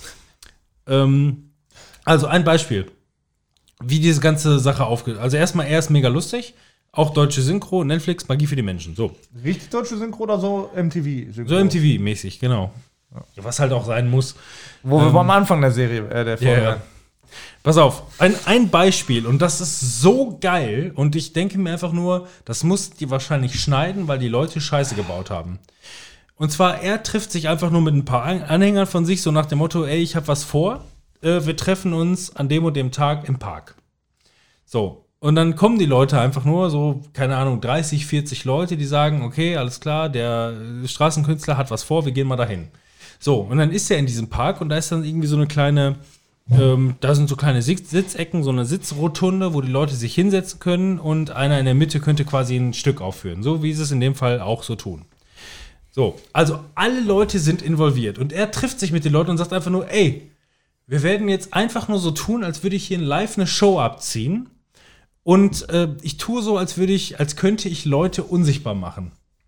Also ein Beispiel, wie diese ganze Sache aufgeht. Also erstmal, er ist mega lustig, auch deutsche Synchro, Netflix, Magie für die Menschen, so. Richtig deutsche Synchro oder so MTV-Synchro? So MTV-mäßig, genau. Ja, was halt auch sein muss. Wo wir am Anfang der Serie, der Folge. Ja. Pass auf, ein Beispiel, und das ist so geil, und ich denke mir einfach nur, das muss die wahrscheinlich schneiden, weil die Leute Scheiße gebaut haben. Und zwar, er trifft sich einfach nur mit ein paar Anhängern von sich, so nach dem Motto, ey, ich hab was vor, wir treffen uns an dem und dem Tag im Park. So, und dann kommen die Leute einfach nur, so, keine Ahnung, 30, 40 Leute, die sagen, okay, alles klar, der Straßenkünstler hat was vor, wir gehen mal dahin. So, und dann ist er in diesem Park und da ist dann irgendwie so eine kleine, da sind so kleine Sitzecken, so eine Sitzrotunde, wo die Leute sich hinsetzen können und einer in der Mitte könnte quasi ein Stück aufführen, so wie sie es in dem Fall auch so tun. So, also alle Leute sind involviert und er trifft sich mit den Leuten und sagt einfach nur, ey, wir werden jetzt einfach nur so tun, als würde ich hier live eine Show abziehen und ich tue so, als könnte ich Leute unsichtbar machen.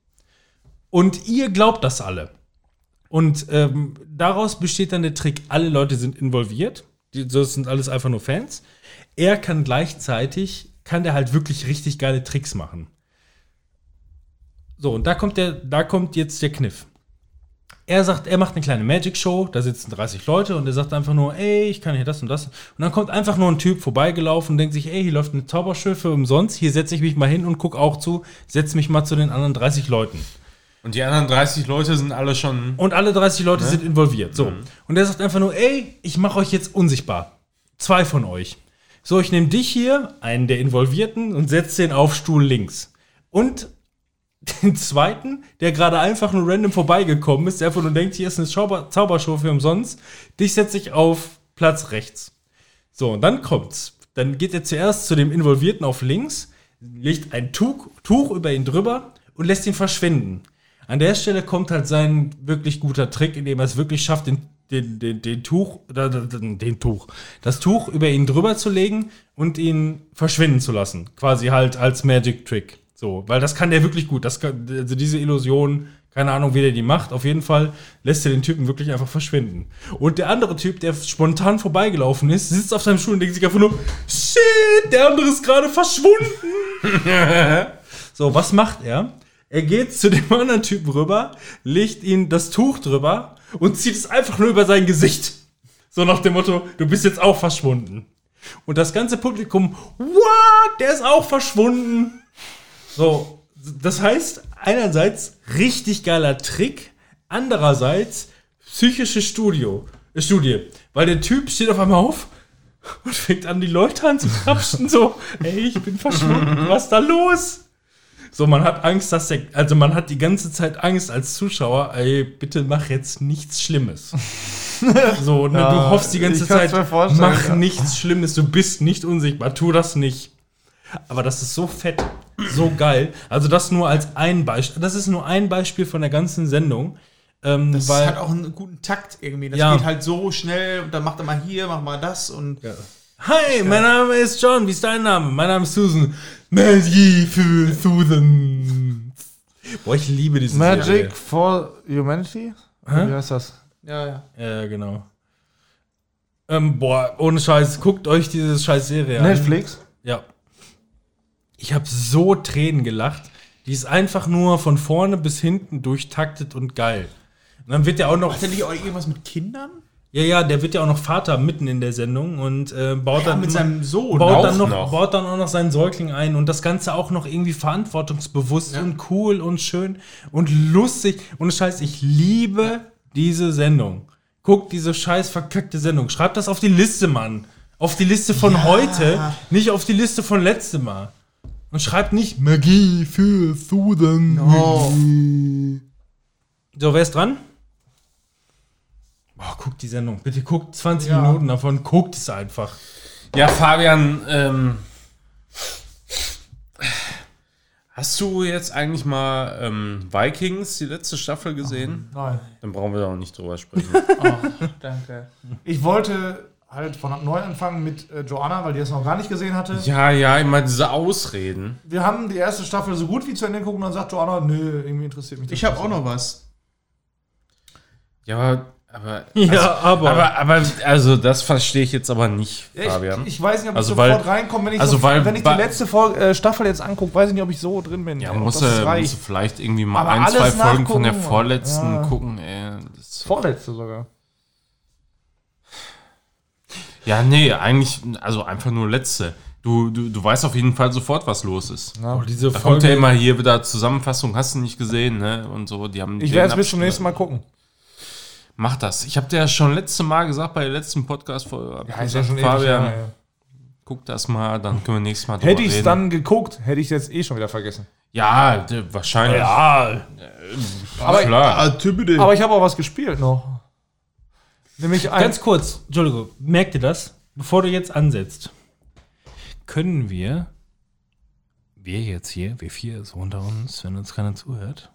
Und ihr glaubt das alle. Und daraus besteht dann der Trick, alle Leute sind involviert, das sind alles einfach nur Fans. Er kann gleichzeitig, der halt wirklich richtig geile Tricks machen. So, und da kommt jetzt der Kniff. Er sagt, er macht eine kleine Magic-Show, da sitzen 30 Leute und er sagt einfach nur, ey, ich kann hier das und das. Und dann kommt einfach nur ein Typ vorbeigelaufen und denkt sich, ey, hier läuft eine Zaubershow für umsonst, hier setze ich mich mal hin und guck auch zu, setze mich mal zu den anderen 30 Leuten. Und die anderen 30 Leute sind alle schon... Und alle 30 Leute sind involviert. So. Und er sagt einfach nur, ey, ich mache euch jetzt unsichtbar. 2 von euch. So, ich nehme dich hier, einen der Involvierten, und setze den auf Stuhl links. Und den zweiten, der gerade einfach nur random vorbeigekommen ist, der einfach nur denkt, hier ist eine Zaubershow für umsonst, dich setze ich auf Platz rechts. So, und dann kommt's. Dann geht er zuerst zu dem Involvierten auf links, legt ein Tuch über ihn drüber und lässt ihn verschwinden. An der Stelle kommt halt sein wirklich guter Trick, indem er es wirklich schafft, das Tuch über ihn drüber zu legen und ihn verschwinden zu lassen. Quasi halt als Magic-Trick. So, weil das kann der wirklich gut. Also diese Illusion, keine Ahnung, wie der die macht. Auf jeden Fall lässt er den Typen wirklich einfach verschwinden. Und der andere Typ, der spontan vorbeigelaufen ist, sitzt auf seinem Stuhl und denkt sich einfach nur, shit, der andere ist gerade verschwunden. So, was macht er? Er geht zu dem anderen Typen rüber, legt ihm das Tuch drüber und zieht es einfach nur über sein Gesicht. So nach dem Motto, du bist jetzt auch verschwunden. Und das ganze Publikum, what, der ist auch verschwunden. So, das heißt, einerseits richtig geiler Trick, andererseits psychische Studie. Weil der Typ steht auf einmal auf und fängt an, die Leute anzukrapschen, so, ey, ich bin verschwunden, was ist da los? So, man hat Angst, man hat die ganze Zeit Angst als Zuschauer, ey, bitte mach jetzt nichts Schlimmes. So, ne, du hoffst die ganze Zeit, mach nichts Schlimmes, du bist nicht unsichtbar, tu das nicht. Aber das ist so fett, so geil. Also das nur als ein Beispiel. Das ist nur ein Beispiel von der ganzen Sendung. Das hat auch einen guten Takt irgendwie. Das geht halt so schnell und dann macht er mal hier, mach mal das und... Ja. Hi, mein Name ist John. Wie ist dein Name? Mein Name ist Susan. Magic für Susan. Boah, ich liebe diese Magic Serie. for Humanity? Wie heißt das? Ja. Ja, genau. Ohne Scheiß, guckt euch diese scheiß Serie an. Netflix? Ja. Ich habe so Tränen gelacht. Die ist einfach nur von vorne bis hinten durchtaktet und geil. Und dann wird ja auch noch. Hat der nicht auch irgendwas mit Kindern? Ja, der wird ja auch noch Vater mitten in der Sendung und baut dann mit seinem Sohn. baut dann noch. baut dann auch noch seinen Säugling ein und das Ganze auch noch irgendwie verantwortungsbewusst und cool und schön und lustig. Und Scheiß, ich liebe diese Sendung. Guckt diese scheiß verkackte Sendung. Schreibt das auf die Liste, Mann. Auf die Liste von heute, nicht auf die Liste von letztem Mal. Und schreibt nicht Magie für Suden. So, wer ist dran? Boah, guckt die Sendung. Bitte guckt 20 Minuten davon. Guckt es einfach. Ja, Fabian, hast du jetzt eigentlich mal Vikings, die letzte Staffel, gesehen? Nein. Dann brauchen wir da auch nicht drüber sprechen. Danke. Ich wollte halt von neu anfangen mit Joanna, weil die das noch gar nicht gesehen hatte. Ja, immer diese Ausreden. Wir haben die erste Staffel so gut wie zu Ende geguckt und dann sagt Joanna, nö, irgendwie interessiert mich das. Ich habe auch noch was. Ja, Aber also das verstehe ich jetzt aber nicht, Ja, Fabian. ich weiß nicht, ob Also ich weil- sofort reinkomme, wenn ich, also weil- wenn ich die letzte Staffel jetzt angucke, weiß ich nicht, ob ich so drin bin. Ja, Ob musst das du reicht. vielleicht irgendwie mal Aber 1, 2 alles Folgen von der nachgucken. vorletzten Ja. gucken. Vorletzte sogar. Ja, nee, eigentlich, also einfach nur letzte. Du weißt auf jeden Fall sofort, was los ist. diese Da kommt ja immer hier wieder Zusammenfassung, hast du nicht gesehen, ne? Und so, die haben Ich werde es bis zum nächsten Mal gucken. Mach das. Ich habe dir ja schon letzte Mal gesagt, bei der letzten Podcast-Folge. Ja, ist ja schon ewig Fabian, her, ja. guck das mal, dann können wir nächstes Mal drüber Hätte ich es reden. dann geguckt, hätte ich es jetzt eh schon wieder vergessen. Ja, wahrscheinlich. ja, Aber, klar. aber ich habe auch was gespielt noch. Nämlich ein. ganz kurz, Entschuldigung, merkt ihr das? Bevor du jetzt ansetzt, können wir jetzt hier, wir vier so unter uns, wenn uns keiner zuhört.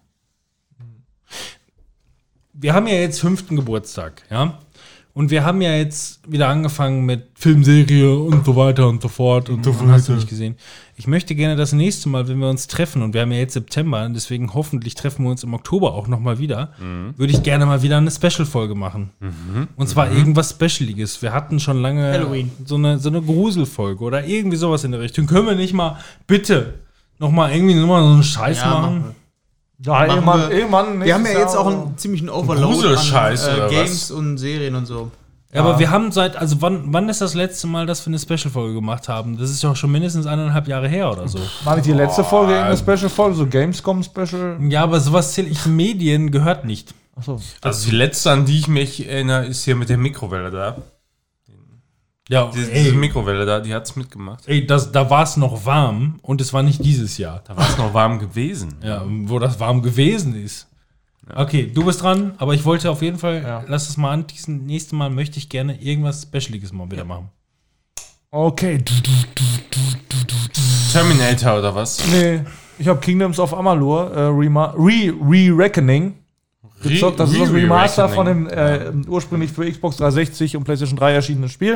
Wir haben ja jetzt 5. Geburtstag, ja? Und wir haben ja jetzt wieder angefangen mit Filmserie und so weiter und so fort und so hast du nicht gesehen. Ich möchte gerne das nächste Mal, wenn wir uns treffen, und wir haben ja jetzt September, deswegen hoffentlich treffen wir uns im Oktober auch nochmal wieder, würde ich gerne mal wieder eine Special-Folge machen. Und zwar irgendwas Specialiges. Wir hatten schon lange Halloween. so eine Gruselfolge oder irgendwie sowas in der Richtung. Können wir nicht mal, bitte, nochmal irgendwie so einen Scheiß Ja, machen? machen Ja, Machen irgendwann Wir haben ja nächstes jetzt Jahr auch einen ziemlichen Overload Gruselscheiß oder Games was? und Serien und so. Ja, aber wir haben also wann ist das letzte Mal, dass wir eine Special-Folge gemacht haben? Das ist ja auch schon mindestens 1,5 Jahre her oder so. War nicht die letzte Folge irgendeine Special-Folge, so Gamescom-Special? Ja, aber sowas zähle ich Medien gehört nicht. Achso. Also die letzte, an die ich mich erinnere, ist hier mit der Mikrowelle da. Ja, Diese Mikrowelle da, die hat's mitgemacht. da war es noch warm und es war nicht dieses Jahr. Da war es noch warm gewesen. Ja, wo das warm gewesen ist. Okay, du bist dran, aber ich wollte auf jeden Fall, lass es mal anteasen, nächstes Mal möchte ich gerne irgendwas Specialiges mal wieder machen. Okay. Terminator oder was? Nee, ich habe Kingdoms of Amalur Re-Reckoning gezockt. Das ist das Remaster von dem ursprünglich für Xbox 360 und PlayStation 3 erschienenen Spiel.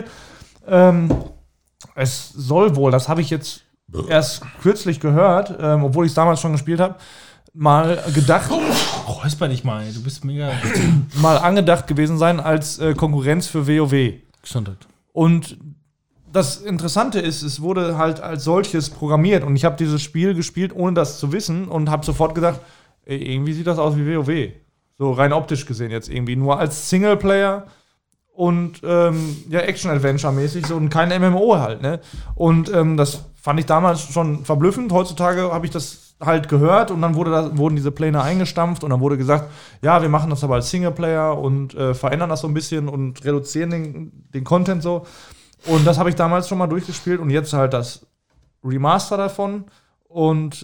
Es soll wohl, das habe ich jetzt erst kürzlich gehört, obwohl ich es damals schon gespielt habe, mal gedacht, Räusper dich mal, du bist mega mal angedacht gewesen sein als Konkurrenz für WoW. Gesundheit. Und das Interessante ist, es wurde halt als solches programmiert und ich habe dieses Spiel gespielt, ohne das zu wissen und habe sofort gedacht, ey, irgendwie sieht das aus wie WoW. So rein optisch gesehen jetzt irgendwie. Nur als Singleplayer und ja, Action-Adventure-mäßig so und kein MMO halt, ne? Und das fand ich damals schon verblüffend. Heutzutage habe ich das halt gehört und dann wurden diese Pläne eingestampft und dann wurde gesagt, ja, wir machen das aber als Singleplayer und verändern das so ein bisschen und reduzieren den Content so. Und das habe ich damals schon mal durchgespielt und jetzt halt das Remaster davon. Und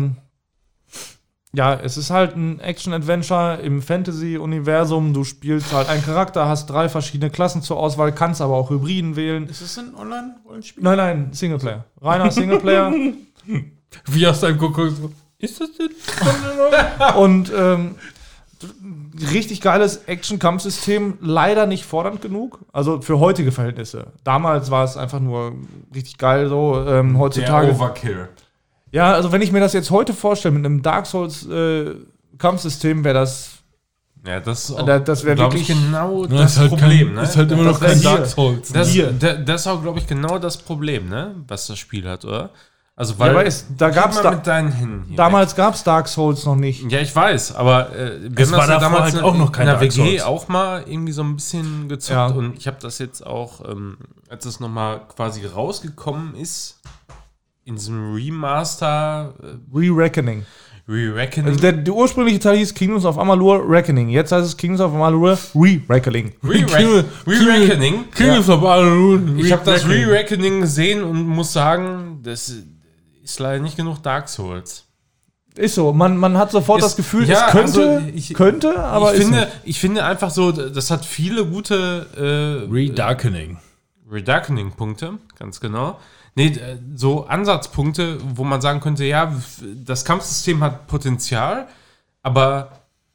ja, es ist halt ein Action-Adventure im Fantasy-Universum. Du spielst halt einen Charakter, hast 3 verschiedene Klassen zur Auswahl, kannst aber auch Hybriden wählen. Ist das ein Online-Rollenspiel? Nein, Singleplayer. Reiner Singleplayer. Wie aus deinem Kuckuck? Ist das denn? Und richtig geiles Action-Kampfsystem, leider nicht fordernd genug. Also für heutige Verhältnisse. Damals war es einfach nur richtig geil so. Heutzutage. Der Overkill. Ja, also wenn ich mir das jetzt heute vorstelle mit einem Dark Souls Kampfsystem, wäre das Ja, das ist auch, Das wäre glaube ich, wirklich- genau Ja, das ist halt Problem. Ne? Ist halt immer Das noch wär kein hier. Dark Souls. Das, Hier. das ist auch, glaube ich, genau das Problem, ne? Was das Spiel hat, oder? Also, Ja, aber da Geh gab's mal da- mit deinen Händen hier Damals gab es Dark Souls noch nicht. weg. Ja, ich weiß, aber wir Es haben war das ja davor damals halt auch noch kein in der Dark WG Souls. auch mal irgendwie so ein bisschen gezockt. Ja. Und ich habe das jetzt auch, als es nochmal quasi rausgekommen ist, in diesem Remaster, Re-Reckoning. Re-Reckoning. Also der ursprüngliche Teil hieß Kingdoms of Amalur Reckoning. Jetzt heißt es Kingdoms of Amalur Re-Reckoning. Re-Reckoning. Kingdoms of Amalur. Ich habe das Re-Reckoning gesehen und muss sagen, das ist leider nicht genug Dark Souls. Ist so. Man hat sofort Ist- das Gefühl, ja, es könnte, also aber ist nicht. ich finde einfach so, das hat viele gute Redarkening. Redarkening-Punkte, ganz genau. Nee, so Ansatzpunkte, wo man sagen könnte, ja, das Kampfsystem hat Potenzial, aber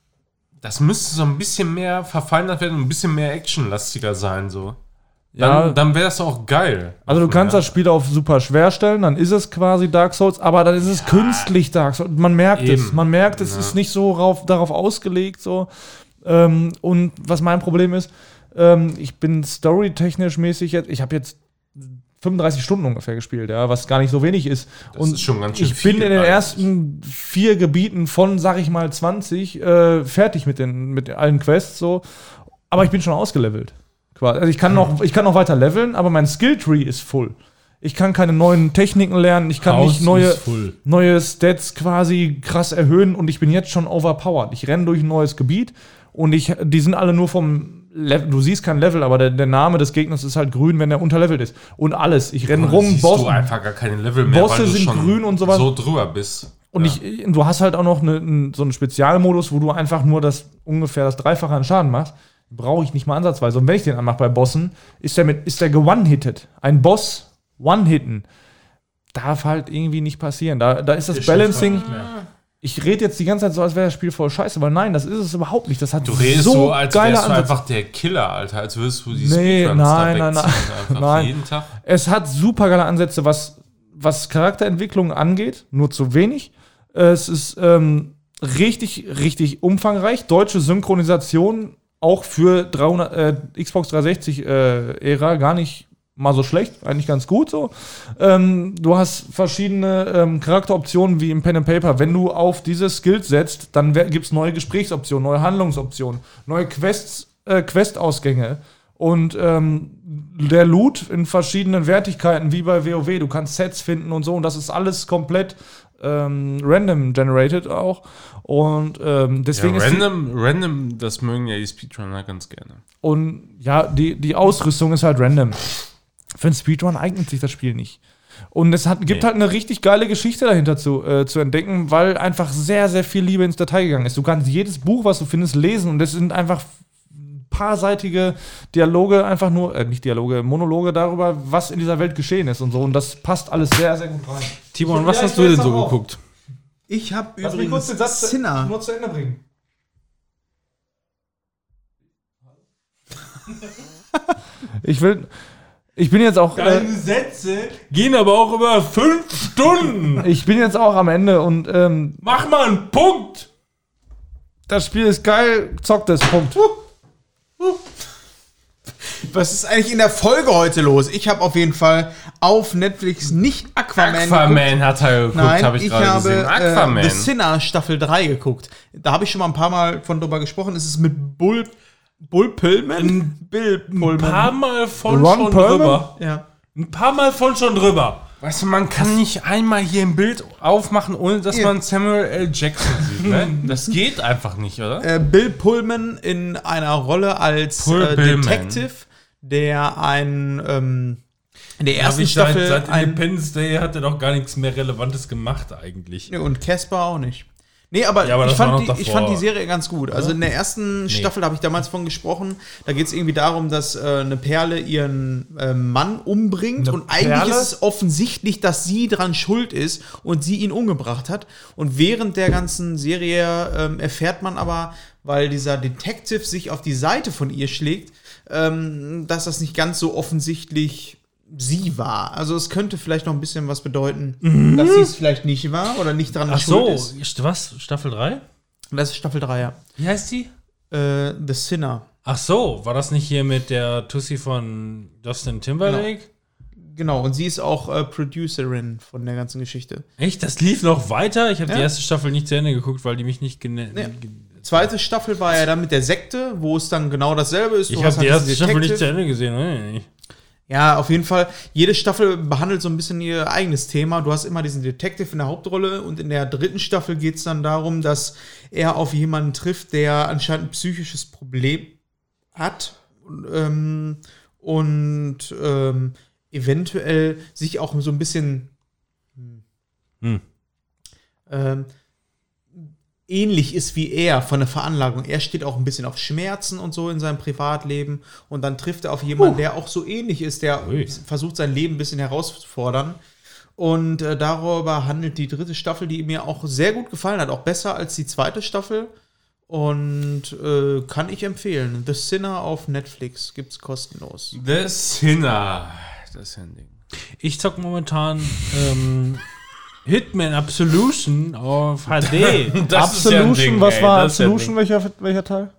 das müsste so ein bisschen mehr verfeinert werden und ein bisschen mehr actionlastiger sein, so. Ja. Dann wäre es auch geil. Also du kannst Ja. das Spiel auf super schwer stellen, dann ist es quasi Dark Souls, aber dann ist es künstlich Dark Souls. Man merkt Eben. es. Man merkt, es Ja. ist nicht so darauf ausgelegt. So. Und was mein Problem ist, ich bin storytechnisch mäßig jetzt, ich habe jetzt 35 Stunden ungefähr gespielt, ja, was gar nicht so wenig ist. Das ist schon ganz schön ich bin viel in den eigentlich. ersten 4 Gebieten von, sag ich mal, 20 fertig mit allen Quests so, aber ich bin schon ausgelevelt. Quasi. Also ich kann noch weiter leveln, aber mein Skilltree ist full. Ich kann keine neuen Techniken lernen, ich kann nicht neue Stats quasi krass erhöhen und ich bin jetzt schon overpowered. Ich renne durch ein neues Gebiet und die sind alle nur vom Level, du siehst kein Level, aber der Name des Gegners ist halt grün, wenn er unterlevelt ist. Und alles. Ich renne rum, siehst du einfach gar keine Level mehr, Bosse weil du sind schon grün und sowas. so drüber bist. Und Ja. du hast halt auch noch so einen Spezialmodus, wo du einfach nur ungefähr das Dreifache an Schaden machst. Brauche ich nicht mal ansatzweise. Und wenn ich den anmache bei Bossen, ist der ge-one-hitted. Ein Boss one-hitten darf halt irgendwie nicht passieren. Da ist das Balancing. Ich rede jetzt die ganze Zeit so, als wäre das Spiel voll scheiße, aber nein, das ist es überhaupt nicht. Das hat Du redest so, als geile wärst du Ansätze. einfach der Killer, Alter. Als würdest du die Nee, Speedruns nein, da nein, wegziehen. nein. Einfach Nein. jeden Tag. Es hat super geile Ansätze, was Charakterentwicklung angeht, nur zu wenig. Es ist richtig, richtig umfangreich. Deutsche Synchronisation auch für Xbox 360 Ära gar nicht mal so schlecht, eigentlich ganz gut so. Du hast verschiedene Charakteroptionen wie im Pen and Paper. Wenn du auf diese Skills setzt, dann gibt es neue Gesprächsoptionen, neue Handlungsoptionen, neue Questausgänge. Und der Loot in verschiedenen Wertigkeiten, wie bei WoW, du kannst Sets finden und so, und das ist alles komplett random generated auch. Und deswegen Ja, ist random, das mögen ja die Speedrunner ganz gerne. und ja, die Ausrüstung ist halt random. Für einen Speedrun eignet sich das Spiel nicht. Und es gibt halt eine richtig geile Geschichte dahinter zu entdecken, weil einfach sehr, sehr viel Liebe ins Detail gegangen ist. Du kannst jedes Buch, was du findest, lesen, und es sind einfach paarseitige Dialoge, einfach nur, nicht Dialoge, Monologe darüber, was in dieser Welt geschehen ist und so. Und das passt alles sehr, sehr gut rein. Timon, was Ja, hast ich du weiß denn so auch. geguckt? Ich habe Lass mich kurz den Satz Sinner. nur zu Ende bringen. Ich bin jetzt auch. Sätze gehen aber auch über 5 Stunden. Ich bin jetzt auch am Ende und Mach mal einen Punkt. das Spiel ist geil, zockt es, Punkt. Was ist eigentlich in der Folge heute los? Ich habe auf jeden Fall auf Netflix nicht Aquaman geguckt. Aquaman hat er geguckt, Nein, habe ich ich gerade habe gesehen. Aquaman. The Sinner Staffel 3 geguckt. Da habe ich schon mal ein paar Mal drüber gesprochen. Es ist mit Bull Pullman? Bill Ein Pullman. paar Mal von Ron schon Perlman? drüber. Ja. Ein paar Mal von schon drüber. Weißt du, man kann nicht einmal hier ein Bild aufmachen, ohne dass man Samuel L. Jackson sieht. Ne? Das geht einfach nicht, oder? Bill Pullman in einer Rolle als Pullman. Detective, der in der ersten Seit Staffel Independence Day hat er doch gar nichts mehr Relevantes gemacht eigentlich. und Casper auch nicht. Nee, aber, Ja, aber ich, das war fand noch die, ich davor. fand die Serie ganz gut. Also in der ersten Staffel habe ich damals von gesprochen. Da geht es irgendwie darum, dass eine Perle ihren Mann umbringt. Und eigentlich Perle? ist es offensichtlich, dass sie dran schuld ist und sie ihn umgebracht hat. Und während der ganzen Serie erfährt man aber, weil dieser Detective sich auf die Seite von ihr schlägt, dass das nicht ganz so offensichtlich sie war. Also es könnte vielleicht noch ein bisschen was bedeuten, dass sie es vielleicht nicht war oder nicht dran Ach schuld so, ist. was? Staffel 3? Das ist Staffel 3, ja. Wie heißt die? The Sinner. Ach so, war das nicht hier mit der Tussi von Justin Timberlake? Genau, und sie ist auch Producerin von der ganzen Geschichte. Echt? Das lief noch weiter? Ich habe die Ja. erste Staffel nicht zu Ende geguckt, weil die mich nicht Zweite Staffel war ja dann mit der Sekte, wo es dann genau dasselbe ist. Ich Du habe hast die halt erste diese Staffel nicht Detective. zu Ende gesehen. Ne? Ja, auf jeden Fall. Jede Staffel behandelt so ein bisschen ihr eigenes Thema. Du hast immer diesen Detective in der Hauptrolle und in der dritten Staffel geht es dann darum, dass er auf jemanden trifft, der anscheinend ein psychisches Problem hat und eventuell sich auch so ein bisschen ähnlich ist wie er von der Veranlagung. Er steht auch ein bisschen auf Schmerzen und so in seinem Privatleben und dann trifft er auf jemanden, der auch so ähnlich ist, der versucht sein Leben ein bisschen herauszufordern. Und darüber handelt die dritte Staffel, die mir auch sehr gut gefallen hat, auch besser als die zweite Staffel. Und kann ich empfehlen. The Sinner auf Netflix gibt's kostenlos. The Sinner. Das ist ja ein Ding. Ich zock momentan Hitman Absolution auf HD. Das ist ja ein Absolution, Ding, was ey. war Das ist ja ein Absolution? Welcher Teil?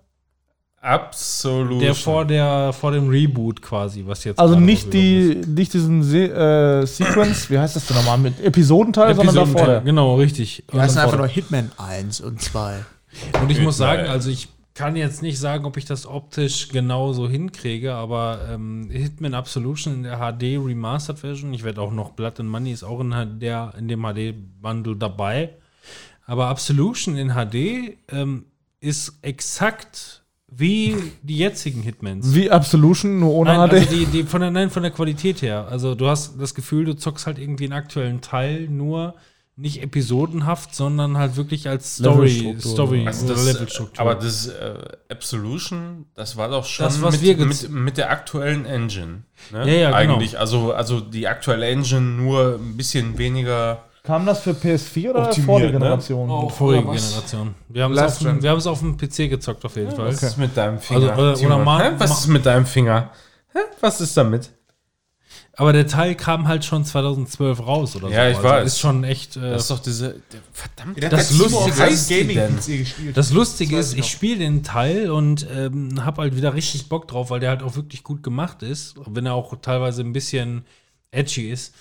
Absolut. Der vor dem Reboot quasi, was jetzt Also gerade nicht rausgekommen ist. nicht diesen Sequence, wie heißt das denn nochmal, mit Episodenteil, sondern davor. Episodenteil, genau, richtig. Ja, es sind Und einfach nur Hitman 1 und 2. Und ich muss sagen, Geil. also ich kann jetzt nicht sagen, ob ich das optisch genauso hinkriege, aber Hitman Absolution in der HD Remastered Version, ich werde auch noch Blood and Money ist auch in dem HD-Bundle dabei, aber Absolution in HD ist exakt wie die jetzigen Hitmans. Wie Absolution, nur ohne Nein, HD. also von der Qualität her. Also du hast das Gefühl, du zockst halt irgendwie einen aktuellen Teil, nur nicht episodenhaft, sondern halt wirklich als Story Also oder das, Levelstruktur. aber das Absolution, das war doch schon Das, was wir mit der aktuellen Engine. Ne? Ja, ja, genau. Eigentlich. Also die aktuelle Engine nur ein bisschen weniger. Kam das für PS4 oder Optimiert, vor der ne? Generation? Oh, vorige oder was? Generation. Wir haben Last Gen. es auf dem PC gezockt auf jeden Fall. Was ist mit deinem Finger? Also, oder Timon? mal- Hä? Was ist mit deinem Finger? Hä? Was ist damit? Aber der Teil kam halt schon 2012 raus oder so. Ja, ich weiß. Ist schon echt. Das ist doch verdammt. Das Lustige heißt die denn? Gaming-PC gespielt. Das Lustige weiß ist, ich ich noch. spiele den Teil und habe halt wieder richtig Bock drauf, weil der halt auch wirklich gut gemacht ist, wenn er auch teilweise ein bisschen edgy ist.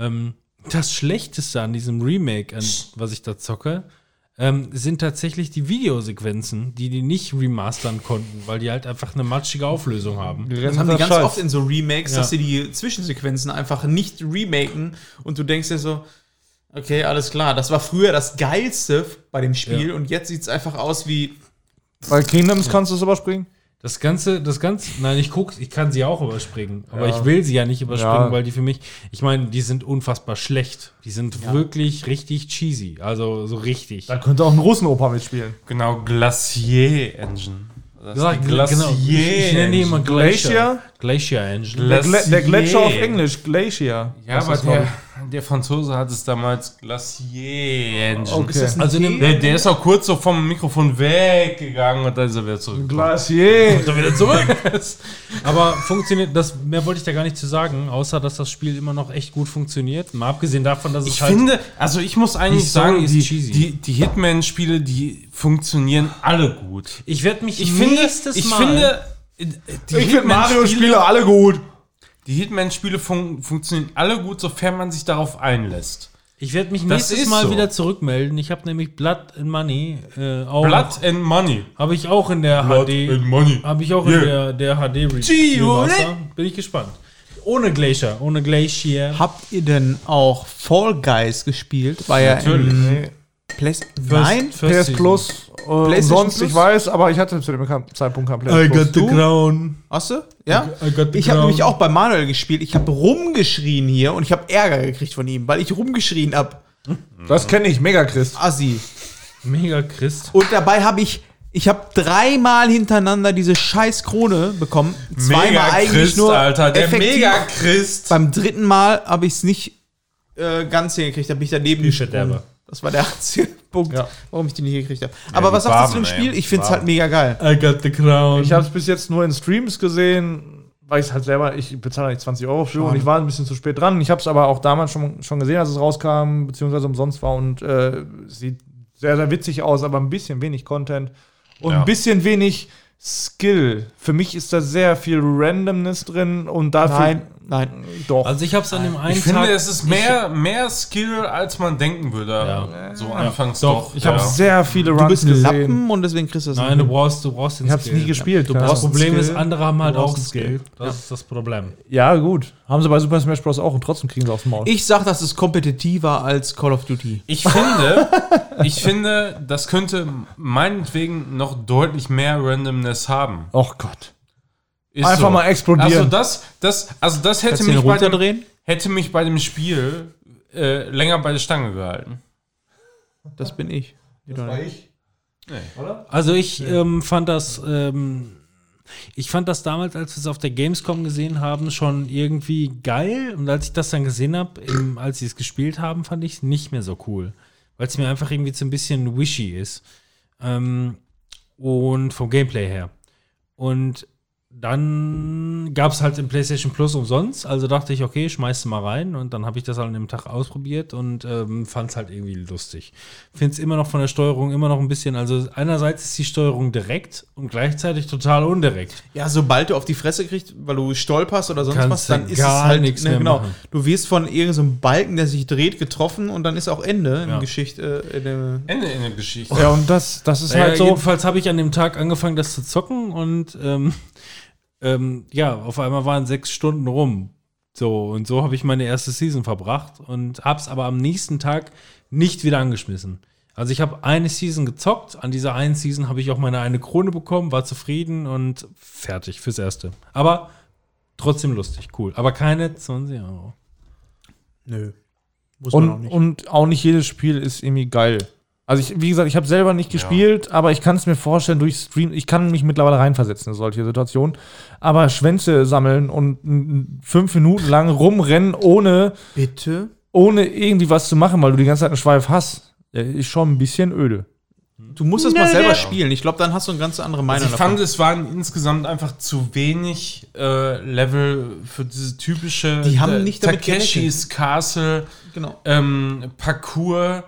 Das Schlechteste an diesem Remake, was ich da zocke, sind tatsächlich die Videosequenzen, die nicht remastern konnten, weil die halt einfach eine matschige Auflösung haben. Das haben die ganz Scheiß. oft in so Remakes, Ja. dass sie die Zwischensequenzen einfach nicht remaken und du denkst dir so, okay, alles klar, das war früher das Geilste bei dem Spiel Ja. und jetzt sieht es einfach aus wie Bei Kingdoms kannst du es überspringen? Das Ganze, nein, ich kann sie auch überspringen, aber ich will sie ja nicht überspringen, Ja. weil die für mich, ich meine, die sind unfassbar schlecht. Die sind wirklich richtig cheesy, also so richtig. Da könnte auch ein Russenoper mitspielen. Genau, Glacier Engine. Das ist Ja, die genau. Ich nenne die immer Glacier? Glacier Engine. Der Gletscher auf Englisch, Glacier. Ja, Das aber ist, glaub der Franzose hat es damals Glacier Engine. Okay. ist das ein Also in T? dem- Der ist auch kurz so vom Mikrofon weggegangen und dann ist er wieder zurück. Glacier. Dann wieder zurück. Aber funktioniert, mehr wollte ich da gar nicht zu sagen, außer dass das Spiel immer noch echt gut funktioniert. Mal abgesehen davon, dass es Ich halt finde, also ich muss Die eigentlich Story sagen, ist cheesy. die Hitman-Spiele, die funktionieren alle gut. ich werde mich Ich finde, die Ich finde Mario-Spiele alle gut. Die Hitman-Spiele funktionieren alle gut, sofern man sich darauf einlässt. Ich werde mich Das nächstes ist Mal so. wieder zurückmelden. Ich habe nämlich Blood and Money auch. Blood and Money. Habe ich auch in der HD. Money. Habe ich auch Yeah. in der HD Gio, Remaster. Bin ich gespannt. Ohne Glacier. Habt ihr denn auch Fall Guys gespielt? War ja Natürlich. Nein? PS Plus. PlayStation Sonst, Plus? ich weiß, aber ich hatte zu dem Zeitpunkt kein PS Plus. crown. Hast du? Ja? I got the Ich habe crown. nämlich auch bei Manuel gespielt. Ich habe rumgeschrien hier und ich habe Ärger gekriegt von ihm, weil ich rumgeschrien hab. Das kenne ich, Mega Christ. Assi. Mega Christ. Und dabei habe ich habe 3-mal hintereinander diese scheiß Krone bekommen. Zweimal eigentlich nur Alter. Der effektiv. Mega-Christ. Beim 3. Mal habe ich es nicht ganz hingekriegt. Da bin ich daneben gesprungen. Das war der einzige Punkt, Ja. warum ich die nicht gekriegt habe. Aber die was sagst du zu dem Farben, Spiel? ey. Ich finde es halt mega geil. I got the crown. Ich habe es bis jetzt nur in Streams gesehen, weil ich halt selber, ich bezahle nicht 20 Euro für und ich war ein bisschen zu spät dran. Ich habe es aber auch damals schon gesehen, als es rauskam, beziehungsweise umsonst war und sieht sehr, sehr witzig aus, aber ein bisschen wenig Content. und Ja. ein bisschen wenig Skill. Für mich ist da sehr viel Randomness drin und dafür. Nein. Doch. Also ich habe es an dem einen Ich finde, Tag. es ist mehr Skill, als man denken würde. Ja. So anfangs Doch. doch. ich habe sehr viele Du Runs bist ein gesehen. Lappen und deswegen kriegst du das Nein, nicht du brauchst den Ich habe es nie gespielt. Du keine das Ahnung. Problem Skill. ist, andere haben halt Du brauchst auch einen Skill. Das ist das Problem. Ja, gut. Haben sie bei Super Smash Bros. Auch und trotzdem kriegen sie aufs Maul. Ich sag, das ist kompetitiver als Call of Duty. Ich finde, das könnte meinetwegen noch deutlich mehr Randomness haben. Och Gott. Ist Einfach mal explodieren. Also das hätte Kannst du den mich, runterdrehen? hätte mich bei dem Spiel länger bei der Stange gehalten. Das bin ich. Also ich fand das damals, als wir es auf der Gamescom gesehen haben, schon irgendwie geil. Und als ich das dann gesehen habe, als sie es gespielt haben, fand ich es nicht mehr so cool. Weil es mir einfach irgendwie so ein bisschen wishy ist. Und vom Gameplay her. Und dann gab es halt im PlayStation Plus umsonst. Also dachte ich, okay, schmeißt du mal rein. Und dann habe ich das halt an dem Tag ausprobiert und fand es halt irgendwie lustig. Finde es immer noch von der Steuerung immer noch ein bisschen, also einerseits ist die Steuerung direkt und gleichzeitig total undirekt. Ja, sobald du auf die Fresse kriegst, weil du stolperst oder sonst Kannst was, dann du ist es gar halt nichts mehr genau. machen. Du wirst von irgendeinem so einem Balken, der sich dreht, getroffen und dann ist auch Ende in Ja. der Geschichte. Ende in der Geschichte. Ja, und das ist halt so. Jedenfalls habe ich an dem Tag angefangen, das zu zocken und ja, auf einmal waren 6 Stunden rum. So, und so habe ich meine erste Season verbracht und habe es aber am nächsten Tag nicht wieder angeschmissen. Also ich habe eine Season gezockt, an dieser einen Season habe ich auch meine eine Krone bekommen, war zufrieden und fertig fürs Erste. Aber trotzdem lustig, cool. Aber keine 20 Euro. Nö. Muss man auch nicht. Und auch nicht jedes Spiel ist irgendwie geil. Also wie gesagt, ich habe selber nicht gespielt, aber ich kann es mir vorstellen durch Stream, ich kann mich mittlerweile reinversetzen in solche Situationen, aber Schwänze sammeln und 5 Minuten lang rumrennen, ohne Bitte? irgendwie was zu machen, weil du die ganze Zeit einen Schweif hast, ist schon ein bisschen öde. Du musst es mal selber spielen. Ich glaube, dann hast du eine ganz andere Meinung Also ich fand, es waren insgesamt einfach zu wenig Level für diese typische Die haben nicht damit Takeshis Castle Genau. Parcours.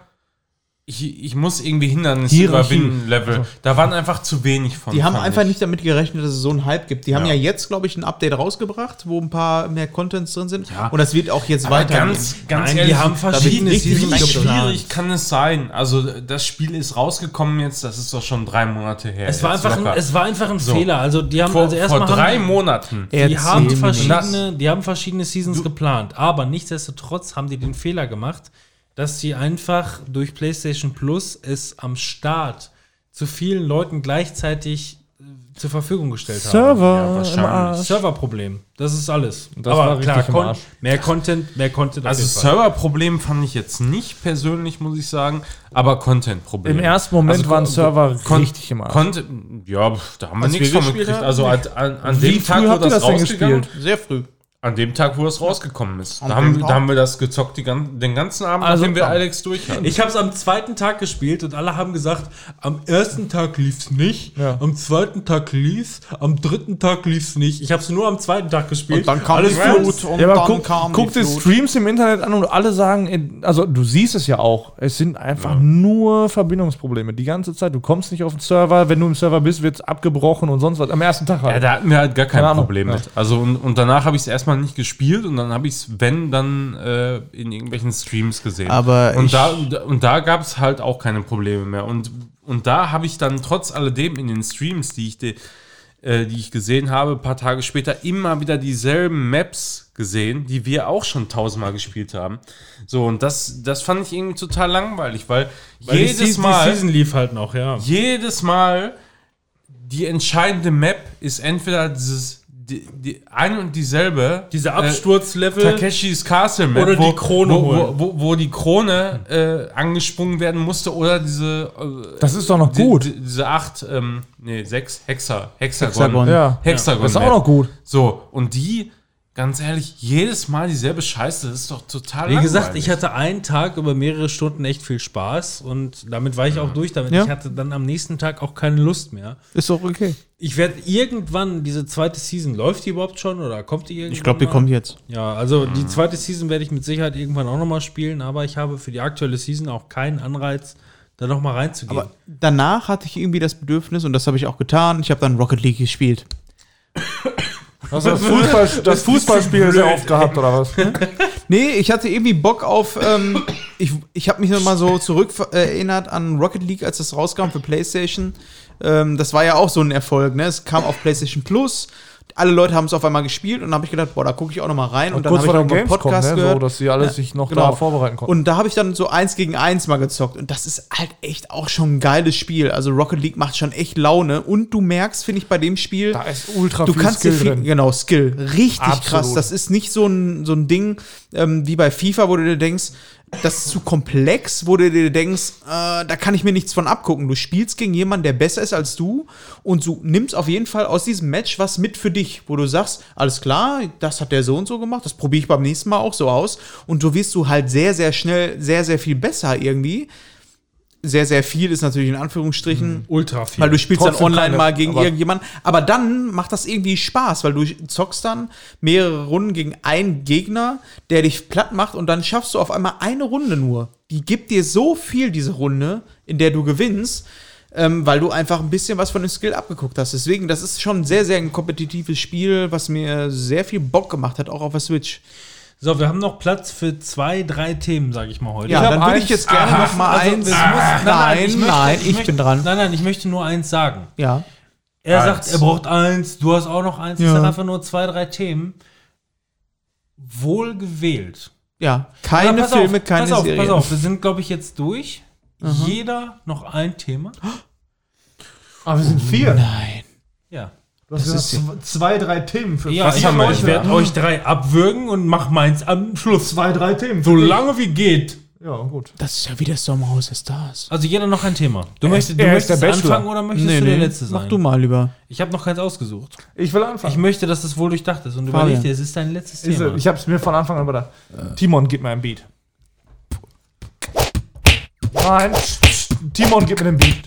Ich muss irgendwie Hindernisse Hierarchie. überwinden, Level. Da waren einfach zu wenig von. Die haben fand einfach ich. nicht damit gerechnet, dass es so einen Hype gibt. Die haben ja Ja. jetzt, glaube ich, ein Update rausgebracht, wo ein paar mehr Contents drin sind. Ja. Und das wird auch jetzt Aber weitergehen. ganz Nein, die ehrlich, haben verschiedene wie Seasons schwierig kann es sein? Also das Spiel ist rausgekommen jetzt, das ist doch schon 3 Monate her. Es war jetzt einfach locker. ein Fehler. Also die haben vor, also erstmal vor 3 Monaten. Die haben, verschiedene- die haben verschiedene Seasons geplant, aber nichtsdestotrotz haben die den Fehler gemacht, dass sie einfach durch PlayStation Plus es am Start zu vielen Leuten gleichzeitig zur Verfügung gestellt haben. Server wahrscheinlich. im Arsch. Serverproblem, das ist alles. Das war richtig im Arsch. mehr Content auf Also jeden Fall. Serverproblem fand ich jetzt nicht persönlich, muss ich sagen, aber Content-Problem. Im ersten Moment Also, waren Server Kon- richtig im Arsch. Ja, da haben wir Als nichts wir von gespielt gekriegt. haben? Also an Wie dem Tag, früh wo habt ihr das das denn rausgegangen gespielt? Sehr früh. An dem Tag, wo es rausgekommen ist. An Da dem Tag? haben wir das gezockt den ganzen Abend, Also, nachdem wir Alex durch hatten. Ich habe es am zweiten Tag gespielt und alle haben gesagt, am ersten Tag lief's nicht, Ja. am zweiten Tag lief's, am dritten Tag lief's nicht. Ich habe es nur am zweiten Tag gespielt. Und dann kam alles die gut. Flut und Ja, aber dann kam guck die dir Flut. Streams im Internet an und alle sagen, also du siehst es ja auch, es sind einfach nur Verbindungsprobleme die ganze Zeit. Du kommst nicht auf den Server, wenn du im Server bist, wird es abgebrochen und sonst was. Am ersten Tag Ja, halt. da hatten wir halt gar kein Keine Ahnung. Problem Ja. mit. Also und danach habe ich es erstmal nicht gespielt und dann habe ich es, wenn, dann in irgendwelchen Streams gesehen. Aber und ich- da gab es halt auch keine Probleme mehr. Und da habe ich dann trotz alledem in den Streams, die ich gesehen habe, ein paar Tage später immer wieder dieselben Maps gesehen, die wir auch schon 1000-mal gespielt haben. So, und das fand ich irgendwie total langweilig, weil jedes die Mal Season lief halt noch, ja. jedes Mal die entscheidende Map ist entweder die eine und dieselbe Diese Absturzlevel. Takeshis Castle Map, Oder die Krone holen. wo die Krone angesprungen werden musste oder diese Das ist doch noch gut. diese 6 Hexagon. Ja. Hexagon Das ist auch Map. noch gut. So, und die, ganz ehrlich, jedes Mal dieselbe Scheiße, das ist doch total Wie gesagt, langweilig. ich hatte einen Tag über mehrere Stunden echt viel Spaß und damit war ich auch durch damit. Ja. Ich hatte dann am nächsten Tag auch keine Lust mehr. Ist doch okay. Ich werde irgendwann, diese zweite Season, läuft die überhaupt schon oder kommt die irgendwann? Ich glaube, die mal? kommt jetzt. Ja, also die zweite Season werde ich mit Sicherheit irgendwann auch nochmal spielen, aber ich habe für die aktuelle Season auch keinen Anreiz, da noch mal reinzugehen. Aber danach hatte ich irgendwie das Bedürfnis, und das habe ich auch getan, ich habe dann Rocket League gespielt. Hast du das Fußballspiel sehr oft gehabt, oder was? Nee, ich hatte irgendwie Bock auf, ich habe mich noch mal so zurück erinnert an Rocket League, als das rauskam für PlayStation. Das war ja auch so ein Erfolg, ne? Es kam auf PlayStation Plus, alle Leute haben es auf einmal gespielt und dann habe ich gedacht, boah, da gucke ich auch noch mal rein. Und dann kurz habe ich vor noch der mal einen Gamescom, Podcast ne? gehört. So, dass sie alle sich noch Genau. da vorbereiten konnten. Und da habe ich dann so 1 gegen 1 mal gezockt. Und das ist halt echt auch schon ein geiles Spiel. Also Rocket League macht schon echt Laune. Und du merkst, finde ich, bei dem Spiel, Da ist ultra du viel kannst Skill dir viel, drin. genau, Skill. Richtig Absolut. krass. Das ist nicht so ein Ding wie bei FIFA, wo du dir denkst, das ist zu komplex, wo du dir denkst, da kann ich mir nichts von abgucken. Du spielst gegen jemanden, der besser ist als du und du nimmst auf jeden Fall aus diesem Match was mit für dich, wo du sagst, alles klar, das hat der so und so gemacht, das probiere ich beim nächsten Mal auch so aus. Und du wirst du halt sehr, sehr schnell sehr, sehr viel besser irgendwie. Sehr, sehr viel ist natürlich in Anführungsstrichen. Ultra viel. Weil du spielst Trotzdem dann online keine, mal gegen aber- irgendjemanden. Aber dann macht das irgendwie Spaß, weil du zockst dann mehrere Runden gegen einen Gegner, der dich platt macht und dann schaffst du auf einmal eine Runde nur. Die gibt dir so viel, diese Runde, in der du gewinnst, weil du einfach ein bisschen was von dem Skill abgeguckt hast. Deswegen, das ist schon sehr, sehr ein kompetitives Spiel, was mir sehr viel Bock gemacht hat, auch auf der Switch. So, wir haben noch Platz für 2, 3 Themen, sage ich mal heute. Ja, hab dann würde eins. ich jetzt gerne noch mal Also, eins. es muss- Ich bin dran. Nein, ich möchte nur eins sagen. Ja. Er Eins. sagt, er braucht eins, du hast auch noch eins. Ja. Ich sage einfach nur 2, 3 Themen. Wohl gewählt. Ja. Keine pass Filme, auf, keine pass auf, Serien. Pass auf, wir sind, glaube ich, jetzt durch. Jeder noch ein Thema. Aber wir sind 4. Nein. Ja. Du hast gesagt, 2, 3 Themen für Ja, Was ich, haben wir? ich werde euch 3 abwürgen und mach meins am Schluss. 2, 3 Themen. So lange wie geht. Ja, gut. Das ist ja wie das Sommerhaus der Stars. Also jeder noch ein Thema. Du Er möchtest ist der Bachelor. anfangen oder möchtest du der Letzte sein? Mach du mal lieber. Ich habe noch keins ausgesucht. Ich will Ich anfangen. möchte, dass das wohl durchdacht ist und Fabian. überleg dir, es ist dein letztes Ich, Thema. ich hab's mir von Anfang an überdacht. Timon, gib mir ein Beat. Nein. Timon, gib mir den Beat.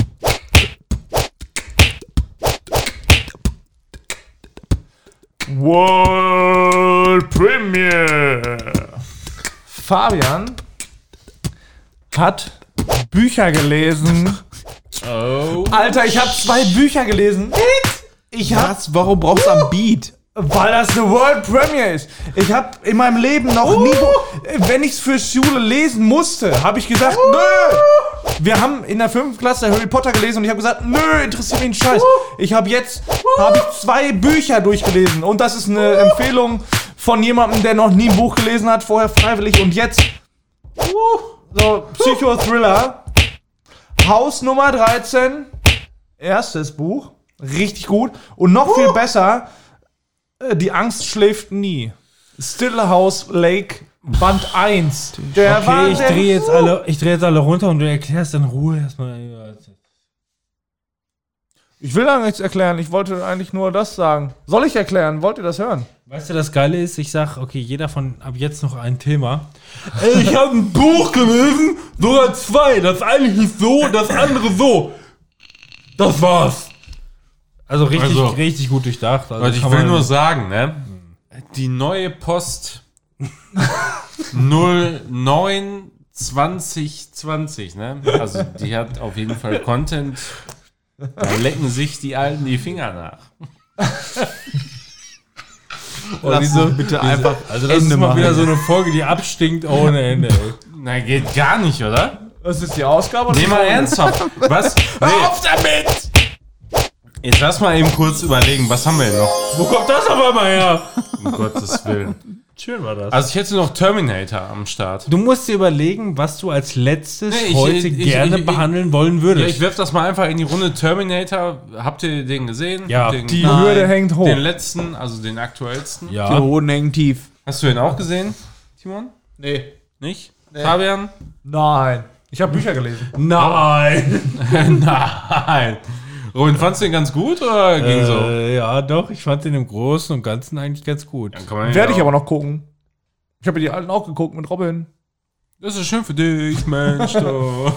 World Premiere. Fabian hat Bücher gelesen. Oh. Alter, ich habe 2 Bücher gelesen. Ich hab, Was? Warum brauchst du am Beat? weil das eine World Premiere ist. Ich habe in meinem Leben noch nie, wenn ich es für Schule lesen musste, habe ich gesagt, nö. Wir haben in der 5. Klasse Harry Potter gelesen und ich habe gesagt, nö, interessiert mich ein Scheiß. Ich habe jetzt 2 Bücher durchgelesen und das ist eine Empfehlung von jemandem, der noch nie ein Buch gelesen hat, vorher freiwillig und jetzt so Psychothriller. Haus Nummer 13, erstes Buch, richtig gut und noch viel besser, Die Angst schläft nie. Still House Lake Band 1. Der Okay, ich Wahnsinn. drehe jetzt alle runter und du erklärst in Ruhe erstmal. Ich will da nichts erklären, ich wollte eigentlich nur das sagen. Soll ich erklären? Wollt ihr das hören? Weißt du, das Geile ist, ich sag, okay, jeder von ab jetzt noch ein Thema. Ey, ich habe ein Buch gelesen, sogar 2. Das eine hieß so, das andere so. Das war's. Also richtig gut durchdacht. Also Leute, ich kann will man- nur sagen, ne? Die neue Post 09 2020, ne? Also die hat auf jeden Fall Content. Da lecken sich die Alten die Finger nach. Lass doch bitte einfach Also das Ende ist mal machen. wieder so eine Folge, die abstinkt ohne Ende. Ey. Na, geht gar nicht, oder? Das ist die Ausgabe. Nee, mal ernsthaft. Was? Nee. Auf damit! Jetzt lass mal eben kurz überlegen, was haben wir denn noch? Wo kommt das auf einmal her? Um Gottes Willen. Schön war das. Also ich hätte noch Terminator am Start. Du musst dir überlegen, was du als letztes Nee, heute gerne behandeln wollen Ja, würdest. ich werf das mal einfach in die Runde. Terminator, habt ihr den gesehen? Ja. Den, Die Hürde hängt hoch. den letzten, also den aktuellsten. Die ja. Hoden hängen tief. Hast du den auch gesehen, Timon? Nee. Nicht? Fabian? Nein. Ich habe Bücher gelesen. Nein. Nein. Robin, fandst du den ganz gut oder ging so? Ja, doch. Ich fand den im Großen und Ganzen eigentlich ganz gut. Dann kann man Werde ja ich auch- aber noch gucken. Ich habe die alten auch geguckt mit Robin. Das ist schön für dich, Mensch. Du.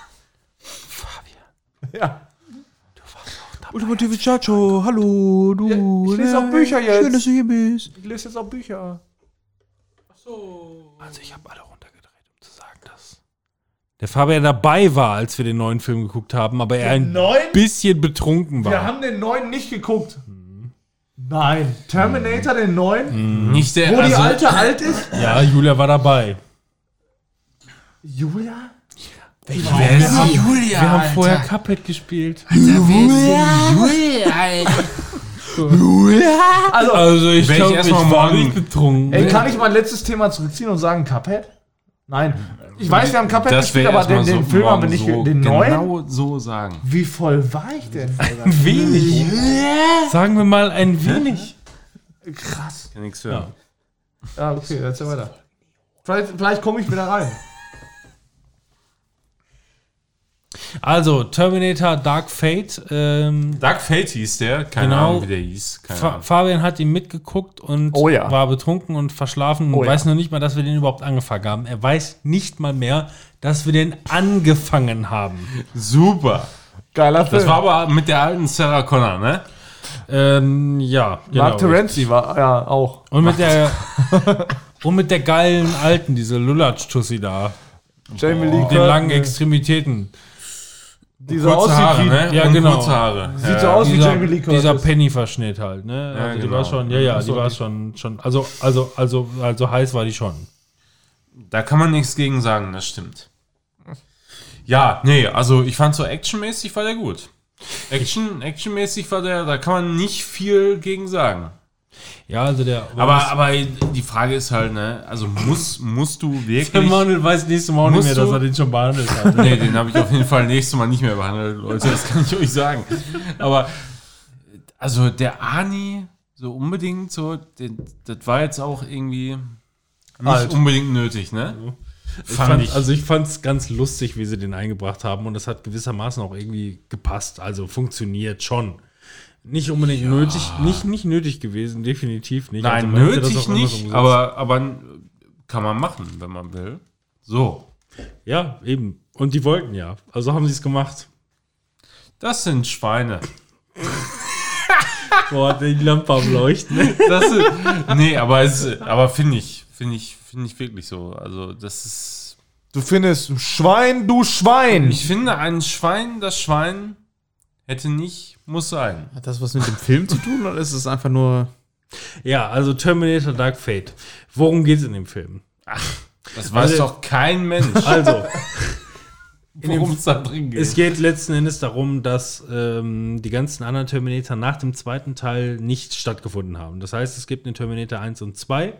Ja. Ultimative Chacho, hallo, du. Ja, ich lese auch Bücher jetzt. Schön, dass du hier bist. Ich lese jetzt auch Bücher. Also ich habe alle runtergedreht, um zu sagen, dass Der Fabian dabei war, als wir den neuen Film geguckt haben, aber er ein bisschen betrunken war. Wir haben den neuen nicht geguckt. Nein. Terminator, den neuen? Nicht der, Wo die alte alt ist? Ja, Julia war dabei. Julia? Wer ist Julia? Wir haben vorher Cuphead gespielt. Also ich Werd ich glaube, erstmal ich war morgen- nicht betrunken. Ey, kann ich mein letztes Thema zurückziehen und sagen Cuphead? Nein. Ich weiß, wir haben Cuphead Das gespielt, wäre aber den erstmal so Film haben wir morgen nicht so den neuen? genau so sagen. Wie voll war ich denn? Wenig. Sagen wir mal ein wenig. Krass. Kann nichts hören. Ja, okay, erzähl weiter. Vielleicht komme ich wieder rein. Also, Terminator Dark Fate. Dark Fate hieß der, keine Genau. Ahnung, wie der hieß. Keine Ahnung. Fabian hat ihn mitgeguckt und Oh ja. war betrunken und verschlafen und Oh ja. weiß noch nicht mal, dass wir den überhaupt angefangen haben. Er weiß nicht mal mehr, dass wir den angefangen haben. Super. Geiler Film. Das war aber mit der alten Sarah Connor, ne? Ja, genau. Mark Terenzi war ja auch. Und mit der geilen alten, diese Lulatsch-Tussi da. Jamie Lee Mit den langen Curtis. Extremitäten. Dieser Kurze aussieht Haare, wie, ne? Ja, Und genau. kurze Haare. Sieht so aus wie Jamie Lee Curtis. Dieser Penny-Verschnitt halt, ne? Ja, Also die genau. war schon, die war schon, also heiß war die schon. Da kann man nichts gegen sagen, das stimmt. Ja, nee, also ich fand so actionmäßig war der gut. Actionmäßig war der, da kann man nicht viel gegen sagen. Ja, also der. Aber die Frage ist halt, ne, also musst du der wirklich... Manuel weiß nächstes Mal auch nicht Musst mehr, dass du- er den schon behandelt hat. Nee, den habe ich auf jeden Fall nächstes Mal nicht mehr behandelt, Leute, das kann ich euch sagen. Aber, also der Ani, so unbedingt so, das war jetzt auch irgendwie nicht unbedingt nötig, ne? Ich fand es ganz lustig, wie sie den eingebracht haben und das hat gewissermaßen auch irgendwie gepasst. Also funktioniert schon. Nicht unbedingt nötig, nicht nötig gewesen, definitiv nicht. Nein, Also man hätte das nötig auch anders nicht, umgesetzt. aber kann man machen, wenn man will. So, Ja, eben. Und die wollten ja. Also haben sie es gemacht. das sind Schweine. Boah, die Lampe am Leuchten. Das sind, nee, aber finde ich wirklich so. Also das ist... Du findest Schwein, du Schwein. Ich finde, das Schwein hätte nicht, muss sein. Hat das was mit dem Film zu tun oder ist es einfach nur. Ja, also Terminator Dark Fate. Worum geht es in dem Film? Das weiß doch kein Mensch, Also, worum es da drin geht. es geht letzten Endes darum, dass die ganzen anderen Terminator nach dem zweiten Teil nicht stattgefunden haben. Das heißt, es gibt einen Terminator 1 und 2.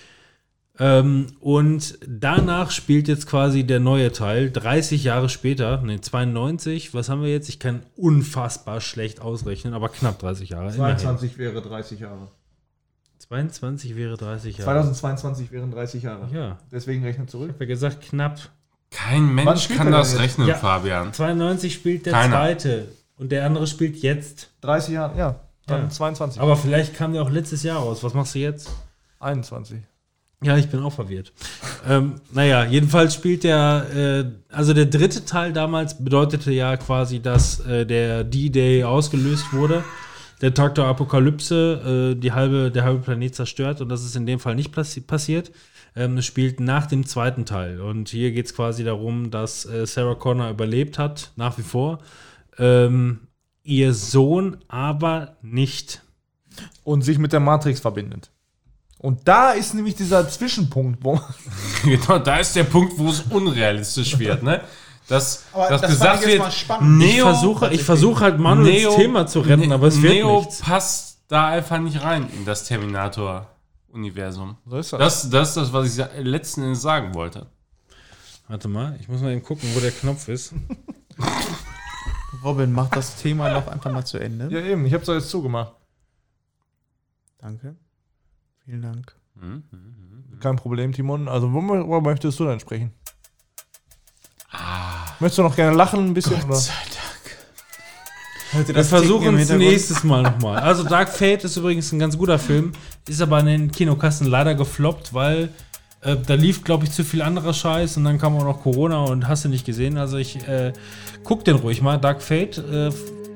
Und danach spielt jetzt quasi der neue Teil, 30 Jahre später, 92, was haben wir jetzt? Ich kann unfassbar schlecht ausrechnen, aber knapp 30 Jahre. immerhin. 22 wäre 30 Jahre. 22 wäre 30 Jahre. 2022 wären 30 Jahre. Ja, Deswegen rechne zurück. ich habe gesagt, knapp. Kein Wann Mensch spielt kann er das denn jetzt? rechnen, Ja. Fabian. 92 spielt der Keiner. zweite und der andere spielt jetzt. 30 Jahre, ja. Dann Ja. 22. Aber vielleicht kam der auch letztes Jahr raus. Was machst du jetzt? 21. Ja, ich bin auch verwirrt. Naja, jedenfalls spielt der, also der dritte Teil damals bedeutete ja quasi, dass der D-Day ausgelöst wurde. Der Tag der Apokalypse, der halbe Planet zerstört und das ist in dem Fall nicht passiert. Es spielt nach dem zweiten Teil und hier geht es quasi darum, dass Sarah Connor überlebt hat, nach wie vor. Ihr Sohn aber nicht. Und sich mit der Matrix verbindet. Und da ist nämlich dieser Zwischenpunkt, wo Genau, da ist der Punkt, wo es unrealistisch wird, ne? Dass das gesagt fand ich jetzt wird, mal spannend. Ich versuche halt Manuels Thema zu retten, aber es wird Neo nichts. passt da einfach nicht rein in das Terminator-Universum. So ist das. Das ist das, was ich letzten Endes sagen wollte. Warte mal, ich muss mal eben gucken, wo der Knopf ist. Robin, mach das Thema doch einfach mal zu Ende. Ja, eben. Ich hab's doch jetzt zugemacht. Danke. Vielen Dank. Kein Problem, Timon. Also, worüber möchtest du denn sprechen? Möchtest du noch gerne lachen ein bisschen? Oder? Hört ihr Wir versuchen Ticken im es Hintergrund? nächstes Mal nochmal. Also Dark Fate ist übrigens ein ganz guter Film, ist aber in den Kinokassen leider gefloppt, weil da lief, glaube ich, zu viel anderer Scheiß und dann kam auch noch Corona und hast du nicht gesehen. Also ich guck den ruhig mal. Dark Fate,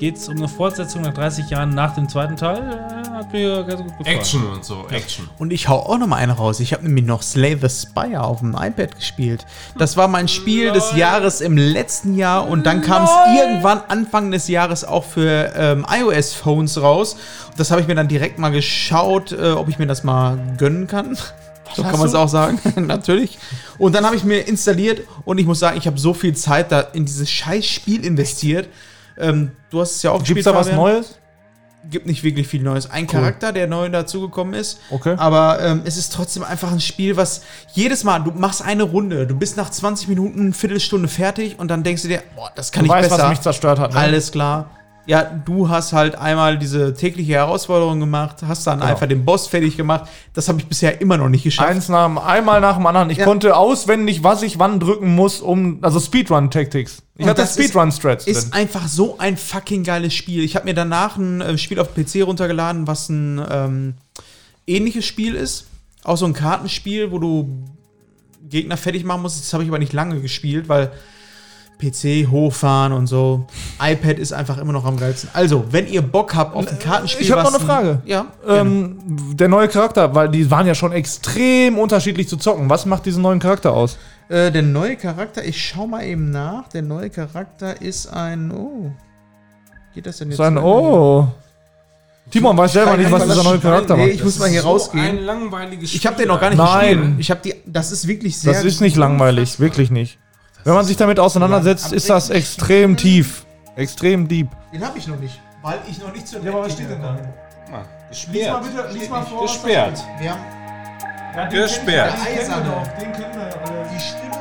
geht es um eine Fortsetzung nach 30 Jahren nach dem zweiten Teil. Hat mir ganz gut gefallen. Action und so, Action. Und ich hau auch noch mal eine raus. Ich habe nämlich noch Slay the Spire auf dem iPad gespielt. Das war mein Spiel des Jahres im letzten Jahr und dann kam es irgendwann Anfang des Jahres auch für iOS-Phones raus. Das habe ich mir dann direkt mal geschaut, ob ich mir das mal gönnen kann. So kann man es auch sagen, natürlich. Und dann habe ich mir installiert und ich muss sagen, ich habe so viel Zeit da in dieses scheiß Spiel investiert. Du hast es ja auch gespielt. Gibt's da was Fabian. Neues? Gibt nicht wirklich viel Neues. Ein Charakter, der neu dazugekommen ist. Okay. Aber es ist trotzdem einfach ein Spiel, was jedes Mal, du machst eine Runde, du bist nach 20 Minuten, Viertelstunde fertig und dann denkst du dir, boah, das kann ich weißt, besser. was mich zerstört hat. Ne? Alles klar. Ja, du hast halt einmal diese tägliche Herausforderung gemacht, hast dann einfach den Boss fertig gemacht. Das habe ich bisher immer noch nicht geschafft. Einmal nach dem anderen. Ich Ja. konnte auswendig, was ich wann drücken muss, also Speedrun-Tactics. Ich Und hatte das Speedrun-Strats drin. Ist einfach so ein fucking geiles Spiel. Ich habe mir danach ein Spiel auf PC runtergeladen, was ein ähnliches Spiel ist. Auch so ein Kartenspiel, wo du Gegner fertig machen musst. Das habe ich aber nicht lange gespielt, weil PC hochfahren und so. iPad ist einfach immer noch am geilsten. Also, wenn ihr Bock habt auf ein Kartenspiel, Ich habe noch was eine Frage. Ja. Der neue Charakter, weil die waren ja schon extrem unterschiedlich zu zocken. Was macht diesen neuen Charakter aus? Der neue Charakter, ich schau mal eben nach. Der neue Charakter ist ein. Oh. Geht das denn jetzt? Timon weiß selber nicht, was dieser neue Charakter Nee, macht. ich muss mal hier rausgehen. Ein langweiliges Spiel. Ich habe den noch gar nicht Nein. gespielt. Das ist wirklich sehr. Das ist nicht langweilig, wirklich nicht. Wenn man sich damit auseinandersetzt, ist das extrem tief. Extrem deep. Den habe ich noch nicht, weil ich noch nicht zur Ja, aber was steht denn da? Gesperrt. lies mal vor. Gesperrt. Wir haben Gesperrt. der Eiserne. Den kennen wir alle. Die Stimme.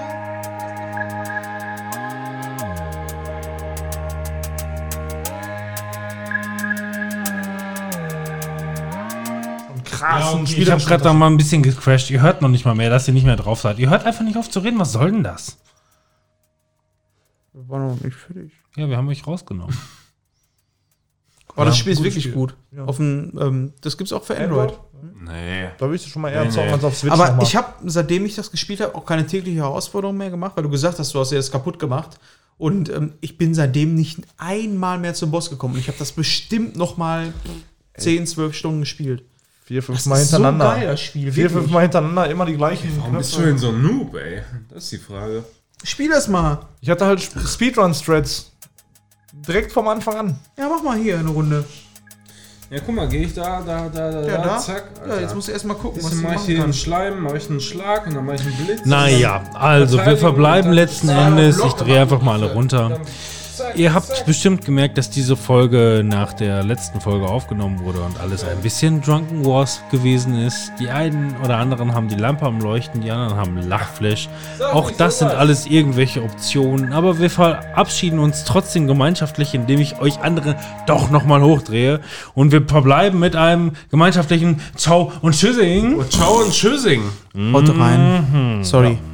Krassen Ich habe gerade noch mal ein bisschen gecrashed. Ihr hört noch nicht mal mehr, dass ihr nicht mehr drauf seid. Ihr hört einfach nicht auf zu reden. Was soll denn das? War noch nicht fertig. Ja, wir haben euch rausgenommen. Aber das Ja, Spiel ist gutes wirklich Spiel. gut. Auf dem, das gibt's auch für Android. Nee. Da willst du schon mal eher Nee, zocken nee. als auf Switch. Aber nochmal. ich habe, seitdem ich das gespielt habe, auch keine tägliche Herausforderung mehr gemacht, weil du gesagt hast, du hast dir das kaputt gemacht. Und ich bin seitdem nicht einmal mehr zum Boss gekommen. Und ich habe das bestimmt noch mal 10, 12 Stunden gespielt. 4, 5 Das Mal ist so hintereinander. geil, das Spiel. 4, 5 wirklich. Mal hintereinander immer die gleichen Warum bist du Knöpfe. denn so ein Noob, ey? Das ist die Frage. Spiel das mal. Ich hatte halt Speedrun-Strats. Direkt vom Anfang an. Ja, mach mal hier eine Runde. Ja, guck mal, gehe ich da, zack. Ja, jetzt musst du erst mal gucken, was Bisschen du mache ich machen hier einen kannst. Schleim, mache ich einen Schlag und dann mache ich einen Blitz. Naja, also wir verbleiben letzten Endes. Ich drehe einfach mal alle runter. Ihr habt bestimmt gemerkt, dass diese Folge nach der letzten Folge aufgenommen wurde und alles ein bisschen Drunken Wars gewesen ist. Die einen oder anderen haben die Lampe am Leuchten, die anderen haben Lachflash. Auch das sind alles irgendwelche Optionen, aber wir verabschieden uns trotzdem gemeinschaftlich, indem ich euch andere doch nochmal hochdrehe. Und wir verbleiben mit einem gemeinschaftlichen Ciao und Tschüssing. Ciao und Tschüssing. Haut rein. Sorry.